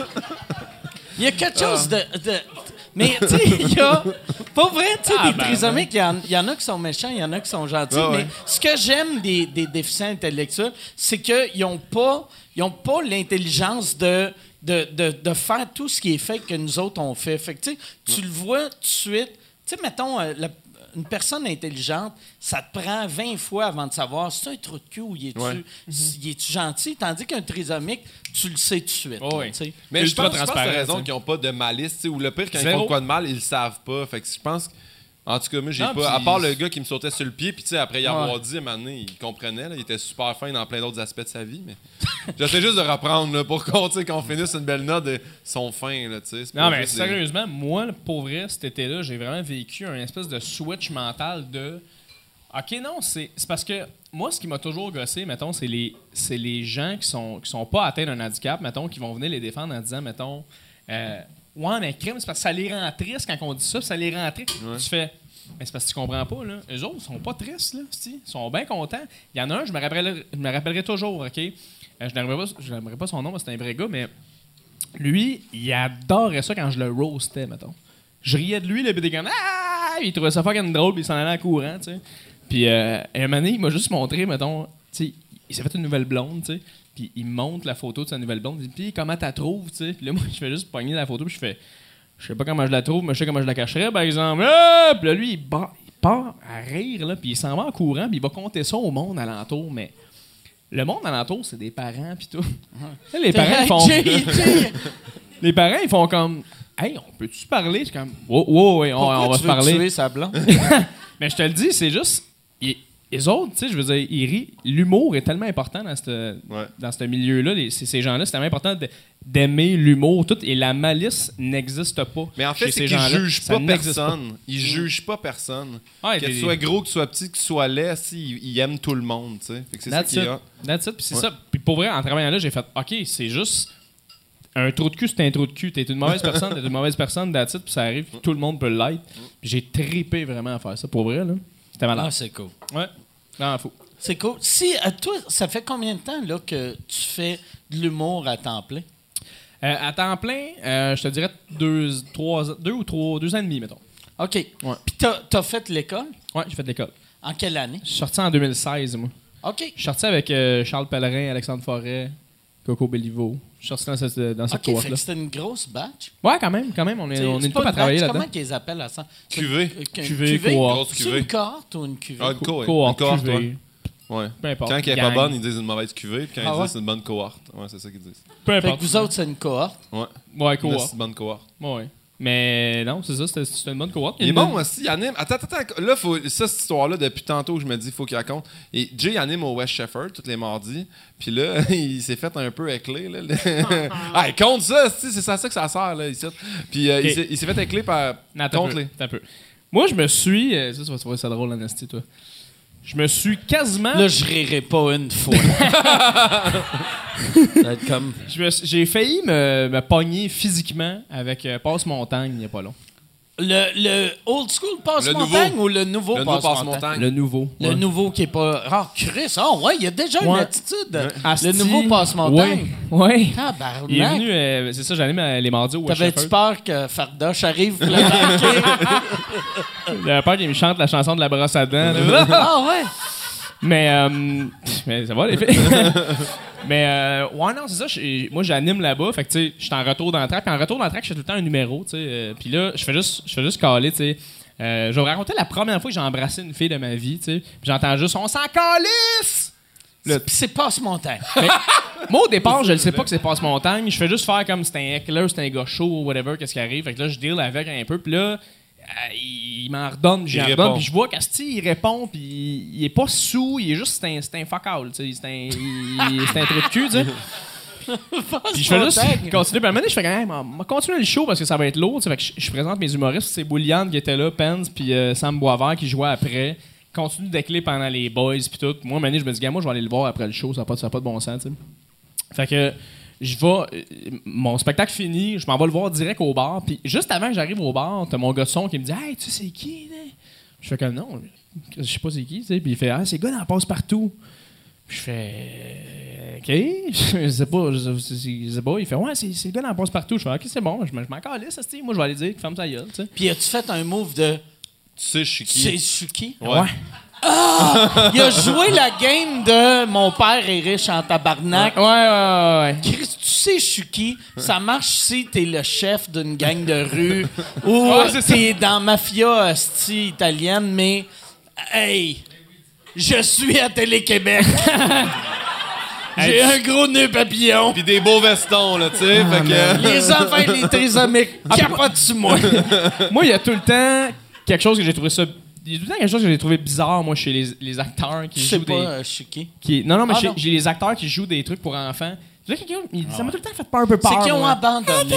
Il y a quelque chose de... de- mais, tu sais, il y a... Pas vrai, tu sais, Ah, des ben, trisomiques, il y, en- il y en a qui sont méchants, il y en a qui sont gentils, Ah, ouais. mais ce que j'aime des, des déficients intellectuels, c'est qu'ils n'ont pas, ils ont pas l'intelligence de, de, de, de faire tout ce qui est fait que nous autres, on fait. Fait que, tu sais, tu le vois tout de suite. Tu sais, mettons, euh, la- une personne intelligente, ça te prend vingt fois avant de savoir si c'est un trou de cul ou il est-tu Ouais. il est-tu gentil, tandis qu'un trisomique, tu le sais tout de suite. Oh, là, oui. tu sais. Mais je Ultra pense, je pense que t'as transparent, raison ça. qu'ils n'ont pas de malice, tu sais, ou le pire, quand ils Zéro. font de quoi de mal, ils le savent pas. Fait que je pense que- en tout cas, moi, j'ai Non, pas. À puis- part le gars qui me sautait sur le pied, puis tu sais, après y avoir Ouais. dit, à un moment donné, il comprenait, là, il était super fin dans plein d'autres aspects de sa vie, mais j'essaie juste de reprendre, là, pour qu'on, tu sais, qu'on finisse une belle note de son fin, là, tu sais. c'est Non, pas mais juste des- sérieusement, moi, pour vrai, cet été-là, j'ai vraiment vécu un espèce de switch mental de. OK, non, c'est c'est parce que moi, ce qui m'a toujours gossé, mettons, c'est les, c'est les gens qui sont, qui sont pas atteints d'un handicap, mettons, qui vont venir les défendre en disant, mettons, euh, ouais, mais crime, c'est parce que ça les rend tristes quand on dit ça, puis ça les rend tristes. Tu fais, mais c'est parce que tu comprends pas, là. Eux autres, ils sont pas tristes, là, c'ti. Ils sont bien contents. Il y en a un, je me rappellerai, je me rappellerai toujours, OK? Euh, je n'aimerais pas, je n'aimerais pas son nom, parce que c'est un vrai gars, mais lui, il adorait ça quand je le roastais, mettons. Je riais de lui, là, puis il était comme ah! Il trouvait ça fucking drôle, puis il s'en allait en courant, tu sais. Puis, euh, à un moment donné, il m'a juste montré, mettons, tu sais, il s'est fait une nouvelle blonde, tu sais. Puis, il me montre la photo de sa nouvelle blonde. Il dit, puis, comment t'as trouves, tu sais. Puis là, moi, je fais juste pogner la photo, puis je fais, je sais pas comment je la trouve, mais je sais comment je la cacherais, par exemple. Ah! Puis là, lui, il, bat- il part à rire, là, puis il s'en va en courant, puis il va compter ça au monde alentour, mais. Le monde alentour, c'est des parents, puis tout. Là, les parents, ils font. Jay, Jay, Les parents, ils font comme. Hey, on peut-tu parler? Je suis comme. Oh, oh, ouais, on, pourquoi on va tu se veux parler. tuer sa blonde? Mais je te le dis, c'est juste. ils- les autres, tu sais, je veux dire, ils rient. L'humour est tellement important dans ce Ouais. dans ce milieu-là. Les- ces ces gens-là, c'est tellement important de- d'aimer l'humour, tout. Et la malice n'existe pas. Mais en fait, chez c'est ces qu'ils gens-là. jugent Ça pas n'existe pas. personne. Ils jugent pas personne. Ouais, que des- tu sois gros, que tu sois petit, que tu sois laid, si, ils, ils aiment tout le monde, tu sais. Fait que c'est ça That's qui est it. hot. That's it. Puis c'est Ouais. ça. Puis pour vrai, en travaillant là, j'ai fait OK, c'est juste. Un trou de cul, c'est un trou de cul. T'es une mauvaise personne, t'es une mauvaise personne, that's it, puis ça arrive, puis tout le monde peut l'être. Puis j'ai trippé vraiment à faire ça. Pour vrai, là. C'était malade. Ah, c'est cool. Ouais. Non, fou. C'est cool. Si, à toi, ça fait combien de temps là, que tu fais de l'humour à temps plein? Euh, à temps plein, euh, je te dirais deux, trois, deux ou trois, deux ans et demi, mettons. OK. Ouais. Puis t'as, t'as fait l'école? Ouais, j'ai fait de l'école. En quelle année? Je suis sorti en deux mille seize, moi. OK. Je suis sorti avec euh, Charles Pellerin, Alexandre Forêt, Coco Bellivo. Je suis sorti dans cette, dans cette OK, fait cohorte-là. que c'était une grosse batch. Ouais, quand même, quand même. On est, T'sais, on est c'est une pas couple à une travailler batch, là-dedans. Comment qu'ils appellent à ça? Cuvée. Une Cuvée, cuvée? cohorte. Grosse C'est cuvée. une cohorte ou une cuvée? Ah, une co- ouais. Cohorte, Une cohorte, cuvée. ouais. Ouais. Peu importe. Quand elle est Gang. pas bonne, ils disent une mauvaise cuvée, puis quand Ah ils ouais? disent c'est une bonne cohorte. Ouais, c'est ça qu'ils disent. Peu Fait que importe. vous autres, c'est une cohorte. Ouais. Ouais, Une cohorte. bonne cohorte. Ouais. Mais non, c'est ça, c'était, c'était une bonne cohorte. Il est bon aussi, il anime. Attends, attends, attends. Là, faut, ça, cette histoire-là, depuis tantôt, je me dis, il faut qu'il raconte. Et Jay anime au West Shefford tous les mardis. Puis là, il s'est fait un peu écler. Là. Ah, il compte ça, c'est ça, ça que ça sert, là, ici. Puis euh, Okay. il, s'est, il s'est fait écler par. Non, t'as contre peu, les. t'as peu. Moi, je me suis. euh, Ça, tu vas trouver ça drôle, Anastie, toi. Je me suis quasiment. Là, je rirai pas une fois. Ça va être comme... je me suis- j'ai failli me, me pogner physiquement avec euh, Passe-Montagne il n'y a pas long. Le, le old school Le passe-montagne nouveau. ou le nouveau Le nouveau passe-montagne? passe-montagne. Le nouveau. Le ouais. nouveau qui est pas... Ah, Chris, ah ouais, il y a déjà une Ouais. attitude. Asti, Le nouveau passe-montagne. Ouais. ouais. Tabarnak. Il est venu, euh, c'est ça, j'allais euh, les mardis au West T'avais-tu Shefford. peur que Fardoche arrive pour le marquer? J'avais peur qu'il me chante la chanson de la brosse à dents. là. Ah ouais? mais, euh, mais ça va, les filles. mais, euh, ouais, non, c'est ça. j'ai- Moi, j'anime là-bas. Fait que, tu sais, je suis en retour dans le track. Puis en retour dans le track, je fais tout le temps un numéro, tu sais. euh, Puis là, je fais juste, je fais juste caler, tu sais. Euh, je vais vous raconter la première fois que j'ai embrassé une fille de ma vie, tu sais. Puis j'entends juste « On s'en calisse! » Le- Puis c'est passe-montagne. Mais moi, au départ, je ne sais pas que c'est passe-montagne. Je fais juste faire comme c'est un heckler, c'est un gars chaud ou whatever, qu'est-ce qui arrive. Fait que là, je deal avec un peu. Puis là, euh, il, il m'en redonne, puis j'en Il redonne. répond. Puis je vois qu'Asti, il répond, puis il, il est pas sous, il est juste, c'est un, c'est un fuck-all, tu sais. C'est un, il- c'est un trou de cul, tu sais. Puis je fais juste Passe-montagne. continuer. Puis à un moment donné, je fais quand même, on va continuer le show parce que ça va être lourd. tu sais. Fait que je, je présente mes humoristes. C'est Bouliane qui était là, Pence, puis euh, Sam Boisvert qui jouait après. Continue d'écler pendant les boys, puis tout. Moi, à un moment donné, je me dis, gars, moi, je vais aller le voir après le show. Ça n'a pas, ça a pas de bon sens, tu sais. Fait que je vais. euh, Mon spectacle fini, je m'en vais le voir direct au bar. Puis juste avant que j'arrive au bar, t'as mon gars de son qui me dit, hey, tu sais, c'est qui, là? Je fais comme, non, je sais pas c'est qui, tu sais. Puis il fait, ah, c'est le gars dans Passe-Partout. Puis je fais, euh, OK, je sais pas, je, je- je sais pas. Il fait, ouais, c'est, c'est le gars dans Passe-Partout. Je fais, OK, c'est bon, je, me- je m'en calisse, ça, moi, je vais aller dire, ferme ta gueule, tu sais. Puis as-tu fait un move de... Tu sais, je suis Tu sais, qui? je suis qui? Ouais. Il a joué la game de mon père est riche en tabarnak. Ouais, ouais, ouais, ouais. Chris, tu sais, je suis qui? Ça marche si t'es le chef d'une gang de rue ou Ouais, c'est ça. t'es dans mafia hostie italienne, mais hey, je suis à Télé-Québec. J'ai un gros nœud papillon. Puis des beaux vestons, là, tu sais. Ah, fait que. Les enfants et les trisomiques capotent sur moi. Moi, il y a tout le temps quelque chose que j'ai trouvé ça. Il y a tout le temps quelque chose que j'ai trouvé bizarre, moi, chez les, les acteurs qui Je sais jouent pas, des. euh, je suis qui. Qui... Non, non, mais Ah, j'ai, non. j'ai les acteurs qui jouent des trucs pour enfants. Tu sais, quelqu'un, il- ça m'a tout le temps fait peur, un peu peur. C'est qu'ils ont moi. abandonné.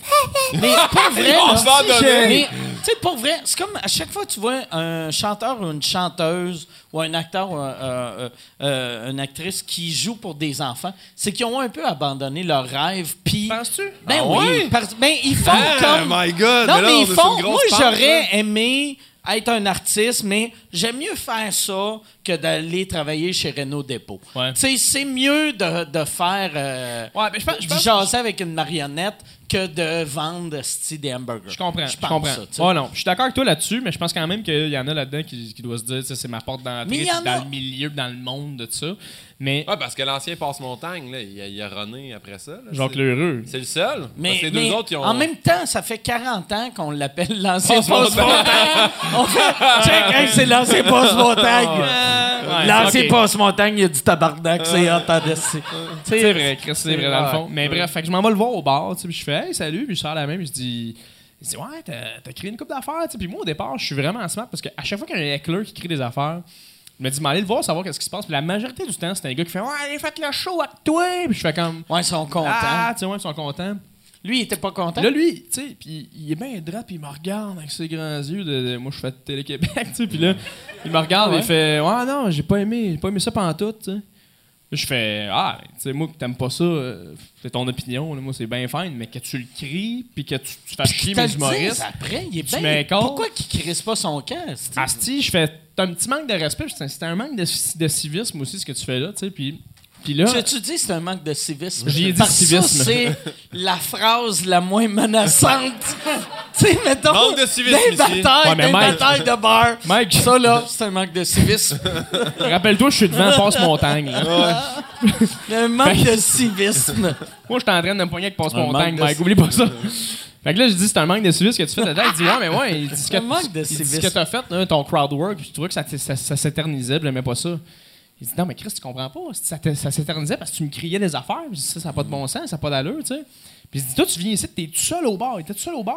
Mais pas vrai, ont là. abandonné. Mais, tu sais, pas vrai. C'est comme à chaque fois que tu vois un chanteur ou une chanteuse ou un acteur ou un- euh, euh, euh, une actrice qui joue pour des enfants, c'est qu'ils ont un peu abandonné leur rêve. Puis. Penses-tu? Ben Ah oui. ouais? Parce- ben, ils font Ah, comme. my God! Non, mais là, mais on ils est sur font. une grosse Moi, pente, j'aurais là. aimé être un artiste, mais j'aime mieux faire ça que d'aller travailler chez Renault Dépôt. Ouais. Tu sais, c'est mieux de, de faire. euh, Ouais, mais je pense. Je du pense- jaser avec une marionnette que de vendre sti, des hamburgers. Je comprends, je, pense comprends. ça, tu sais. Oh non, je suis d'accord avec toi là-dessus, mais je pense quand même qu'il y en a là-dedans qui, qui doivent se dire, ça, c'est ma porte Mais d'entrée il y en dans a. le milieu, dans le monde de ça. Mais Ouais, parce que l'ancien Passe-Montagne, là, il a, il a runné après ça. là. Jacques C'est- Lheureux. C'est le seul. Mais, parce que les deux mais autres, ils ont. en même temps, ça fait quarante ans qu'on l'appelle l'ancien Passe-Montagne. Passe-Montagne. On fait, check, hey, c'est l'ancien Passe-Montagne. Ouais, L'ancien ok. Passe-Montagne, il y a du tabarnak, c'est hot en esti. C'est vrai, Chris, c'est vrai dans le fond. Ouais. Mais bref, fait que je m'en vais le voir au bar, tu sais, puis je fais, hey, salut, puis je sors la main, puis je dis, il dit, ouais, t'as, t'as créé une couple d'affaires, tu sais. Puis moi, au départ, je suis vraiment smart parce qu'à chaque fois qu'il y a un heckler qui crée des affaires, il me dit, m'aller le voir, savoir qu'est-ce qui se passe. Puis la majorité du temps, c'est un gars qui fait, ouais, allez, faites le show avec toi. Puis je fais comme, Ouais, ils sont contents. ah, tu sais, ouais, ils sont contents. Lui, il était pas content. Là, lui, tu sais, puis il est bien drap, puis il me regarde avec ses grands yeux de, de- moi, je fais de Télé-Québec, tu sais, puis là, il me regarde Ah ouais? et il fait, ouais, non, j'ai pas aimé, j'ai pas aimé ça pantoute, tu sais. Là, je fais, ah, tu sais, moi, que t'aimes pas ça, euh, c'est ton opinion, là, moi, c'est bien fine, mais que tu le cries, puis que tu, tu fasses Puis chier qu'il te mes le dise humoristes. après, il est Tu bien. m'incolles. Pourquoi qu'il crisse pas son camp, esti? Asti, je fais, t'as un petit manque de respect, puis c'est un- c'est un manque de, de civisme aussi, ce que tu fais là, tu sais, puis. Puis là, Tu tu dis c'est un manque de civisme. J'y ai dit Parce que ça, civisme. c'est la phrase la moins menaçante. tu sais, mettons. Manque de civisme Des ici. batailles, Ouais, mais des Mike- batailles de bar. Mike, Ça, là, c'est un manque de civisme. rappelle-toi, je suis devant Passe-Montagne. là. un manque de civisme. Moi, j'étais en train de me pogner avec Un Passe-Montagne, manque de Mike, oublie pas ça. Fait que là, je dis, c'est un manque de civisme que tu fais là-dedans. Il dit, ouais, mais ouais, il dit ce que, Un manque de il dit, ce civisme. que t'as fait, là, ton crowd work, je trouvais que ça, ça, ça s'éternisait, puis j'aimais pas ça. Il dit, non, mais Chris, tu comprends pas. Ça, te- ça s'éternisait parce que tu me criais des affaires. Je dis, ça, ça n'a pas de bon sens, ça n'a pas d'allure, tu sais. Puis il dit, toi, tu viens ici, t'es tout seul au bar. Il était tout seul au bar.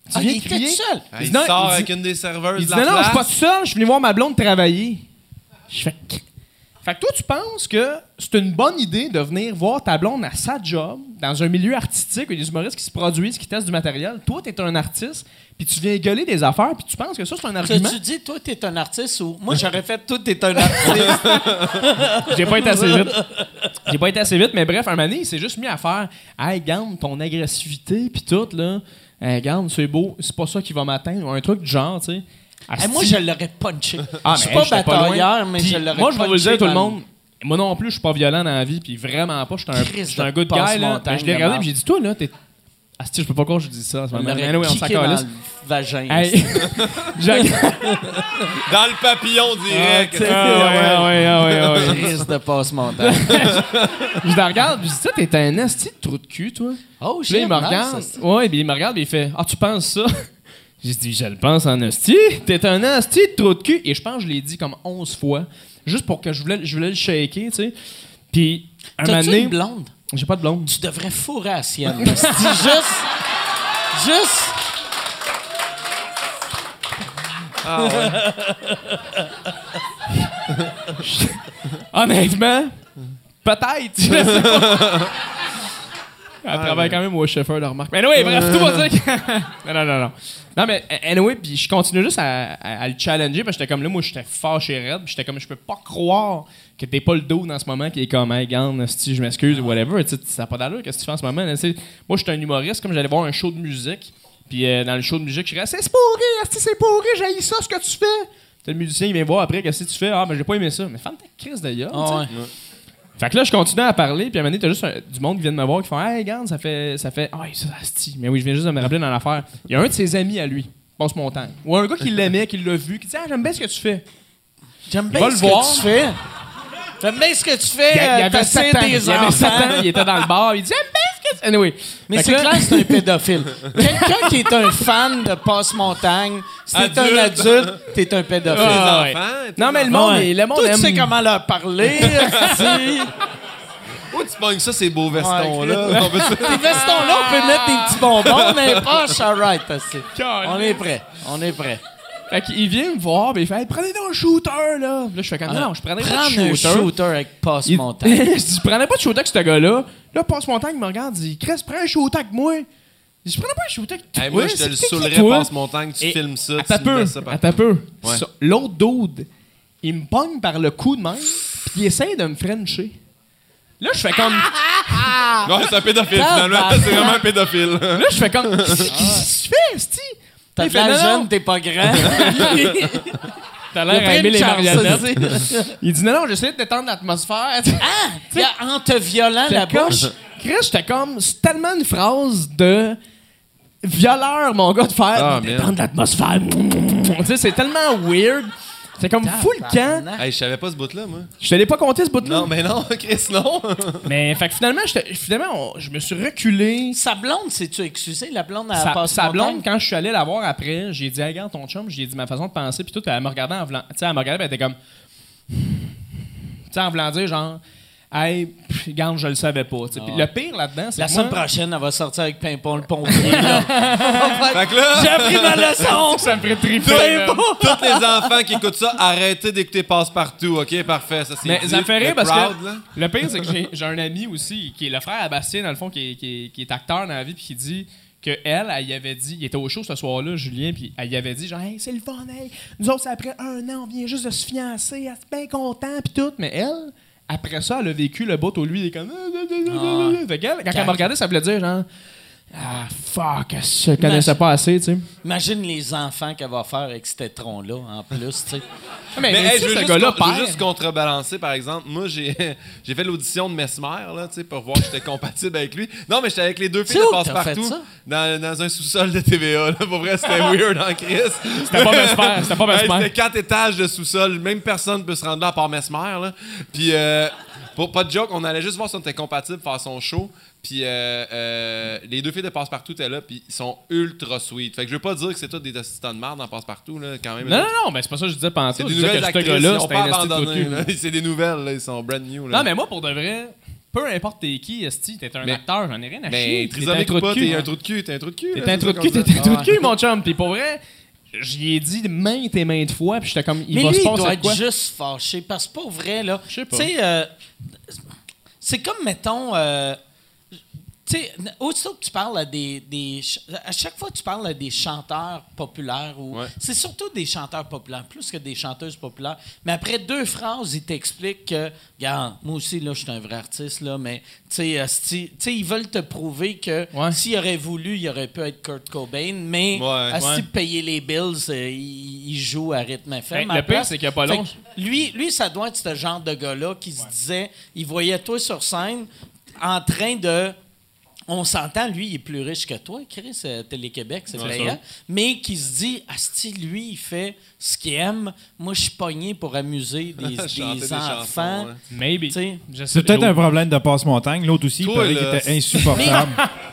Ah, viens il était crier? tout seul. Ah, Il il dit non, sort il avec dit- une des serveuses Il de dit la non, non, je suis pas place. tout seul, je suis venu voir ma blonde travailler. Je fais. Fait que toi, tu penses que c'est une bonne idée de venir voir ta blonde à sa job, dans un milieu artistique, où il y a des humoristes qui se produisent, qui testent du matériel. Toi, t'es un artiste, puis tu viens gueuler des affaires, puis tu penses que ça, c'est un argument. Tu dis, toi, t'es un artiste ou. Moi, j'aurais fait, toi, t'es un artiste. J'ai pas été assez vite. J'ai pas été assez vite, mais bref, un moment donné, il s'est juste mis à faire « Hey, garde ton agressivité, puis tout, là. Hey, garde, c'est beau, c'est pas ça qui va m'atteindre. » Ou un truc du genre, tu sais. Hey, moi, je l'aurais punché. Ah, je suis mais pas j'étais pas batailleur, loin. mais Puis je l'aurais moi, je vais vous le punché dire, tout le dans monde. Moi non plus, je suis pas violent dans la vie, puis vraiment pas. Je suis un, Chris je suis un de good guy, là. passe-montagne Mais je l'ai de regardé, merde. puis j'ai dit, toi, là, t'es. Ah, si, je peux pas croire que je dis ça. On Mais l'aurait anyway, on s'en kické dans calisse. le vagin. Hey, je Dans le papillon direct. Ah, ouais, ouais, ah, ouais, ah, ouais. Chris de passe-montagne. Je la regarde, puis je dis, ça, t'es un esti de trou de cul, toi. Oh, Puis là, il me nice, regarde. ça. Ouais, puis il me regarde, puis il fait, ah, tu penses ça? J'ai dit, je le pense en esti. T'es un esti de trou de cul. Et je pense que je l'ai dit comme onze fois, juste pour que je voulais, je voulais le shaker, tu sais. Puis, un moment T'as-tu donné. une blonde? J'ai pas de blonde. Tu devrais fourrer à la sienne. C'est juste... Juste... Ah ouais. Honnêtement, peut-être. Je sais pas. Elle travaille quand même au chauffeur de remarque. Mais oui, bref, tout va dire que... non, non, non, non. Non, mais anyway, puis je continue juste à, à- à le challenger parce que j'étais comme là, moi, j'étais fâché raide. Puis j'étais comme, je peux pas croire que t'es pas le dos dans ce moment qui est comme, hey, garde, si je m'excuse ou whatever. Tu sais, ça n'a pas d'allure, qu'est-ce que tu fais en ce moment? Là, tu sais. Moi, j'étais un humoriste, comme j'allais voir un show de musique. Puis euh, dans le show de musique, je dirais, c'est pourri, esti, c'est pourri, j'ai ça, ce que tu fais. Puis le musicien, il vient voir après, qu'est-ce que tu fais? Ah, mais j'ai pas aimé ça. Mais femme ta crise de gueule, Ah tu sais. ouais. Fait que là, je continue à parler, puis à un moment donné, t'as juste un- du monde qui vient de me voir qui font Hey, regarde, ça fait. Ça fait. Ah, ça, asti. Mais oui, je viens juste de me rappeler dans l'affaire. Il y a un de ses amis à lui, passe montagne. Ou un gars qui l'aimait, qui l'a vu, qui dit Ah, j'aime bien ce que tu fais. J'aime Va bien le ce voir. que tu fais. J'aime bien ce que tu fais. Il, y a- il y euh, avait tasser sept ans. des Il y avait sept enfants. ans, il était dans le bar, il dit J'aime bien ce que tu fais. Anyway. Mais Fait c'est que là- clair que c'est un pédophile. Quelqu'un qui est un fan de passe-montagne, si t'es un Adulte. adulte, t'es un pédophile. Ah, Les ouais. enfants, Non, mais le monde, Ouais. le monde Toi, aime. tu sais comment leur parler. esti. Où tu pognes ça, ces beaux vestons-là? On peut se- Ces vestons-là, on peut mettre des petits bonbons, mais pas alright. On est prêt. On est prêt. Fait qu'il vient me voir, puis il fait Hey, prenez donc un shooter, là. Là, je fais comme Non, je prenais pas de Prendre un shooter. shooter avec Il- passe-montagne. je dis, je prenais pas de shooter avec ce gars-là. Là, passe-montagne, il me regarde, il dit, Chris, prends un shooter avec moi. Je dis, je prenais pas un shooter avec toi. Hey, moi, je te c'est le qui qui, saoulerais, toi? passe-montagne, tu Et filmes ça, Attends tu le peu, mets ça par- attends peu. Ouais. Ça, l'autre dude, il me pogne par le cou de même, puis il essaie de me frencher. Là, je fais comme. Non, c'est un pédophile, finalement. Tabarnak. C'est vraiment un pédophile. Là, je fais comme. Qu'est-ce que tu fais, Sti? T'as Il de fait, la non, non. jeune, t'es pas grand. T'as Il a l'air pris à aimer une les chance, marionnettes. ça, Il dit, non, non, j'essaie de détendre l'atmosphère. Ah! Il y a en te violant la J'étais comme- bouche. Chris, j'étais comme. C'est tellement une phrase de violeur, mon gars, de faire. Ah, détendre man. l'atmosphère. Tu sais, c'est tellement weird. C'est comme full camp. Tabarnak. Hey, je savais pas ce bout-là, moi. Je te l'ai pas compté, ce bout-là. Non, mais non, Chris, non. Mais, fait que finalement, j'étais- finalement on- je me suis reculé. Sa blonde, c'est-tu excusé? La blonde, elle Sa, passe sa blonde, quand je suis allé la voir après, j'ai dit, hey, regarde ton chum, j'ai dit ma façon de penser, puis tout, elle me regardait en voulant. Tu sais, elle me regardait, puis elle était comme. Tu sais, en voulant dire, genre, hey, pff, regarde, je le savais pas. tu sais. Puis le pire là-dedans, c'est La que semaine moi- prochaine, elle va sortir avec Pimpon le pompier. là. Fait que là, J'ai appris ma leçon! Ça me ferait triper. man. tous les enfants qui écoutent ça, arrêtez d'écouter Passe-Partout, OK? Parfait, ça c'est Mais dit. ça me fait rire Le parce crowd, que là. le pire, c'est que j'ai, j'ai un ami aussi, qui est le frère à Bastien, dans le fond, qui est, qui est- qui est acteur dans la vie, puis qui dit que elle, elle y avait dit, il était au show ce soir-là, Julien, puis elle y avait dit, genre, hey, c'est le fun, hey, nous autres, c'est après un an, on vient juste de se fiancer, elle est bien content, puis tout. Mais elle, après ça, elle a vécu le bout où lui, il est comme. Ah. Fait qu'elle, quand elle me regardait, ça voulait dire, genre, ah, fuck, je connaissais pas assez, tu sais. Imagine les enfants qu'elle va faire avec cet étron-là, en plus, tu sais. Mais, Mais mais hey, tu je sais, veux ce juste, gars-là con- je veux perd. juste contrebalancer, par exemple. Moi, j'ai j'ai fait l'audition de Mesmer, là, tu sais, pour voir si j'étais compatible avec lui. Non, mais j'étais avec les deux filles C'est de où que t'as Passe-Partout fait ça? dans, dans un sous-sol de T V A. Là. Pour vrai, c'était weird en crise. C'était pas Mesmer, c'était pas Hey, Mesmer. C'était quatre étages de sous-sol. Même personne peut se rendre là à part Mesmer. Là. Puis, euh, pour, pas de joke, on allait juste voir si on était compatible faire son show. Puis, euh, euh, les deux filles de Passe-Partout étaient là, puis ils sont ultra sweet. Fait que je veux pas dire que c'est tout des assistants de merde dans Passe-Partout, là, quand même. Non, non, non, mais c'est pas ça que je disais pendant C'est tout. des Je disais nouvelles que ce actrices, gars-là, ils ont c'était pas un esti de abandonné. trou de cul. là. C'est des nouvelles, là, ils sont brand new. Là. Non, mais moi, pour de vrai, peu importe t'es qui, esti, t'es un Mais- acteur, j'en ai rien à Mais chier. T'es un trisomique trou ou de pas, cul. t'es un trou de cul, t'es un trou de cul. T'es là, un c'est trou ça de cul, qu'on t'es dit. un trou de Ouais. cul, mon chum. Puis pour vrai, j'y ai dit maintes et maintes fois, puis j'étais comme, il Mais va lui, se il passer doit de être quoi. juste fâché. Parce que pour vrai, là. Je sais pas. Tu sais, euh, c'est comme, mettons. Euh, tu sais, aussitôt que tu parles à des, des. ch- À chaque fois que tu parles à des chanteurs populaires, ou Ouais. c'est surtout des chanteurs populaires, plus que des chanteuses populaires. Mais après deux phrases, ils t'expliquent que, regarde, moi aussi, là, je suis un vrai artiste, là, mais, tu sais, asti- tu sais, ils veulent te prouver que Ouais. s'il aurait voulu, il aurait pu être Kurt Cobain, mais, Ouais. asti, Ouais. payer les bills, euh, il, il joue à rythme F M. Ben, à le la pire, place. c'est qu'il y a pas Fait long- que Lui, lui, ça doit être ce genre de gars-là qui se disait, il voyait toi sur scène en train de. On s'entend, lui, il est plus riche que toi, Chris, euh, Télé-Québec, c'est Ouais, payant. ça. Mais qui se dit, asti, lui, il fait ce qu'il aime. Moi, je suis pogné pour amuser des, Chanter des des enfants. chansons, ouais. Maybe. Tu sais. Je sais C'est peut-être pas. un problème de passe-montagne. L'autre aussi, il Toi, paraît là, qu'il était c'est- insupportable.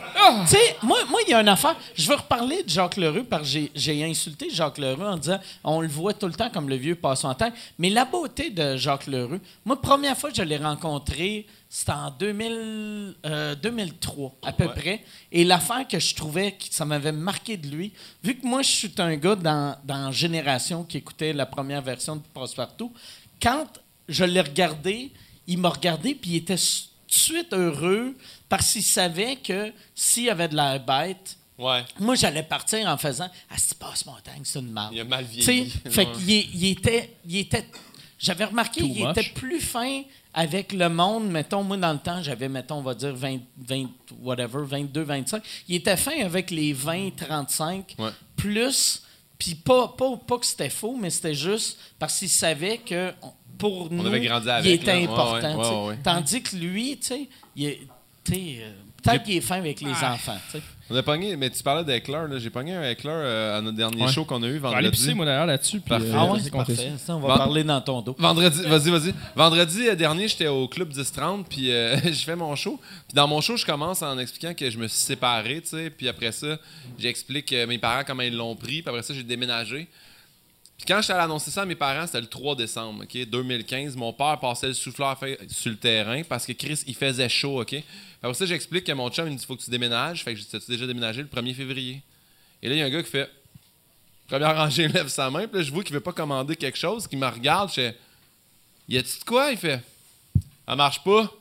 Tu sais, moi, moi, il y a une affaire. Je veux reparler de Jacques Leroux parce que j'ai, j'ai insulté Jacques Leroux en disant on le voit tout le temps comme le vieux passe-temps. Mais la beauté de Jacques Leroux, moi, première fois que je l'ai rencontré, c'était en deux mille, euh, deux mille trois, à peu Ouais. près. Et l'affaire que je trouvais que ça m'avait marqué de lui, vu que moi, je suis un gars dans, dans Génération qui écoutait la première version de Passe-Partout, quand je l'ai regardé, il m'a regardé puis il était s- tout de suite heureux parce qu'il savait que s'il y avait de l'air bête, Ouais. moi, j'allais partir en faisant « Ah, c'est passe-montagne, c'est une marde. Il a mal » Tu sais, vieilli. fait Ouais. qu'il est- il était... Il était j'avais remarqué Too qu'il much. était plus fin avec le monde. Mettons, moi, dans le temps, j'avais, mettons, on va dire vingt, vingt, whatever, vingt-deux, vingt-cinq. Il était fin avec les vingt, trente-cinq, Ouais. plus... Puis pas, pas, pas que c'était faux, mais c'était juste parce qu'il savait que on- pour nous, avait grandi il avec, était là. Ouais, important. ouais, tu sais. ouais, ouais. Tandis que lui, tu sais, il est- tu sais, euh, peut-être qu'il est fin avec les Ah. enfants. tu sais. On a pogné, mais tu parlais d'éclair, là. J'ai pogné un éclair euh, à notre dernier Ouais. show qu'on a eu Je vais aller vendredi. pisser, moi, d'ailleurs, là-dessus. puis, Parfait. euh, Ah ouais, vas-y, c'est comptez parfait. ça. Ça, on va Vend- parler dans ton dos. Vendredi, vas-y, vas-y. Vendredi euh, dernier, j'étais au club dix trente, puis euh, je fais mon show. Puis dans mon show, je commence en expliquant que je me suis séparé, tu sais. Puis après ça, j'explique euh, mes parents comment ils l'ont pris. Puis après ça, j'ai déménagé. Puis quand j'étais allé annoncer ça à mes parents, c'était le trois décembre, OK, deux mille quinze. Mon père passait le souffleur fait- sur le terrain parce que Chris, il faisait chaud, OK. Après ça, j'explique que mon chum, il me dit, faut que tu déménages. Fait que j'ai déjà déménagé le premier février. Et là, il y a un gars qui fait, première rangée, il lève sa main. Puis là, je vois qu'il veut pas commander quelque chose, qu'il me regarde. Je fais, y a-tu de quoi? Il fait, ça marche pas.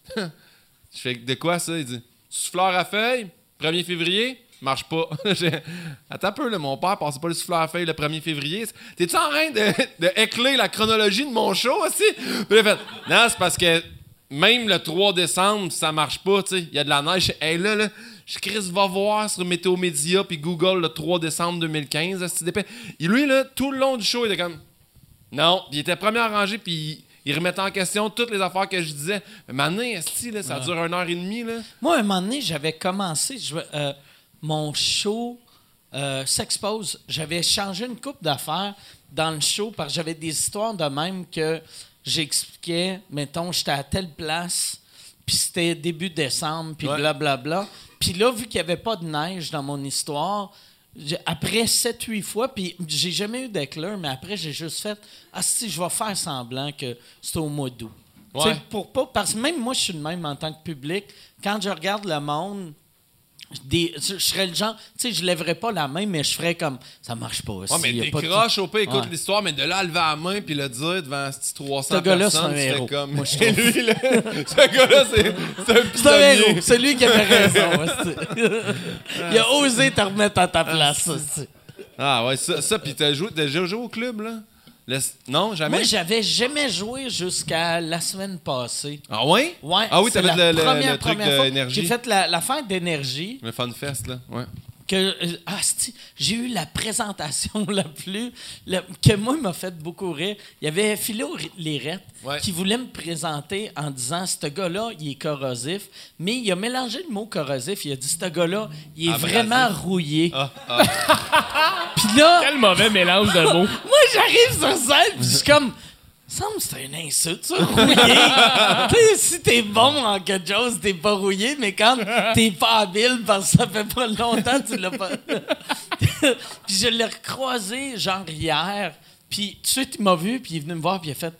Je fais, de quoi ça? Il dit, souffleur à feuille, premier février, marche pas. J'ai, attends un peu, là, mon père passait pas le souffleur à feuille le premier février. T'es-tu en train de, de écler la chronologie de mon show aussi? Puis il a fait, non, c'est parce que même le trois décembre, ça marche pas, tu sais. Il y a de la neige. Hey, là, là, je Chris va voir sur Météo Média puis Google le trois décembre deux mille quinze. Là, c'est dépend. Et lui, là, tout le long du show, il était comme, non. Puis il était première rangée, puis il, il remettait en question toutes les affaires que je disais. Mais maintenant, esti, là, ça dure une heure et demie, là. Moi, à un moment donné, j'avais commencé je- euh, mon show euh, S'expose. J'avais changé une coupe d'affaires dans le show parce que j'avais des histoires de même que j'expliquais. Mettons, j'étais à telle place, puis c'était début décembre, puis Ouais. blablabla. Puis là, vu qu'il n'y avait pas de neige dans mon histoire, j'ai- après sept huit fois, puis j'ai jamais eu d'éclair, mais après, j'ai juste fait « Ah, si, je vais faire semblant que c'est au mois d'août. Tu sais, Ouais. pour pas, parce que même moi, je suis le même en tant que public. Quand je regarde le monde, des, je je serais le genre, tu sais, je lèverais pas la main, mais je ferais comme ça marche pas. Ouais, si, mais y a pas de- décroche au pire, écoute Ouais. l'histoire, mais de là à lever la main puis le dire devant ces trois cents Ce gars-là, personnes, c'est un tu fais héros. comme... Moi, je Et lui, là, ce gars-là, c'est, c'est un C'est un pistonnier. héros, c'est lui qui avait raison. hostie. Il a osé te remettre à ta place. hostie. Ah ouais, ça, ça puis t'as joué, t'as déjà joué au club, là? Le- Non, jamais? Moi, j'avais jamais joué jusqu'à la semaine passée. Ah ouais? Ouais, Ah oui, c'est t'avais la le, le- première, le truc première fois. d'énergie. J'ai fait la, l'affaire d'énergie. Le Fun Fest, là, ouais. Que, euh, ah, c'ti, j'ai eu la présentation la plus... la- que moi, m'a fait beaucoup rire. Il y avait Philo R- Lérette Ouais. qui voulait me présenter en disant « Ce gars-là, il est corrosif. » Mais il a mélangé le mot corrosif. Il a dit « Ce gars-là, il est Abrasif. vraiment rouillé. Ah, ah. Puis là, Quel mauvais mélange de mots. moi, j'arrive sur scène, puis je suis comme... Ça me semble que c'est une insulte, ça, rouillé. Tu sais, si t'es bon en quelque chose, t'es pas rouillé, mais quand t'es pas habile parce que ça fait pas longtemps que tu l'as pas. Puis je l'ai recroisé, genre hier, puis tout de suite, il m'a vu, puis il est venu me voir, puis il a fait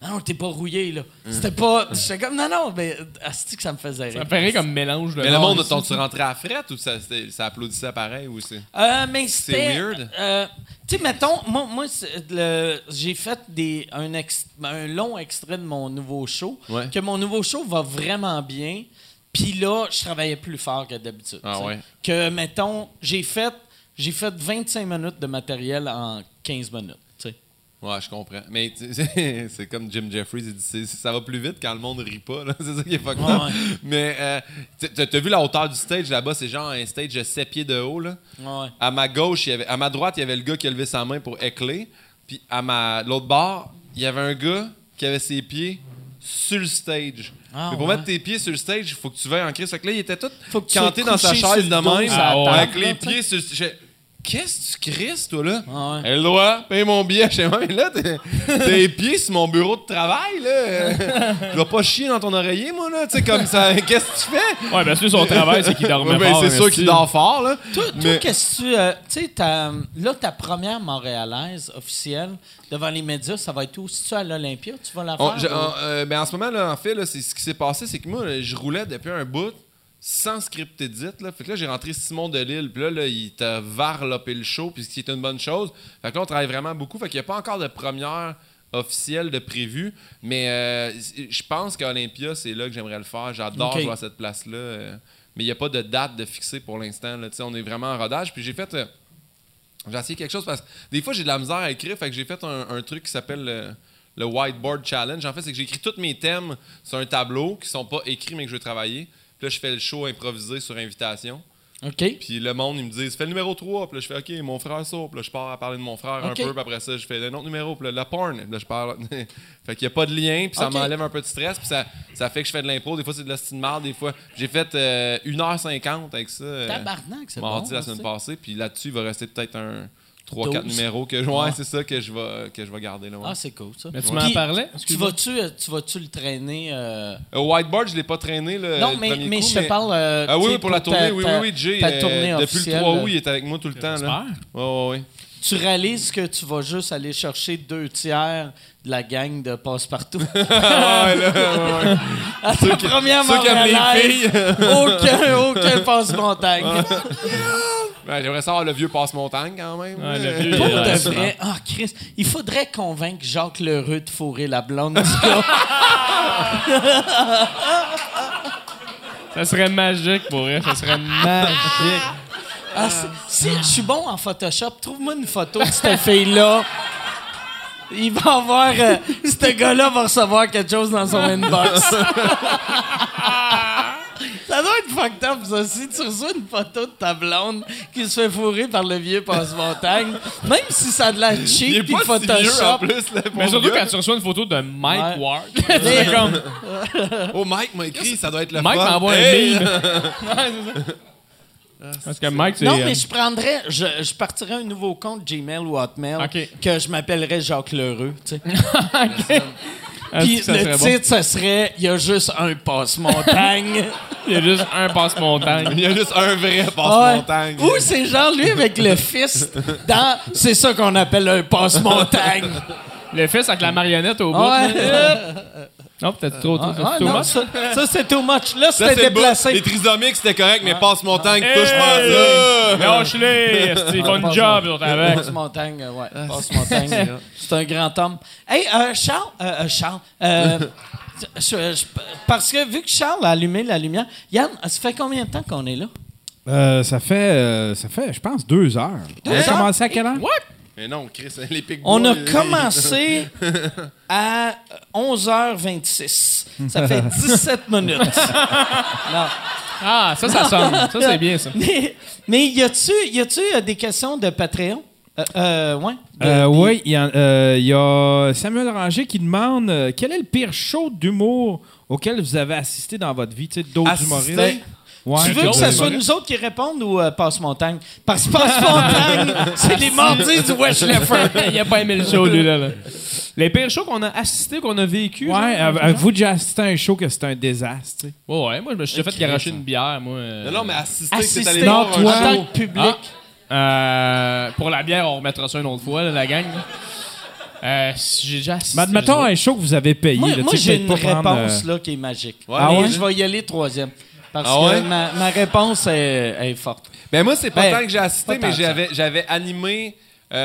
Ah non, t'es pas rouillé, là. C'était pas. J'étais comme, non, non, mais asti que ça me faisait rire. Ça me fait rire comme mélange de Mais le monde, monde. t'ont-tu rentré à frette ou ça, c'était- ça applaudissait pareil ou c'est. Euh, mais c'était. weird. euh, tu sais, mettons, moi, moi c'est le- j'ai fait des, un, ex- un long extrait de mon nouveau show. Ouais. Que mon nouveau show va vraiment bien. Puis là, je travaillais plus fort que d'habitude. Ah tu sais. ouais. Que, mettons, j'ai fait, j'ai fait vingt-cinq minutes de matériel en quinze minutes. Tu sais. Ouais, je comprends. Mais tu sais, c'est comme Jim Jeffries, il dit c'est- ça va plus vite quand le monde rit pas. là. C'est ça qui est fucked up. Ouais. Mais euh, t'as t'as vu la hauteur du stage là-bas? C'est genre un stage de sept pieds de haut. Là. Ouais. À ma gauche, il y avait, à ma droite, il y avait le gars qui a levé sa main pour écler. Puis à ma l'autre bord, il y avait un gars qui avait ses pieds sur le stage. Ah, Mais pour ouais. mettre tes pieds sur le stage, il faut que tu veuilles en crise. Fait que là, il était tout Faut que tu canté sois dans sa couché sur chaise le de dos, même. sur la Ah, avec table, les là, pieds sur. j'ai- Qu'est-ce que tu crises, toi, là? Ah, ouais. Elle doit payer mon billet chez moi. Mais là, t'es- t'as les pieds sur mon bureau de travail, là. Je vais pas chier dans ton oreiller, moi, là. Tu sais, comme ça. Qu'est-ce que tu fais? Ouais, bien sûr, son travail, c'est qu'il dormait Ouais, ben, fort. c'est sûr esti. qu'il dort fort, là. Toi, toi, Mais- qu'est-ce que tu. euh, tu sais, ta- là, ta première montréalaise officielle devant les médias, ça va être où? Si tu es à l'Olympia, tu vas la On- faire? je- ou- on- euh, ben, en ce moment, là, en fait, là, c'est, ce qui s'est passé, c'est que moi, là, je roulais depuis un bout sans script edit. Là. Fait que là, j'ai rentré Simon Delille. Puis là, là, il t'a varlopé le show, puis ce qui est une bonne chose. Fait que là, on travaille vraiment beaucoup. Fait qu'il n'y a pas encore de première officielle de prévu. Mais euh, je pense qu'à Olympia, c'est là que j'aimerais le faire. J'adore Ok. jouer à cette place-là. euh, mais il n'y a pas de date de fixer pour l'instant. Là. Tu sais, on est vraiment en rodage. Puis j'ai fait... euh, j'ai essayé quelque chose parce que des fois, j'ai de la misère à écrire. Fait que j'ai fait un, un truc qui s'appelle le, le Whiteboard Challenge. En fait, c'est que j'ai écrit tous mes thèmes sur un tableau qui sont pas écrits mais que je veux travailler. Puis là, je fais le show improvisé sur invitation. OK. Puis le monde, il me dit, fais le numéro trois. Puis là, je fais, OK, mon frère sort. Puis là, je pars à parler de mon frère OK. un peu. Puis après ça, je fais un autre numéro. Puis là, la porn. Puis là, je parle. Fait qu'il n'y a pas de lien. Puis ça OK. m'enlève un peu de stress. Puis ça, ça fait que je fais de l'impro. Des fois, c'est de la style marde. Des fois, j'ai fait euh, une heure cinquante avec ça. euh, Tabarnak, c'est mardi bon. la ça, semaine c'est- passée. Puis là-dessus, il va rester peut-être un trois quatre douze. numéros que je. Ouais. Ouais, c'est ça que je vais, que je vais garder. Là, ouais. Ah, c'est cool, ça. Mais tu Puis, m'en parlais? Tu Excuse-moi. vas-tu, euh, tu vas-tu le traîner? euh, Au whiteboard, je l'ai pas traîné. Le, Non, le mais, premier mais coup, je te parle. euh, Ah tu oui, sais, oui, pour la ta- tournée, oui, ta- oui, oui, Jay. Ta euh, tournée depuis officielle. le trois août, il est avec moi tout le temps. Là. J'espère. Ouais, ouais, ouais. Tu réalises que tu vas juste aller chercher deux tiers de la gang de passe-partout. ouais, là, ouais, ouais. À ta première ceux qui aiment les montréalaise, filles. aucun, aucun passe-montagne. Ouais, j'aimerais savoir le vieux passe-montagne quand même. Ouais, là. le vieux, Pour il est de resté vrai. Ah, Chris, il faudrait convaincre Jacques Lheureux de fourrer la blonde du gars. Ça serait magique pour vrai. Ça serait magique. Ah, si si je suis bon en Photoshop, trouve-moi une photo de cette fille-là. Il va avoir. euh, ce gars-là va recevoir quelque chose dans son inbox. Ça doit être fucked up, ça. Si tu reçois une photo de ta blonde qui se fait fourrer par le vieux passe-montagne, même si ça a de la Il est cheap puis pas si vieux en Photoshop. plus. Là, Mais mon surtout gars. quand tu reçois une photo de Mike Ouais. Ward. C'est comme. Oh, Mike m'a écrit, ça doit être le Mike fun. m'envoie Hey! un meme. Ouais, c'est ça. Parce que Mike, c'est. Non, euh, mais je prendrais, je, je partirais un nouveau compte Gmail ou Hotmail OK. que je m'appellerais Jacques Lheureux, tu sais. Ah, Puis ça le serait bon. titre, ça serait « Il y a juste un passe-montagne Il y a juste un passe-montagne. Il y a juste un vrai ». Ouais. passe-montagne. Ou c'est genre lui avec le fist dans « C'est ça qu'on appelle un passe-montagne Le fils avec la marionnette au bout. Ouais. là. Non, peut-être trop tôt. Ah, c'est too non, much. ça, ça, c'est too much. Là, Là, c'était c'est le bout. déplacé. Les trisomiques, c'était correct, mais passe-montagne, Hey! touche pas à ça. Lâche-les! Ils font une job, ils sont avec. Passe-montagne, euh, ouais. Passe-montagne. C'est un grand homme. Hey, euh, Charles, euh, euh, Charles, euh, je- je- parce que vu que Charles a allumé la lumière, Yann, ça fait combien de temps qu'on est là? Euh, ça fait, euh, ça fait, je pense, deux heures. On a heures? commencé à quelle heure? Mais non, Chris, les pics On a commencé à onze heures vingt-six. Ça fait dix-sept minutes. Non. Ah, ça, ça sonne. Ça, c'est bien, ça. Mais, mais y a-tu, y a-tu euh, des questions de Patreon? Euh, euh, ouais. De- Euh, des- oui, il y, en- euh, il y a Samuel Ranger qui demande euh, quel est le pire show d'humour auquel vous avez assisté dans votre vie, tu sais, d'autres Assisté? humoristes. Ouais, Tu veux que d'autres ce soit humoristes. nous autres qui répondent ou euh, Passe-Montagne? Parce que Passe-Montagne, c'est les mardis du Wesh Leffer. Il a pas aimé le show, lui, là. là. Les pires shows qu'on a assistés, qu'on a vécu. Ouais, av- avez-vous déjà assisté à un show que c'était un désastre, tu sais? Ouais, ouais, moi, je me suis déjà fait garocher une bière, moi. euh, Non, non, mais assister, Assister c'est allé en voir un tant show. que public. Euh, pour la bière, on remettra ça une autre fois, là, la gang. là. Euh, si j'ai déjà assisté. Mais admettons un show que vous avez payé. Moi, là, moi tu sais, j'ai peut-être une pas prendre, réponse euh, là, qui est magique. Ouais. Ah Mais ouais? je vais y aller troisième. Parce Ah que ouais? ma, ma réponse est, est forte. Ben moi, c'est pas Ben, tant que j'ai assisté, pas tant mais que ça. j'avais, j'avais animé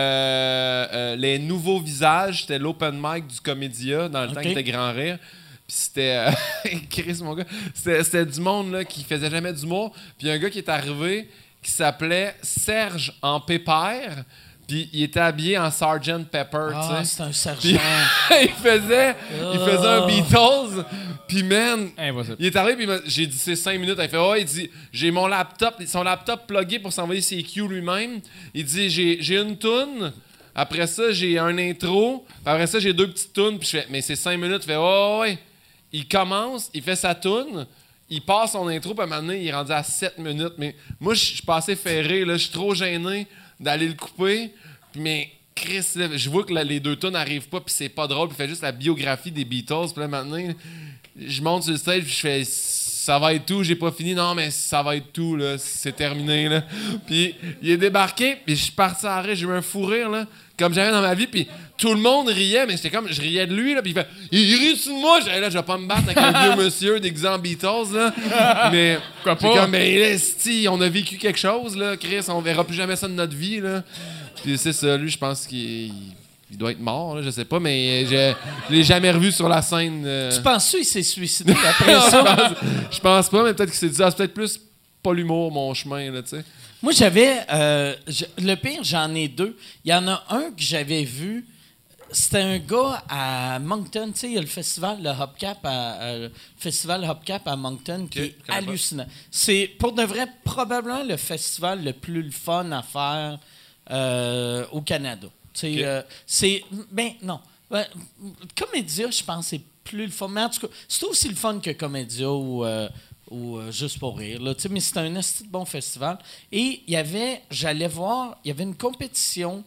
euh, euh, les nouveaux visages. C'était l'open mic du Comédia dans le Ok. temps qu'il était Grand Rire. Puis c'était... euh, Chris, mon gars. C'était, c'était du monde là, qui faisait jamais d'humour. Puis il y a un gars qui est arrivé qui s'appelait Serge en Pépère. Puis il était habillé en sergeant Pepper, Ah, tu sais. c'est un sergent. Puis il faisait, il faisait un Oh. Beatles. Puis man, Impossible. il est arrivé, puis il m'a- j'ai dit c'est cinq minutes. Il fait oh, il dit j'ai mon laptop, son laptop plugué pour s'envoyer ses cues lui-même. Il dit j'ai, j'ai une toune. Après ça, j'ai un intro. Puis après ça, j'ai deux petites tounes. Puis je fais mais c'est cinq minutes. Il fait oh, ouais. Il commence, il fait sa toune. Il passe son intro, puis à un moment donné, il est rendu à sept minutes. Mais moi, je suis passé ferré, là. Je suis trop gêné d'aller le couper. Mais Chris, là, je vois que là, les deux tunes n'arrivent pas, puis c'est pas drôle. Puis il fait juste la biographie des Beatles. Puis là, maintenant, je monte sur le stage, puis je fais ça va être tout, j'ai pas fini. Non, mais ça va être tout, là. C'est terminé, là. Puis il est débarqué, puis je suis parti à l'arrêt. J'ai eu un fou rire, là, comme j'avais dans ma vie. Puis tout le monde riait, mais j'étais comme, je riais de lui, là. Puis il fait, il, il rit sur moi. J'allais là, je vais pas me battre avec un vieux monsieur déguisé en Beatles, là. Mais, Pourquoi j'ai pas? comme, mais là, sti, on a vécu quelque chose, là, Chris. On verra plus jamais ça de notre vie, là. Puis c'est ça, lui, je pense qu'il il doit être mort, là, je sais pas, mais je, je l'ai jamais revu sur la scène. euh. Tu penses-tu qu'il s'est suicidé après Non, je, ça? pense, je pense pas, mais peut-être qu'il s'est dit, ah, c'est peut-être plus pas l'humour, mon chemin, là, tu sais. Moi, j'avais... euh, je- le pire, j'en ai deux. Il y en a un que j'avais vu. C'était un gars à Moncton. Tu sais, il y a le festival, le Hubcap, à, euh, le festival Hubcap à Moncton qui Ok, est je connais pas. hallucinant. C'est, pour de vrai, probablement le festival le plus le fun à faire euh, au Canada. Tu sais, Ok. euh, c'est... Ben, non. Ben, Comédia, je pense, c'est plus le fun. Mais en tout cas, c'est aussi le fun que Comédia ou... euh, ou euh, Juste pour rire. Là. Tu sais, mais c'était un esti de bon festival. Et il y avait, j'allais voir, il y avait une compétition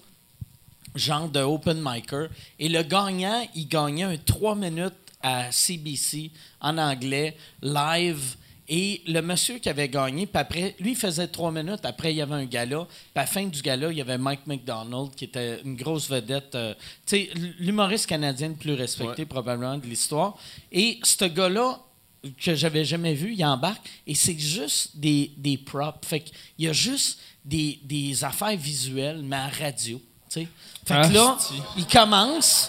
genre de open micer. Et le gagnant, il gagnait un trois minutes à C B C en anglais, live. Et le monsieur qui avait gagné, puis après, lui, il faisait trois minutes. Après, il y avait un gala. Puis à la fin du gala, il y avait Mike McDonald, qui était une grosse vedette. euh, tu sais, l'humoriste canadien le plus respecté, Ouais. probablement, de l'histoire. Et ce gars-là, que j'avais jamais vu, il embarque et c'est juste des, des props. Fait qu'il y a juste des, des affaires visuelles, mais à radio. Tu sais. Fait que Ah, là, c'est-tu. il commence.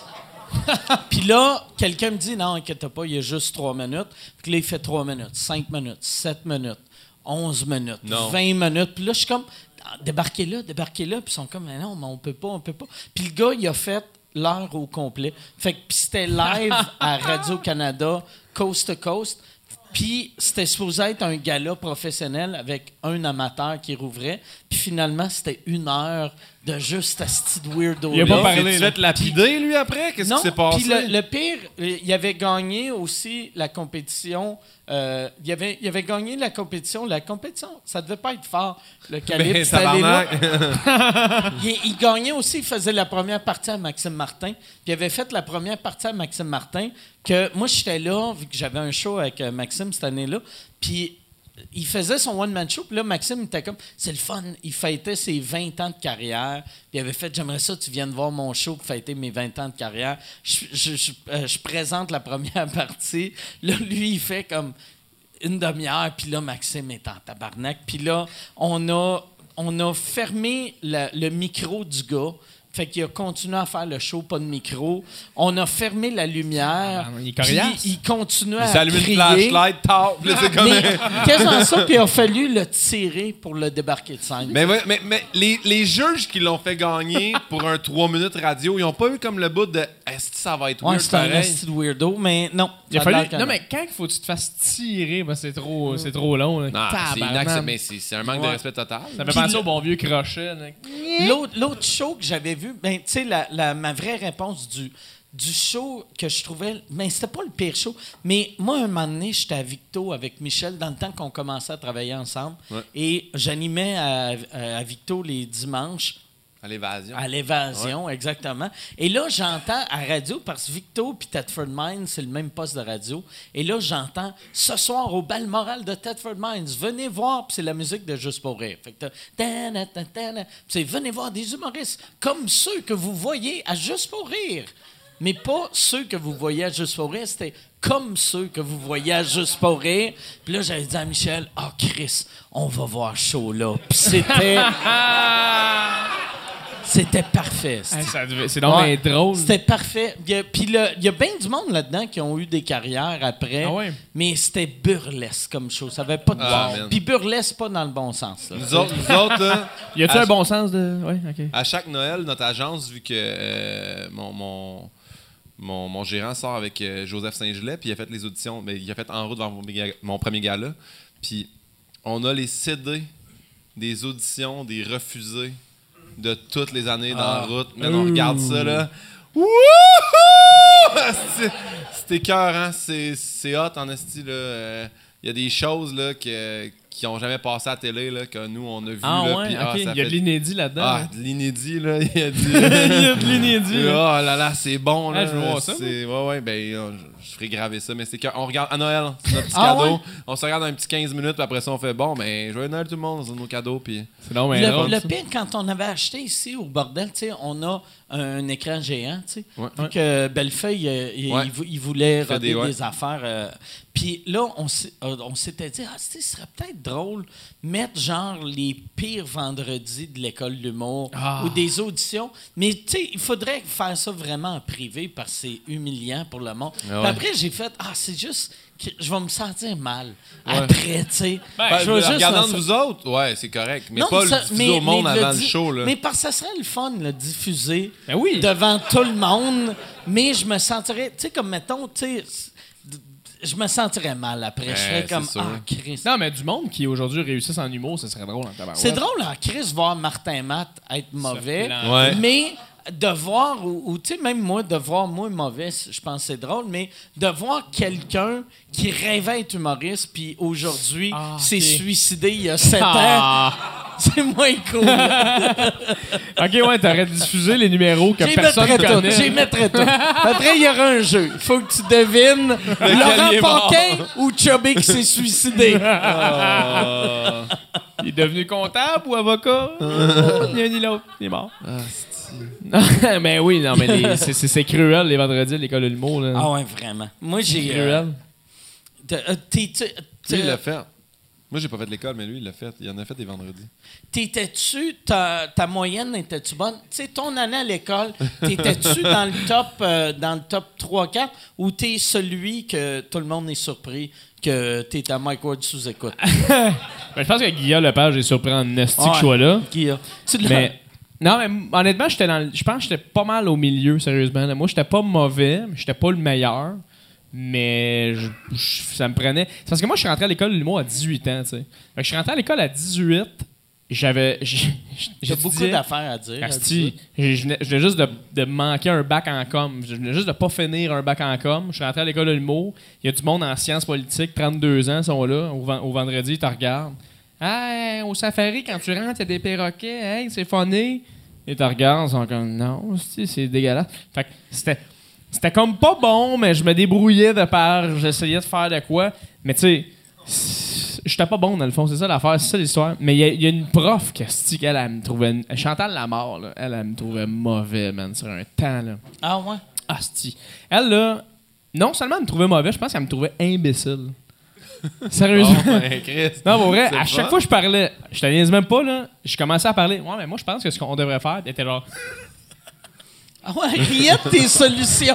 Puis là, quelqu'un me dit, non, inquiète pas, il y a juste trois minutes. Puis là, il fait trois minutes, cinq minutes, sept minutes, onze minutes, Non. vingt minutes. Puis là, je suis comme, ah, débarquez là, débarquez là. Puis ils sont comme, mais non, mais on peut pas, on peut pas. Puis le gars, il a fait l'heure au complet. Fait que puis c'était live à Radio-Canada, coast to coast. Puis c'était supposé être un gala professionnel avec un amateur qui rouvrait. Puis finalement, c'était une heure de juste à ce petit weirdo. Il a pas parlé, Tu là. vas te lapider, lui, après? Qu'est-ce Non, qui s'est passé? puis le, le pire, euh, il avait gagné aussi la compétition. euh, il, avait, il avait gagné la compétition. La compétition, ça devait pas être fort, le calibre. Ben, c'était allé là. tabarnak. il, il gagnait aussi, il faisait la première partie à Maxime Martin. Puis il avait fait la première partie à Maxime Martin. Que moi, j'étais là, vu que j'avais un show avec euh, Maxime cette année-là. Puis il faisait son one-man show. Puis là, Maxime était comme, c'est le fun. Il fêtait ses vingt ans de carrière. Puis il avait fait, j'aimerais ça, tu viennes voir mon show pour fêter mes vingt ans de carrière. Je, je- je- euh, je présente la première partie. Là, lui, il fait comme une demi-heure. Puis là, Maxime est en tabarnak. Puis là, on a, on a fermé la- le micro du gars. Fait qu'il a continué à faire le show, pas de micro. On a fermé la lumière. Ah, il est puis coriace. il continuait Il à s'allume une crier. flashlight, tard. Puis là, c'est comme... Mais quasiment ça, puis il a fallu le tirer pour le débarquer de scène. Mais, ouais, mais, mais les, les juges qui l'ont fait gagner pour un trois minutes radio, ils ont pas eu comme le bout de est-ce que ça va être Ouais, weird c'est un pareil? esti de weirdo, mais non. Il a ça a l'air fallu... que Non, mais quand il faut que tu te fasses tirer, ben c'est trop, c'est trop long. Là. Non, c'est Tabarnak. inacceptable, mais c'est c'est un manque de Ouais. respect total. Ça me fait Puis penser le- au bon vieux crochet. Là. L'autre, l'autre show que j'avais vu, ben, tu sais, la, la- ma vraie réponse du, du show que je trouvais, ben, c'était pas le pire show, mais moi, un moment donné, j'étais à Victo avec Michel dans le temps qu'on commençait à travailler ensemble Ouais. et j'animais à, à, à Victo les dimanches. À l'évasion. À l'évasion, exactement. Et là, j'entends à radio, parce que Victo puis Thetford Mines, c'est le même poste de radio. Et là, j'entends « Ce soir, au Balmoral de Thetford Mines, venez voir. » Puis c'est la musique de Juste pour rire. Fait que t'as « Tana, tana, tana. » Puis c'est « Venez voir des humoristes comme ceux que vous voyez à Juste pour rire. » Mais pas ceux que vous voyez à Juste pour rire, c'était comme ceux que vous voyez à Juste pour rire. Puis là, j'avais dit à Michel, « Ah, oh, Chris, on va voir ce show-là. » Puis c'était... C'était parfait. C'était... Hey, ça devait- c'est donc Ouais, bien drôle. C'était parfait. Il y a- Puis le- il y a bien du monde là-dedans qui ont eu des carrières après. Ah ouais? Mais c'était burlesque comme show. Ça avait pas de Ah, bon. man. Puis burlesque, pas dans le bon sens. Là. Nous autres, nous autres là, Y a-tu à- un bon sens de. Ouais, ok. à chaque Noël, notre agence, vu que euh, mon, mon, mon, mon gérant sort avec euh, Joseph Saint-Gelais, puis il a fait les auditions, mais il a fait En route vers mon, ga- mon premier gala, puis on a les C D des auditions, des refusés de toutes les années dans Ah. la route. Mais on regarde ça, là. Wouhou! C'est- C'est écœurant, c'est c'est hot en esti, là. Euh, Il y a des choses, là, que, qui ont jamais passé à la télé, là, que nous, on a vu, Ah là. ouais, puis, ok. ah, ça Il y a fait- de l'inédit là-dedans. Ah, là. de l'inédit, là. Il y a du... Il y a de l'inédit. Oh là. là là, c'est bon, là. Ah, je veux voir ça, C'est... Ouais, ouais, ben, euh, je, je ferai graver ça. Mais c'est qu'on regarde à Noël, c'est notre petit Ah cadeau. ouais? On se regarde un petit quinze minutes, puis après ça, on fait bon, ben, joyeux Noël tout le monde, c'est nos cadeaux, puis... C'est donc bien Le, drôle. le ça. pire, quand on avait acheté ici au bordel, tu sais, on a un écran géant, tu sais. Ouais. Vu que Bellefeuille, euh, il, Ouais. il vou- il voulait Fait roder des- des, ouais. affaires. euh, Puis là, on, s'est- euh, on s'était dit, ah, tu sais, ce serait peut-être drôle mettre genre les pires vendredis de l'école d'humour Ah. ou des auditions. Mais tu sais, il faudrait faire ça vraiment en privé parce que c'est humiliant pour le monde. Ah Puis ouais. après, j'ai fait, ah, c'est juste que je vais me sentir mal après, tu sais. Ben, Je vais juste regardant me- de vous autres, ouais, c'est correct. Mais non, pas ça- le diffuser au monde mais avant le di- show, là. Mais parce que ça serait le fun, le diffuser Ben oui. devant tout le monde. Mais je me sentirais, tu sais, comme mettons, tu sais, d- je me sentirais mal après. Ouais, je serais c'est comme, sûr. ah, Chris. Non, mais du monde qui aujourd'hui réussissent en humour, ça serait drôle en tabarouette. C'est drôle, en Chris, voir Martin Matt être mauvais. plan. Ouais. Mais de voir, ou, ou, tu sais, même moi, de voir moi mauvais, je pense que c'est drôle, mais de voir quelqu'un qui rêvait être humoriste, puis aujourd'hui Ah, s'est ok. suicidé il y a sept ans, Ah. c'est moins cool. Ok, ouais, t'aurais diffusé les numéros que J'y personne mettrais tout. connaît. J'y mettrais tout. Après, il y aura un jeu. Il faut que tu devines il est Laurent mort. Paquin ou Chubby qui s'est suicidé. Il est devenu comptable ou avocat? Ni un ni l'autre. Il est mort. Ah, mais oui, non, mais les- c'est, c'est, c'est cruel les vendredis à l'école de l'humour. Là. Ah ouais, vraiment. Moi, j'ai... Cruel. euh, t'es- euh, t'es- t'es- Lui, il l'a fait. Moi, j'ai pas fait l'école, mais lui, il l'a fait. Il en a fait des vendredis. T'étais-tu... Ta, ta moyenne, était-tu bonne? Tu sais, ton année à l'école, t'étais-tu dans le top euh, dans le top trois quatre ou t'es celui que tout le monde est surpris que t'es à Mike Ward sous-écoute? Ben, je pense que Guillaume Lepage est surpris en esti Ouais. que je sois là. Qui a- Tu l'as- Mais non, mais m- honnêtement, j'étais dans le- je pense que j'étais pas mal au milieu, sérieusement. là. Moi, j'étais pas mauvais, mais j'étais pas le meilleur. Mais je- je- ça me prenait. C'est parce que moi, je suis rentré à l'école de l'humour à dix-huit ans, tu sais. Fait que je suis rentré à l'école à dix-huit. J'avais. j'ai- J'ai j'étudiais- beaucoup d'affaires à dire. Asti, je je venais je venais juste de, de manquer un bac en com. Je venais juste de pas finir un bac en com. Je suis rentré à l'école de l'humour. Il y a du monde en sciences politiques, trente-deux ans, sont là. Au, ven- au vendredi, ils te regardent. Hey, au safari, quand tu rentres, il y a des perroquets. Hey, c'est funny. Ils te regardent, ils sont comme non, asti, c'est dégueulasse. Fait que c'était. C'était comme pas bon, mais je me débrouillais de part. J'essayais de faire de quoi. Mais tu sais, c- j'étais pas bon dans le fond, c'est ça l'affaire, c'est ça l'histoire. Mais il y, a- il y a une prof qui elle, elle me trouvait. Chantal Lamarre, là, elle, elle me trouvait mauvais, man, sur un temps, là. Ah ouais? Asti. Elle, là, non seulement elle me trouvait mauvais, je pense qu'elle me trouvait imbécile. Sérieusement. Oh, ben, Chris. Non, pour vrai, C'est à le chaque fun. fois que je parlais, je te niaise même pas, là, je commençais à parler. Ouais, mais moi, je pense que ce qu'on devrait faire, elle était genre. Ah ouais, riait de tes solutions.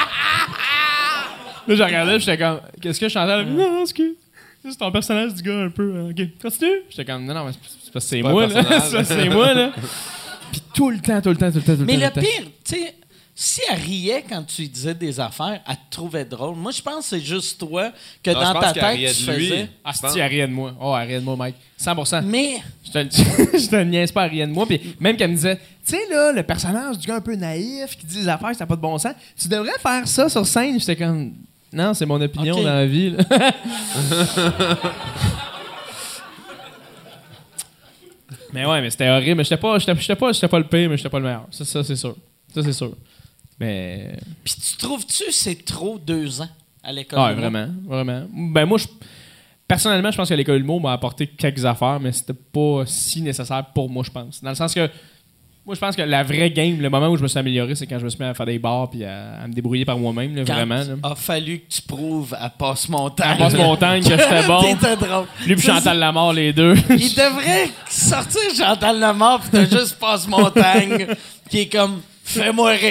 Là, je regardais, j'étais comme, qu'est-ce que je chantais? Elle dit, non, excuse. C'est ton personnage du gars un peu. euh, ok, continue. J'étais comme, non, non, mais c'est c'est parce que c'est pas moi, un là. personnage. C'est parce que c'est moi, là. Puis tout le temps, tout le temps, tout le temps, tout le Mais temps. le tout le temps. pire, tu sais, si elle riait quand tu lui disais des affaires, elle te trouvait drôle. Moi, je pense que c'est juste toi que Non, je dans pense ta qu'elle tête, riait tu de lui. faisais. Ah, Je pense- si, elle riait de moi. Oh, elle riait de moi, Mike. cent pour cent. Mais, Je te, je te niaise pas, elle riait de moi. Puis même qu'elle me disait, tu sais, là, le personnage du gars un peu naïf qui dit des affaires, ça n'a pas de bon sens. Tu devrais faire ça sur scène. J'étais comme, non, c'est mon opinion Ok. dans la vie. là. Mais ouais, mais c'était horrible. Mais j'étais pas, j'étais, j'étais pas, j'étais pas le pire, mais j'étais pas le meilleur. Ça, ça c'est sûr. Ça, c'est sûr. Mais. Puis tu trouves-tu que c'est trop deux ans à l'école? Ouais, de vraiment. Vraiment. Ben, moi, je. Personnellement, je pense que l'école Humour m'a apporté quelques affaires, mais c'était pas si nécessaire pour moi, je pense. Dans le sens que. Moi, je pense que la vraie game, le moment où je me suis amélioré, c'est quand je me suis mis à faire des bars puis à, à me débrouiller par moi-même, là, Quand vraiment. Là. a fallu que tu prouves à Passe-Montagne. À Passe-Montagne que j'étais bon. T'étais drôle. Lui puis Chantal Lamarre, les deux. Il devrait sortir Chantal Lamarre pis t'as juste Passe-Montagne qui est comme « Fais-moi rire ».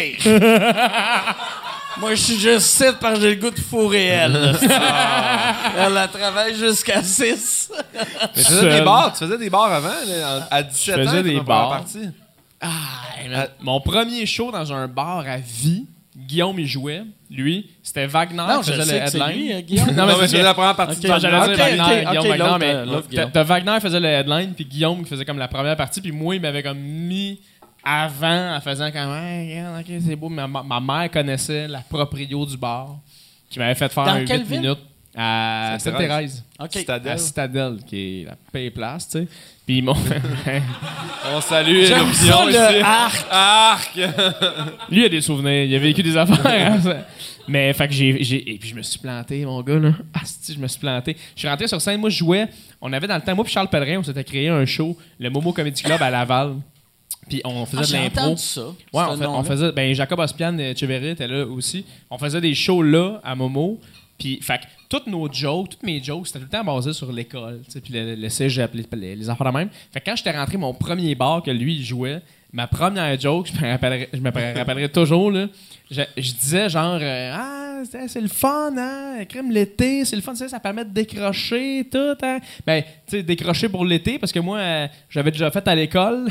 Moi, je suis juste site parce que j'ai le goût de fourrer elle. Ah. Elle, elle travaille jusqu'à six. Mais tu faisais des bars, tu faisais des bars avant, là, à dix-sept ans. Je faisais des bars. Partie. Ah, man. Mon premier show dans un bar à vie, Guillaume y jouait. Lui, c'était Wagner Non, qui je faisait sais le que c'est headline. lui, euh, Guillaume. Non, mais parce c'est que- la première partie Ok, de Enfin, j'allais Wagner. dire Ok, Wagner, ok, Guillaume ok, Wagner, l'autre, mais euh, l'autre t'as- Guillaume. t'as Wagner faisait le headline, puis Guillaume qui faisait comme la première partie, puis moi, il m'avait comme mis avant en faisant comme hey, regarde, ok, c'est beau. Ma, ma mère connaissait la proprio du bar, qui m'avait fait faire Dans un quelle huit ville? minutes à Sainte-Thérèse. Sainte-Thérèse. OK. Citadelle. À Citadelle, qui est la paix place, tu sais. Puis ils m'ont On salue J'aime l'opinion ça, ici. le arc. Arc! Lui, il a des souvenirs. Il a vécu des affaires. Hein, ça. Mais, fait que j'ai, j'ai. Et puis, je me suis planté, mon gars, là. Ah, si, je me suis planté. Je suis rentré sur scène. Moi, je jouais. On avait dans le temps, moi, puis Charles Pellerin, on s'était créé un show, le Momo Comedy Club à Laval. Puis, on faisait Ah, de j'ai l'impro. entendu ça. Ouais, ce on, fait- on nom-là. faisait. Ben, Jacob Ospian et Echeverry étaient là aussi. On faisait des shows là, à Momo. Puis, fait que toutes nos jokes, toutes mes jokes, c'était tout le temps basé sur l'école, tu sais, puis le, le cégep, les, les, les affaires de même. Fait que quand j'étais rentré, mon premier bar que lui, il jouait, ma première joke, je me rappellerai, je me rappellerai toujours, là, je, je disais genre, euh, ah, c'est, c'est le fun, hein, crème l'été, c'est le fun, tu sais, ça permet de décrocher, tout, hein. Ben, tu sais, décrocher pour l'été, parce que moi, euh, j'avais déjà fait à l'école.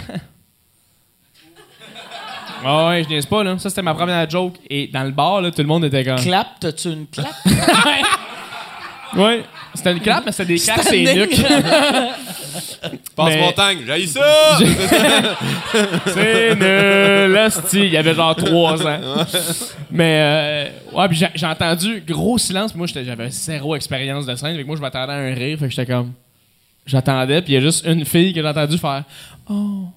Ah ouais, je niaise pas, là. Ça, c'était ma première joke. Et dans le bar, là, tout le monde était comme... Clap, t'as-tu une clap? Ouais, c'était une clap, mais c'était des claps et Standing. nuques. Passe-montagne, j'ai ça! C'est nul, asti. Il y avait genre trois ans. Mais, euh, ouais, puis j'ai, j'ai entendu gros silence. Puis moi, j'étais, j'avais zéro expérience de scène. Fait que moi, je m'attendais à un rire. Fait que j'étais comme. J'attendais, puis il y a juste une fille que j'ai entendu faire Oh.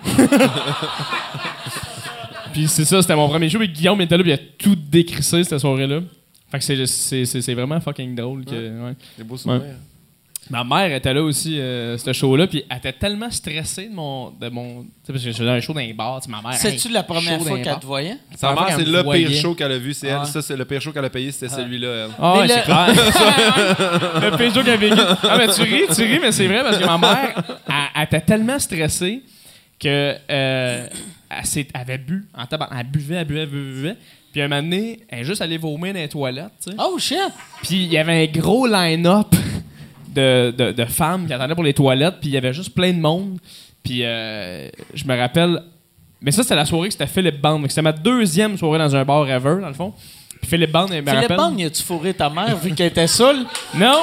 Puis c'est ça, c'était mon premier show. Puis Guillaume était là, puis il a tout décrissé cette soirée-là. Fait que c'est, c'est, c'est, c'est vraiment fucking drôle. Que, ouais. Des beaux souvenirs. Ouais. Ma mère était là aussi, euh, ce show-là, puis elle était tellement stressée de mon. De mon tu sais, parce que je faisais un show dans les bars, tu sais, ma mère. C'est-tu hey, la première show fois dans les qu'elle bars. te voyait? Sa mère, c'est qu'elle le me voyait. pire show qu'elle a vu, c'est elle. Ah. Ça, c'est le pire show qu'elle a payé, c'était celui-là, elle. Ah Mais ouais, le- c'est clair. Le pire show qu'elle a vécu. Ah, mais tu ris, tu ris, mais c'est vrai parce que ma mère, elle, elle était tellement stressée que euh, elle, s'est- elle avait bu en tabac. Elle buvait, elle buvait, elle buvait, elle buvait. Puis un moment donné, elle est juste allée vomir dans les toilettes, tu sais. Oh, shit! Puis il y avait un gros line-up de, de, de femmes qui attendaient pour les toilettes, puis il y avait juste plein de monde. Puis euh, je me rappelle... Mais ça, c'était la soirée que c'était Philippe Bande. C'était ma deuxième soirée dans un bar ever, dans le fond. Puis Philippe Bande, elle me Philippe rappelle... Bande, as-tu fourré ta mère vu qu'elle était saoule? Non!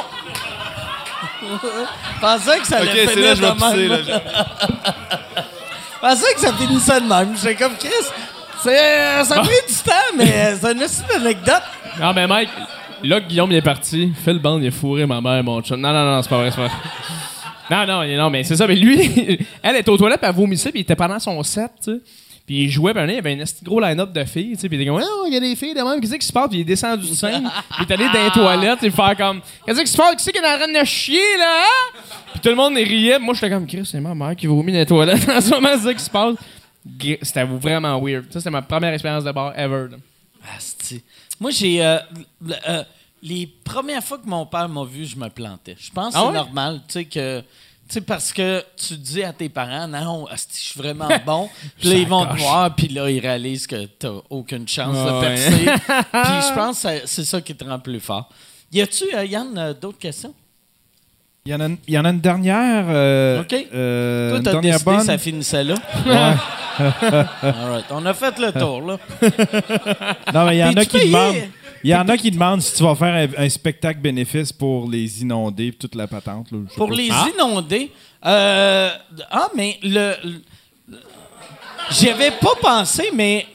Pensais que ça allait Ok, c'est finir là, je vais de même. pisser, là. Pensais que ça finissait de même. J'étais comme Chris. C'est, euh, ça a pris du temps, mais euh, c'est une petite anecdote. Non, mais Mike, là que Guillaume il est parti, Phil Bande, il a fourré ma mère, mon chum. Non, non, non, c'est pas vrai, c'est pas vrai. Non, non, non, mais c'est ça. Mais lui, elle était aux toilettes, puis elle vomissait, puis il était pendant son set, tu sais. Puis il jouait, puis un, il y avait un esti gros line-up de filles, tu sais. Puis il était comme, oh, il y a des filles de même, qu'est-ce qui se passe? Puis il est descendu de scène, puis il est allé dans les toilettes, et faire comme, qu'est-ce qui se passe? Qui c'est qui est en train de chier, là? Hein? Puis tout le monde riait, puis moi j'étais comme, Chris, c'est ma mère qui vomit dans les toilettes en ce moment, c'est ça qui se passe. Gr- C'était vraiment weird. Ça, c'était ma première expérience de bar ever, là. Asti. Moi, j'ai. euh, le- euh, les premières fois que mon père m'a vu, je me plantais. Je pense que Ah c'est ouais? normal, tu sais, que. Tu sais, parce que tu dis à tes parents, non, asti, je suis vraiment bon. Puis là, ils vont te Sacoche. voir, puis là, ils réalisent que t'as aucune chance Ah de ouais. percer. Puis je pense que c'est- c'est ça qui te rend plus fort. Y a-tu, euh, Yann, euh, d'autres questions? Il y en a une, il y en a une dernière. euh, OK. euh, Toi, une t'as dernière décidé bonne. que ça finissait là? All right. On a fait le tour, là. Non, mais il y en a T'es-tu qui payé? demandent. Il y en a qui demandent si tu vas faire un, un spectacle bénéfice pour les inondés et toute la patente. Là, je sais Pour pas. les Ah. inondés. euh, ah, mais le. le- J'y avais pas pensé, mais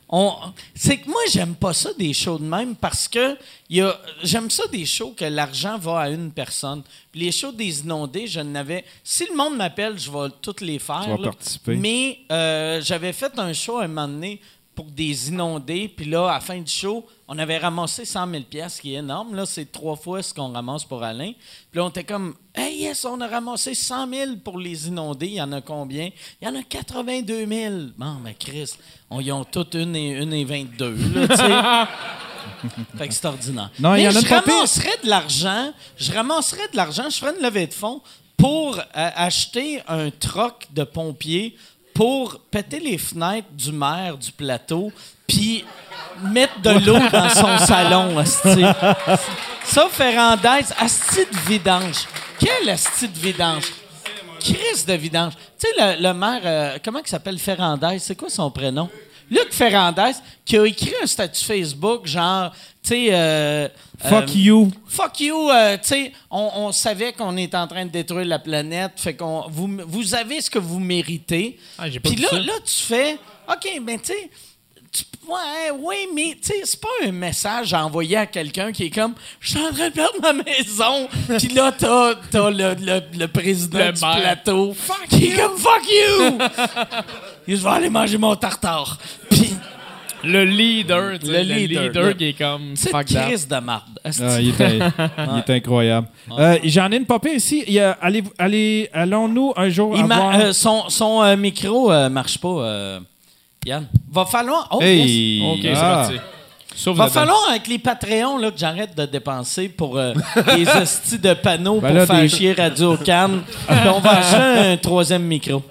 on, c'est que moi, j'aime pas ça des shows de même parce que y a, j'aime ça des shows que l'argent va à une personne. Puis les shows des inondés, je n'avais... Si le monde m'appelle, je vais toutes les faire. Tu vas là. participer. Mais euh, j'avais fait un show un moment donné pour des inondés. Puis là, à la fin du show, on avait ramassé cent mille piastres, ce qui est énorme. Là, c'est trois fois ce qu'on ramasse pour Alain. Puis là, on était comme, « Hey, yes, on a ramassé cent mille pour les inondés. Il y en a combien? Il y en a quatre-vingt-deux mille. Bon, mais Chris, on y ont toutes une et, une et vingt-deux, là, tu sais. Fait que c'est ordinaire. Non, il y mais en a je pas pire. ramasserais de l'argent. Je ramasserais de l'argent. Je ferais une levée de fonds pour euh, acheter un troc de pompiers pour péter les fenêtres du maire du plateau puis mettre de l'eau dans son salon, asti. Ça, Ferrandez, asti de vidange. Quel asti de vidange? Chris de vidange. Tu sais, le, le maire, euh, comment il s'appelle Ferrandez? C'est quoi son prénom? Luc Ferrandez, qui a écrit un statut Facebook, genre, tu sais... Euh, Fuck euh, you. Fuck you, euh, tu sais, on, on savait qu'on est en train de détruire la planète, fait qu'on vous, vous avez ce que vous méritez. Ah, j'ai pas Puis vu là, ça. là, tu fais, OK, ben tu sais, tu- ouais, oui, mais tu sais, c'est pas un message à envoyer à quelqu'un qui est comme, je suis en train de perdre ma maison. Puis là, t'as, t'as le, le, le président Le du maire. plateau qui est comme, fuck you. Je vais aller manger mon tartare. Puis, Le leader, tu sais, Le le leader, leader, le- qui est comme c'est fuck that. Chris de marde. asti. Ah, il, est, il est incroyable. Euh, J'en ai une popée ici. Il y a, allez, allez, allons-nous un jour Il avoir... ma- euh, son son euh, micro euh, marche pas, euh, Yann. Va falloir. Oh, yes. Hey! Ok, c'est Ah. parti. Sauf Va là-dedans. falloir avec les Patreons là, que j'arrête de dépenser pour euh, les hosties de panneaux Ben pour là, faire des- chier Radio Cannes. Puis on va acheter un troisième micro.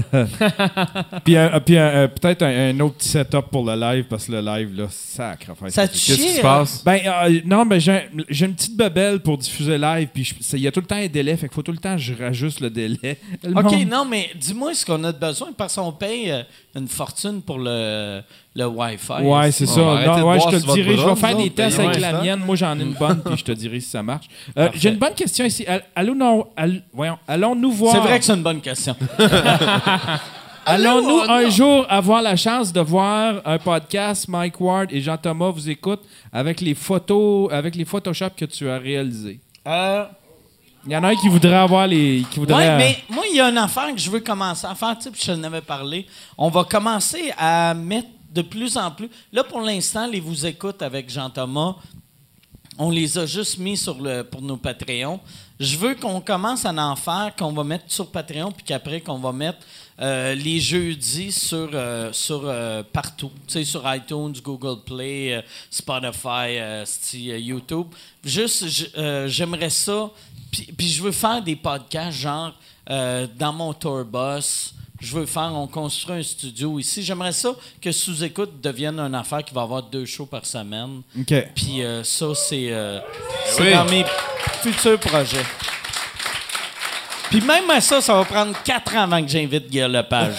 Puis, un- puis un- un- peut-être un, un autre petit setup pour le live, parce que le live, là, sacre. affaire. Ça te Qu'est-ce qui chie, se hein? passe? Ben, euh, non, ben, j'ai un- j'ai une petite bebelle pour diffuser live, puis je- c'est- il y a tout le temps un délai, fait qu'il faut tout le temps que je rajuste le délai. Le OK, monde- non, mais dis-moi ce qu'on a de besoin parce qu'on paye euh, une fortune pour le, le Wi-Fi. Ouais, c'est On ça. va arrêter Non, de ouais, je boire te sur le dirai. votre Je vais bras, faire vous des autres, tests payez avec moins la ça. mienne. Moi, j'en ai une bonne, puis je te dirai si ça marche. Euh, J'ai une bonne question ici. All- Allons, non, all- voyons, allons-nous voir... C'est vrai que c'est une bonne question. Allons-nous Allô, un non. jour avoir la chance de voir un podcast, Mike Ward et Jean-Thomas vous écoutent, avec les photos, avec les Photoshop que tu as réalisés? Euh, Il y en a un qui voudrait avoir les... Qui voudrait, Oui, euh, mais moi, il y a une affaire que je veux commencer à faire, tu sais, puis je t'en avais parlé. On va commencer à mettre de plus en plus... Là, pour l'instant, les Vous écoute avec Jean-Thomas, on les a juste mis sur le, pour nos Patreons. Je veux qu'on commence à en faire, qu'on va mettre sur Patreon, puis qu'après, qu'on va mettre euh, les jeudis sur, euh, sur euh, partout. Tu sais, sur iTunes, Google Play, euh, Spotify, euh, sti- euh, YouTube. Juste, je- euh, j'aimerais ça. Puis, puis je veux faire des podcasts, genre, euh, dans mon tourbus. Je veux faire, on construit un studio ici. J'aimerais ça que Sous-Écoute devienne une affaire qui va avoir deux shows par semaine. OK. Puis euh, ça, c'est euh, c'est Oui. dans mes futurs projets. Puis même à ça, ça va prendre quatre ans avant que j'invite Guy Lepage.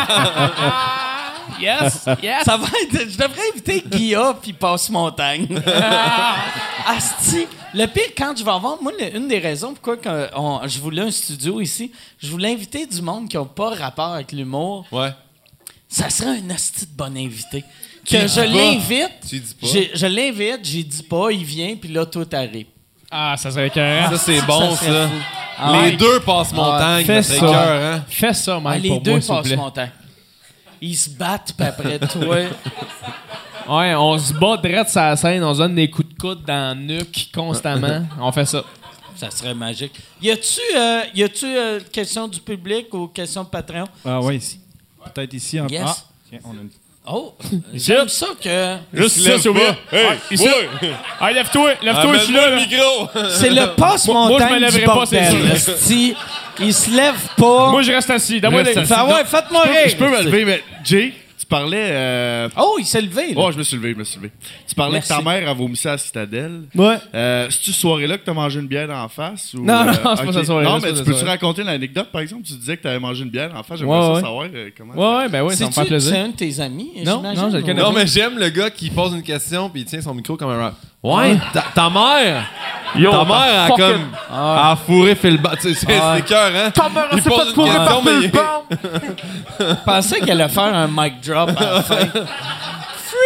Yes, yes. Ça va être, je devrais inviter Guilla puis Passe-Montagne. Asti. Le pire, quand je vais avoir... Moi, le- une des raisons pourquoi que on- je voulais un studio ici, je voulais inviter du monde qui n'a pas rapport avec l'humour. Ouais. Ça serait un asti de bon invité. Tu Que y je dis pas. l'invite. Tu y dis pas. j'ai- Je l'invite, j'ai dit pas, il vient, puis là, tout arrive. Ah, ça serait écœurant. Ça, c'est bon, serait ça. fou. Les ouais. deux passent montagne. fais ça ça. serait écœurant. Fais ça, Ah, Mike, les pour deux moi, s'il vous passent plaît. mon temps. Ils se battent, puis après, toi... Ouais, on se bat direct sur la scène, on se donne des coups de coude dans le nuque constamment. On fait ça. Ça serait magique. Y a-tu, euh, y a-tu euh, question du public ou question de Patreon? Ah oui, ici. Peut-être ici. En... Yes. Ah, tiens, on a une... Oh, j'aime ça que... Juste se lève ça, s'il vous plaît. pas. Hey, Ouais, ici. ouais. Ah, lève-toi, lève-toi, je suis Amène-moi là. le là. micro. C'est le Moi- moi, je me passe-montagne du lèverai pas, c'est bordel. sûr. esti. Il se lève pas. Moi, je reste assis. Donne-moi Reste les- assis. Fait, ouais, faites-moi rire. Je peux me lever, mais Jay, tu parlais. Euh... Oh, il s'est levé, là. Oh, je me suis levé, je me suis levé. Tu parlais Merci. que ta mère a vomissé à la citadelle. Ouais. Euh, C'est-tu cette soirée-là que t'as mangé une bière en face? Ou, Non, non, euh, c'est pas ok. cette soirée-là, Non, c'est mais pas tu cette peux-tu soirée. raconter l'anecdote, par exemple? Tu disais que t'avais mangé une bière en face. J'aimerais Ouais, ça ouais. savoir euh, comment. Ouais, ouais, ben ouais, ça me C'est-tu- fait plaisir. C'est un de tes amis, Non, j'imagine, non, je le ou- connais Non, mais j'aime le gars qui pose une question puis il tient son micro comme un rap. Ouais, Ouais. ta, ta mère, Yo, ta mère a fucking- comme a fourré Phil Bond. Tu sais, c'est Ah. c'est cœur, hein? Ta mère, Il elle s'est pose fait une fourrer question, par mais Phil il- Bond. Je pensais qu'elle allait faire un mic drop à la fin.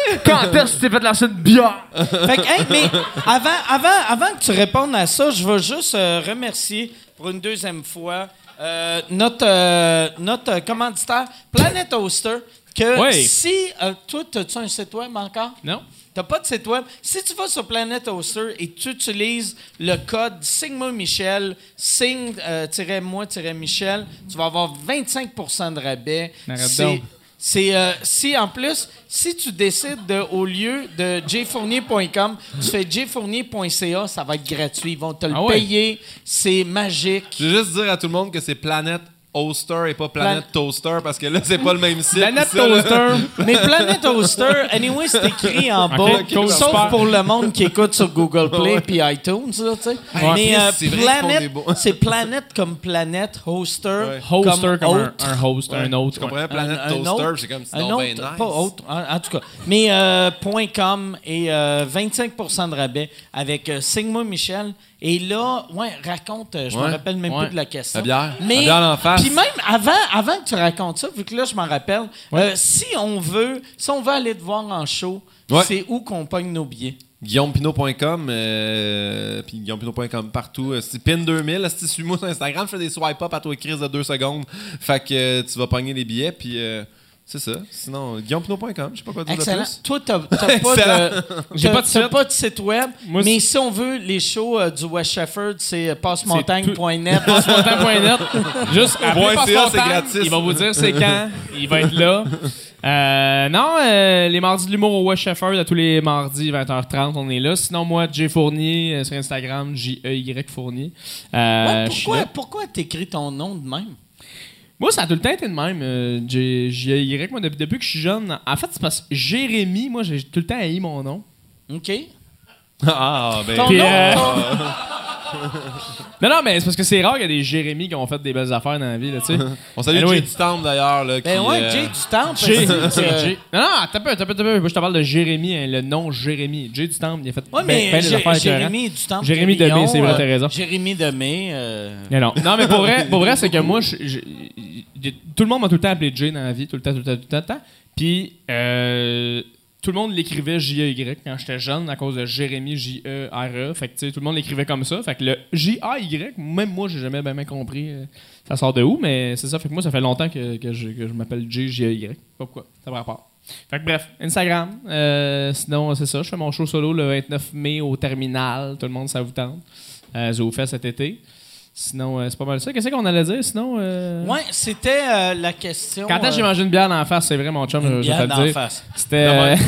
Quand est-ce que tu t'es fait lancer une bière? Fait que, hey, mais avant, avant, avant que tu répondes à ça, je veux juste euh, remercier pour une deuxième fois euh, notre, euh, notre commanditaire, Planet Hoster, que Oui. si... Euh, toi, as-tu un site web encore? Non? T'as pas de site web. Si tu vas sur Planet Hoster et tu utilises le code Signe-moi Michel, signe-moi-michel, tu vas avoir vingt-cinq pour cent de rabais. Arrête C'est, donc. c'est euh, si en plus, si tu décides de, au lieu de j fournier point com, tu fais j fournier point c a, ça va être gratuit. Ils vont te le Ah ouais? payer. C'est magique. Je veux juste dire à tout le monde que c'est Planet Hoster et pas Planet Plan- Toaster parce que là, c'est pas le même site. Planète ça, là. Toaster. Mais Planet Hoster, anyway, c'est écrit en bas. Ok, cool, sauf super. pour le monde qui écoute sur Google Play puis iTunes, là, tu sais. Ouais. Mais euh, C'est vrai qu'ils font Planet, des beaux- c'est Planet comme planète, Hoster. Ouais. Hoster comme, un, hôte. un host, un autre. Tu comprends? ouais. Planet Un- un Toaster, autre- c'est comme c'est un donc autre, ben nice. pas autre, en, en tout cas. Mais euh, .com et euh, vingt-cinq pour cent de rabais avec euh, Signe-moi Michel. Et là, ouais, raconte, euh, je Ouais, me rappelle même ouais. plus de la question. La bière. Mais, La bière en face. Puis même avant, avant que tu racontes ça, vu que là, je m'en rappelle, euh, si on veut, si on veut aller te voir en show, Ouais. c'est où qu'on pogne nos billets? guillaume pinot point com euh, puis guillaume pinot point com partout. Euh, C'est pin deux mille. Si tu suis-moi sur Instagram, je fais des swipe up à toi Chris de deux secondes. Fait que euh, tu vas pogner les billets, puis euh, c'est ça. Sinon, guillaume pinot point com, je sais pas quoi dire Excellent. de plus. Toi, t'as t'as pas de, J'ai t'as- pas de t'as site. pas de site web, Moi, mais c'est- si on veut les shows euh, du West Shefford, c'est passemontagne point net. Passemontagne point net. Juste après Point C A, c'est Passemontagne, gratis. il va vous dire c'est quand. Il va être là. Euh, non, euh, les mardis de l'humour au West Shefford, à tous les mardis, vingt heures trente, on est là. Sinon, moi, J Fournier euh, sur Instagram, J E Y Fournier. Euh, Ouais, je suis pourquoi là. pourquoi t'écris ton nom de même? Moi, ça a tout le temps été de même. euh, J J E Y, moi, depuis, depuis que je suis jeune. En fait, c'est parce que Jérémy, moi, j'ai tout le temps haï mon nom. OK? Ah, ben. Ton Puis, nom, euh, ton- Non, non, mais c'est parce que c'est rare qu'il y a des Jérémy qui ont fait des belles affaires dans la vie, là, tu sais. On salue Anyway. Jay du Temple d'ailleurs. Là, Ben qui, ouais, euh, Jay du Temple. Jay, parce que- c'est Jay. Non, non, t'as peu, t'as peu, t'as peu. Moi, je te parle de Jérémy, hein, le nom Jérémy. Jay du Temple, il a fait Ouais, ben- mais ben des Jé- affaires Jérémy du Temple. Jérémy Quévillon, Demé, c'est vrai, euh, t'as raison. Jérémy Demé. euh, Mais non. Non, mais pour vrai, pour vrai c'est que moi, je- je- je- tout le monde m'a tout le temps appelé Jay dans la vie, tout le temps, tout le temps, tout le temps. Tout le temps. Puis, euh, tout le monde l'écrivait J E Y quand j'étais jeune à cause de Jérémy J E R E. Fait que, tu sais, tout le monde l'écrivait comme ça. Fait que le J A Y, même moi, j'ai jamais bien compris euh, ça sort de où, mais c'est ça. Fait que moi, ça fait longtemps que, que je, que je m'appelle J J E Y. Pas pourquoi. Ça va rapport. Fait que bref, Instagram. Euh, sinon, c'est ça. Je fais mon show solo le vingt-neuf mai au Terminal. Tout le monde, ça vous tente. Euh, J'ai fait cet été. Sinon, euh, c'est pas mal ça. Qu'est-ce qu'on allait dire sinon? Euh... Ouais, c'était euh, la question. Quand est-ce que j'ai euh, mangé une bière dans la face, c'est vrai, mon chum, je, je vais bière te le d'en dire. face. C'était. euh,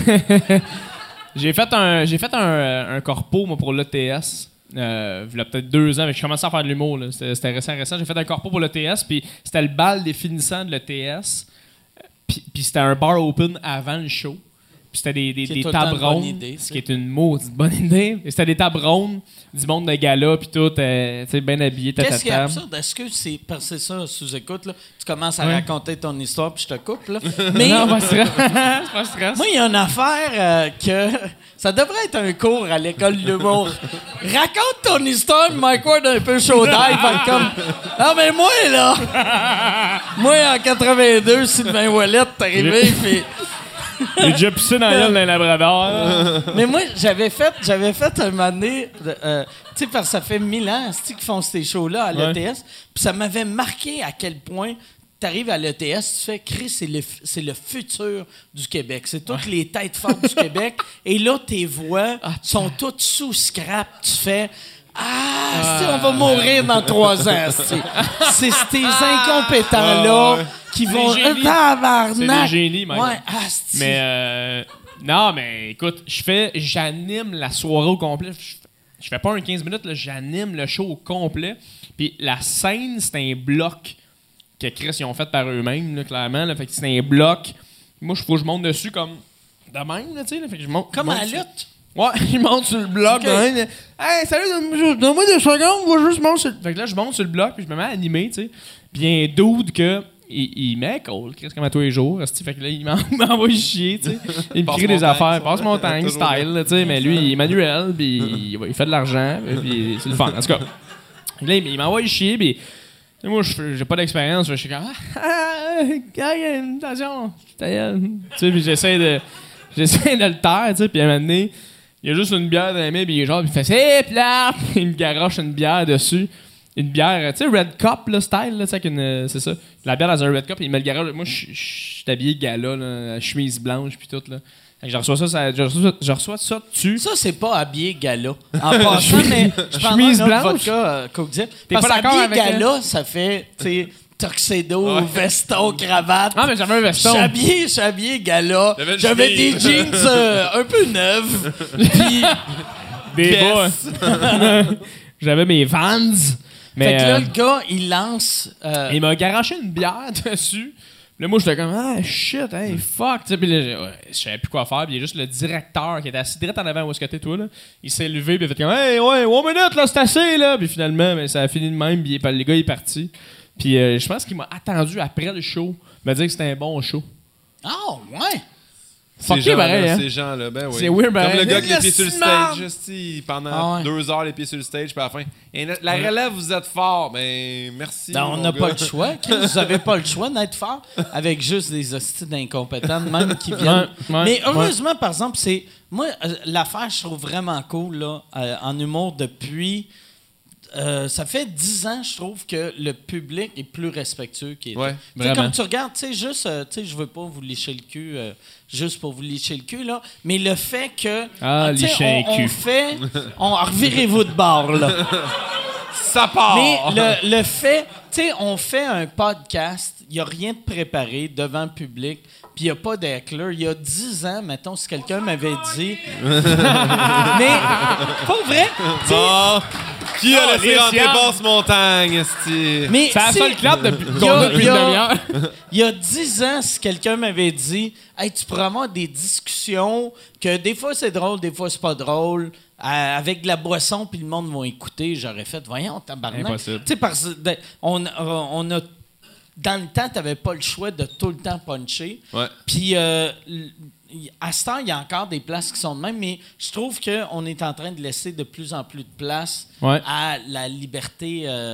j'ai fait un, j'ai fait un, un corpo, moi, pour l'E T S. Euh, il y a peut-être deux ans, mais je commençais à faire de l'humour. là. C'était, c'était récent, récent. J'ai fait un corpo pour l'E T S, puis c'était le bal des finissants de l'E T S. Puis, puis c'était un bar open avant le show. Puis c'était des, des, C'est des tout le temps tables une bonne rondes, idée, ce ça. qui est une maudite bonne idée. Et c'était des tables rondes, du monde de gala, puis tout, euh, tu sais, bien habillé, Qu'est-ce qui est tatata. absurde? Est-ce que c'est parce que c'est ça, sous-écoute, là? Tu commences à Ouais. raconter ton histoire puis je te coupe, là. Mais Non, pas stress. C'est pas stress. moi, il y a une affaire euh, que ça devrait être un cours à l'école de l'humour. Raconte ton histoire, Mike Ward un peu chaud d'ail, fait comme non mais moi là, moi en quatre-vingt-deux, Sylvain Ouellet est arrivé puis J'ai déjà pissé dans la gueule d'un labrador. mais moi j'avais fait j'avais fait un moment donné, euh, tu sais parce que ça fait mille ans c'est-tu qu'ils font ces shows là à l'E T S, puis ça m'avait marqué à quel point t'arrives à l'E T S, tu fais Chris, c'est le, f- c'est le futur du Québec. C'est toutes les têtes fortes du Québec. Et là, tes voix sont toutes sous scrap. Tu fais Ah, asti, on va mourir dans trois ans. asti. C'est ces incompétents-là qui vont. C'est des génies. Tabarnak! C'est des génies, Mike. Ouais, asti. Mais euh, non, mais écoute, je fais, j'anime la soirée au complet. Je, je fais pas un quinze minutes, là, j'anime le show au complet. Puis la scène, c'est un bloc que Chris ils ont fait par eux-mêmes, là, clairement. Là, fait que c'est un bloc. Moi, il faut que je monte dessus comme de même, là, tu sais. là, Fait que je monte. Comme je à monte la sur- lutte. Ouais, je monte sur le bloc. Ok. de même, là. Hey, salut, donne- donne-moi deux secondes, moi, juste monte sur le... Fait que là, je monte sur le bloc, puis je me mets à animer, tu sais. Puis il y a un dude que. Il, il met cool, Chris, comme à tous les jours. esti. Fait que là, il m'en- il m'envoie chier, tu sais. Il me Passe crie des montagne, affaires, ça. passe montagne, Toujours style, là, tu sais. Mais lui, il est manuel, puis il, il fait de l'argent, puis c'est le fun. En tout cas, là, il, il m'envoie chier, puis. tu sais, moi, je- j'ai pas d'expérience, je suis comme. Ah, ah, ah, attention, ta gueule. Tu sais, puis j'essaie de. j'essaie de le taire, tu sais, puis à un moment donné, il y a juste une bière dans les mains, puis il est genre, il fait « C'est plat! » Il me garoche une bière dessus. Une bière, tu sais, Red Cup, là, style, là, tu sais, avec une, euh, c'est ça. La bière dans un Red Cup, il me le garoche. Moi, je suis habillé gala, là, chemise blanche, puis tout, là. Fait que je reçois ça, ça je, reçois, je reçois ça dessus. Ça, c'est pas habillé gala. En passant, mais je prends Chemise un autre blanche. vodka euh, Coke Diet. T'es Parce pas que d'accord habillé avec gala, ça fait, tu sais, tuxedo, Ouais. veston, cravate. Ah, mais j'avais un Je suis veston. habillé, je suis habillé gala. T'avais une J'avais des chemise. jeans euh, un peu neufs. Puis, Des Yes. bas. J'avais mes Vans. Mais, fait que là, euh, le gars, il lance. euh, il m'a garoché une bière dessus. Là, moi, j'étais comme, ah, shit, hey, fuck. Tu sais, puis là, j'ai- ouais, je savais plus quoi faire. Puis il y a juste le directeur qui était assis direct en avant où est-ce que t'es, toi, là. Il s'est levé, puis il a fait comme, hey, ouais, one minute, là, c'est assez, là. Puis finalement, ben, ça a fini de même, puis le gars, il est parti. Puis euh, je pense qu'il m'a attendu après le show, me dire que c'était un bon show. Ah, ouais. Fucké, Ces gens-là, pareil, hein. Ces gens-là, ben oui. C'est weird, Comme pareil. le gars avec les Le pieds sur le smart. stage, esti, pendant Ah ouais. deux heures les pieds sur le stage, puis à la fin, et la la relève, vous êtes fort, ben merci. Ben, on mon n'a gars. pas le choix. Chris. Vous avez pas le choix d'être fort avec juste des hosties d'incompétents, même qui viennent. Ouais, ouais, Mais heureusement, par exemple, c'est. Moi, euh, l'affaire, je trouve vraiment cool là, euh, en humour depuis. Euh, ça fait dix ans, je trouve, que le public est plus respectueux qu'il était. Ouais, Tu sais, vraiment. comme tu regardes, tu sais, juste, euh, tu sais, je veux pas vous lécher le cul, euh, juste pour vous lécher le cul, là, mais le fait que. Ah, tu sais, lécher un on, cul. on fait. On, revirez-vous de bord, là. Ça part! Mais le, le fait, tu sais, on fait un podcast, il n'y a rien de préparé devant le public, puis il n'y a pas d'éclair. Il y a dix ans, mettons, si quelqu'un m'avait dit. Mais, pas vrai? tu sais, Ah, qui a Oh, laissé les rentrer siens. Basse-Montagne, esti? mais, C'est la tu sais, seule clap depuis il y qu'on a- a depuis il y une a- demi-heure. Il y a dix ans, si quelqu'un m'avait dit hey, tu pourrais avoir des discussions que des fois c'est drôle, des fois c'est pas drôle, euh, avec de la boisson, puis le monde va écouter, j'aurais fait voyons, tabarnak. Impossible. Tu sais, parce que de- on, on a. Dans le temps, tu n'avais pas le choix de tout le temps puncher. Ouais. Puis, euh, l- à ce temps, il y a encore des places qui sont de même, mais je trouve qu'on est en train de laisser de plus en plus de place Ouais. à la liberté, euh,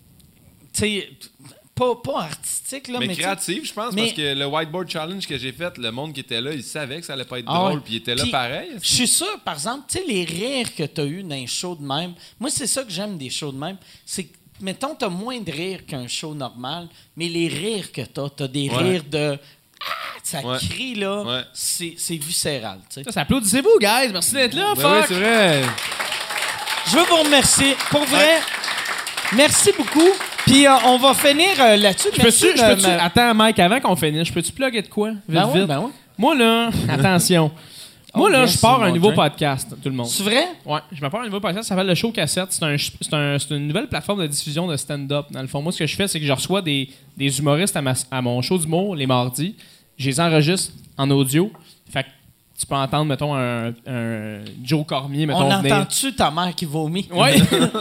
tu sais, pas, pas artistique, là, mais, Mais tu sais, créatif, je pense, mais- parce que le whiteboard challenge que j'ai fait, le monde qui était là, il savait que ça allait pas être Ah drôle, ouais. puis il était là Puis, pareil. Je suis sûr, par exemple, tu sais, les rires que tu as eu dans un show de même, moi, c'est ça que j'aime des shows de même, c'est que, mettons, tu as moins de rires qu'un show normal, mais les rires que tu as, tu as des Ouais. rires de. Ah, ça Ouais. crie, là, Ouais. c'est c'est viscéral, tu sais. Ça, ça applaudissez-vous, guys. Merci d'être là, Ben oui, fuck. c'est vrai. Je veux vous remercier. Pour vrai, merci beaucoup. Puis euh, on va finir euh, là-dessus. Je Merci peux-tu, je de peux-tu- me- Attends, Mike, avant qu'on finisse, je peux-tu plugger de quoi? Vite, Ben ouais, vite. ben ouais. Moi, là, attention. Moi, Oh, là, yes, je pars c'est un mon nouveau drink. podcast, tout le monde. C'est vrai? Ouais, je me pars un nouveau podcast, ça s'appelle le Show Cassette. C'est, un, c'est, un- c'est une nouvelle plateforme de diffusion de stand-up. Dans le fond, moi, ce que je fais, c'est que je reçois des, des humoristes à, ma- à mon show d'humour les mardis. Je les enregistre en audio. Fait que tu peux entendre, mettons, un, un Joe Cormier, mettons, On venir. entend-tu ta mère qui vomit? Ouais.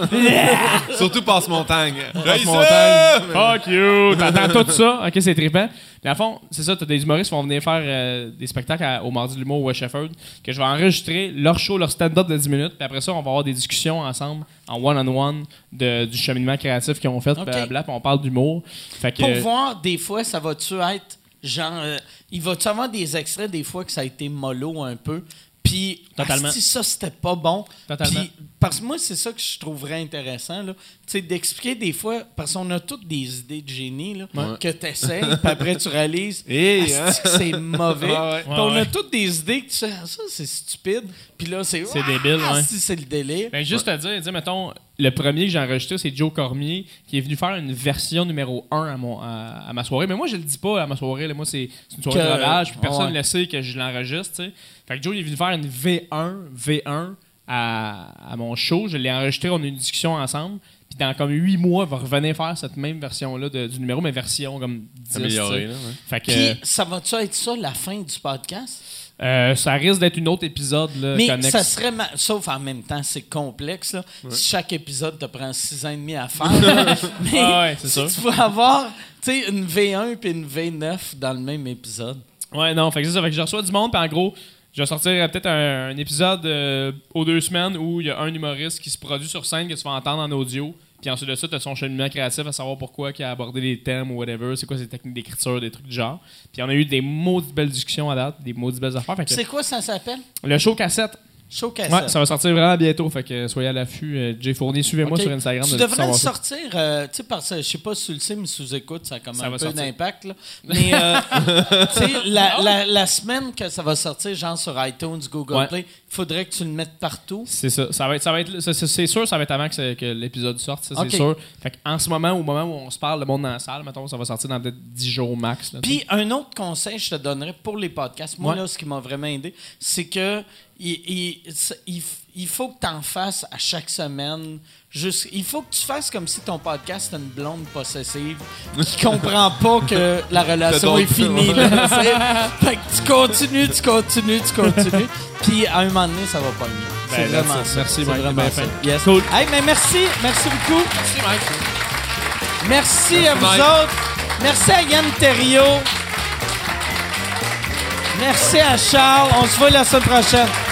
Surtout Passe-Montagne. Passe-Montagne. Fuck you. T'entends tout ça. OK, c'est trippant. Mais à fond, c'est ça, t'as des humoristes qui vont venir faire euh, des spectacles à- au Mardi de l'humour ou à Shefford, que je vais enregistrer leur show, leur stand-up de dix minutes. Puis après ça, on va avoir des discussions ensemble, en one-on-one, de, du cheminement créatif qu'ils ont fait. OK. Blablabla, puis on parle d'humour. Fait que, Pour voir, des fois, ça va-tu être genre. euh, il va-tu avoir des extraits, des fois, que ça a été mollo un peu? Puis, Totalement. si ça, c'était pas bon. Totalement. Puis, parce que moi, c'est ça que je trouverais intéressant, là. Tu sais, d'expliquer des fois, parce qu'on a toutes des idées de génie, là, Ouais. que tu essaies, puis après, tu réalises, Hey, Asti que c'est mauvais. Ah ouais. Puis Ouais, on a ouais. toutes des idées que tu sais, ah, ça, c'est stupide. Puis là, c'est. C'est Ah, débile, ouais. si, c'est le délire. Ben, juste à dire, dire, mettons, le premier que j'ai enregistré, c'est Joe Cormier, qui est venu faire une version numéro un à, mon, à, à ma soirée. Mais moi, je le dis pas à ma soirée. Là. Moi, c'est c'est une soirée Que- de rodage, puis personne ouais. ne le sait que je l'enregistre. tu sais. Fait que Joe, il est venu faire une V un, V un à, à mon show. Je l'ai enregistré, on a eu une discussion ensemble. Puis dans comme huit mois, il va revenir faire cette même version-là de- du numéro, mais version comme dix. Améliorée, tu sais. là, ouais. Fait que Puis, ça va-tu être ça, la fin du podcast? euh, ça risque d'être une autre épisode là, Mais connexe. ça serait. ma- Sauf en même temps, c'est complexe. Là. Si chaque épisode te prend six ans et demi à faire. là. Mais Ah ouais, c'est si sûr. tu peux avoir tu sais, une V un puis une V neuf dans le même épisode. Ouais, non, fait que c'est ça. Fait que je reçois du monde, puis en gros, je vais sortir euh, peut-être un, un épisode euh, aux deux semaines où il y a un humoriste qui se produit sur scène que tu vas entendre en audio, Puis ensuite de ça, tu as son cheminement créatif à savoir pourquoi il a abordé les thèmes ou whatever, c'est quoi ses techniques d'écriture, des trucs du genre. Puis on a eu des maudites belles discussions à date, des maudites belles affaires. Fait que C'est quoi ça s'appelle? le show cassette, Show cassette. ouais, ça va sortir vraiment bientôt. Fait que soyez à l'affût. Euh, Jay Fournier, suivez-moi Ok. sur Instagram. Tu de devrais le savoir ça. sortir, euh, tu sais, parce que je sais pas si tu le sais, mais sous-écoute, ça a comme Ça un va peu sortir. d'impact. Là. Mais, euh, tu sais, la, la, la semaine que ça va sortir, genre sur iTunes, Google Ouais. Play, il faudrait que tu le mettes partout. C'est ça. Ça va être, ça va être, ça, c'est, c'est sûr, ça va être avant que, c'est- que l'épisode sorte, ça, Ok. c'est sûr. Fait qu'en ce moment, au moment où on se parle, le monde dans la salle, mettons, ça va sortir dans peut-être dix jours max. Là, Puis un autre conseil que je te donnerais pour les podcasts, moi Ouais. là, ce qui m'a vraiment aidé, c'est que il, il, il, il faut que tu en fasses à chaque semaine. Juste, il faut que tu fasses comme si ton podcast était une blonde possessive qui comprend pas que la relation C'est est donc- finie. Là, tu sais. Fait que tu continues, tu continues, tu continues. Puis à un moment donné, ça va pas mieux. C'est Ben, vraiment that's it. ça. Merci, C'est Mike. vraiment Ben ça. fin. Yes. Cool. Hey, mais merci, merci beaucoup. Merci, Mike. Merci à vous Mike. autres. Merci à Yann Terriot. Merci à Charles. On se voit la semaine prochaine.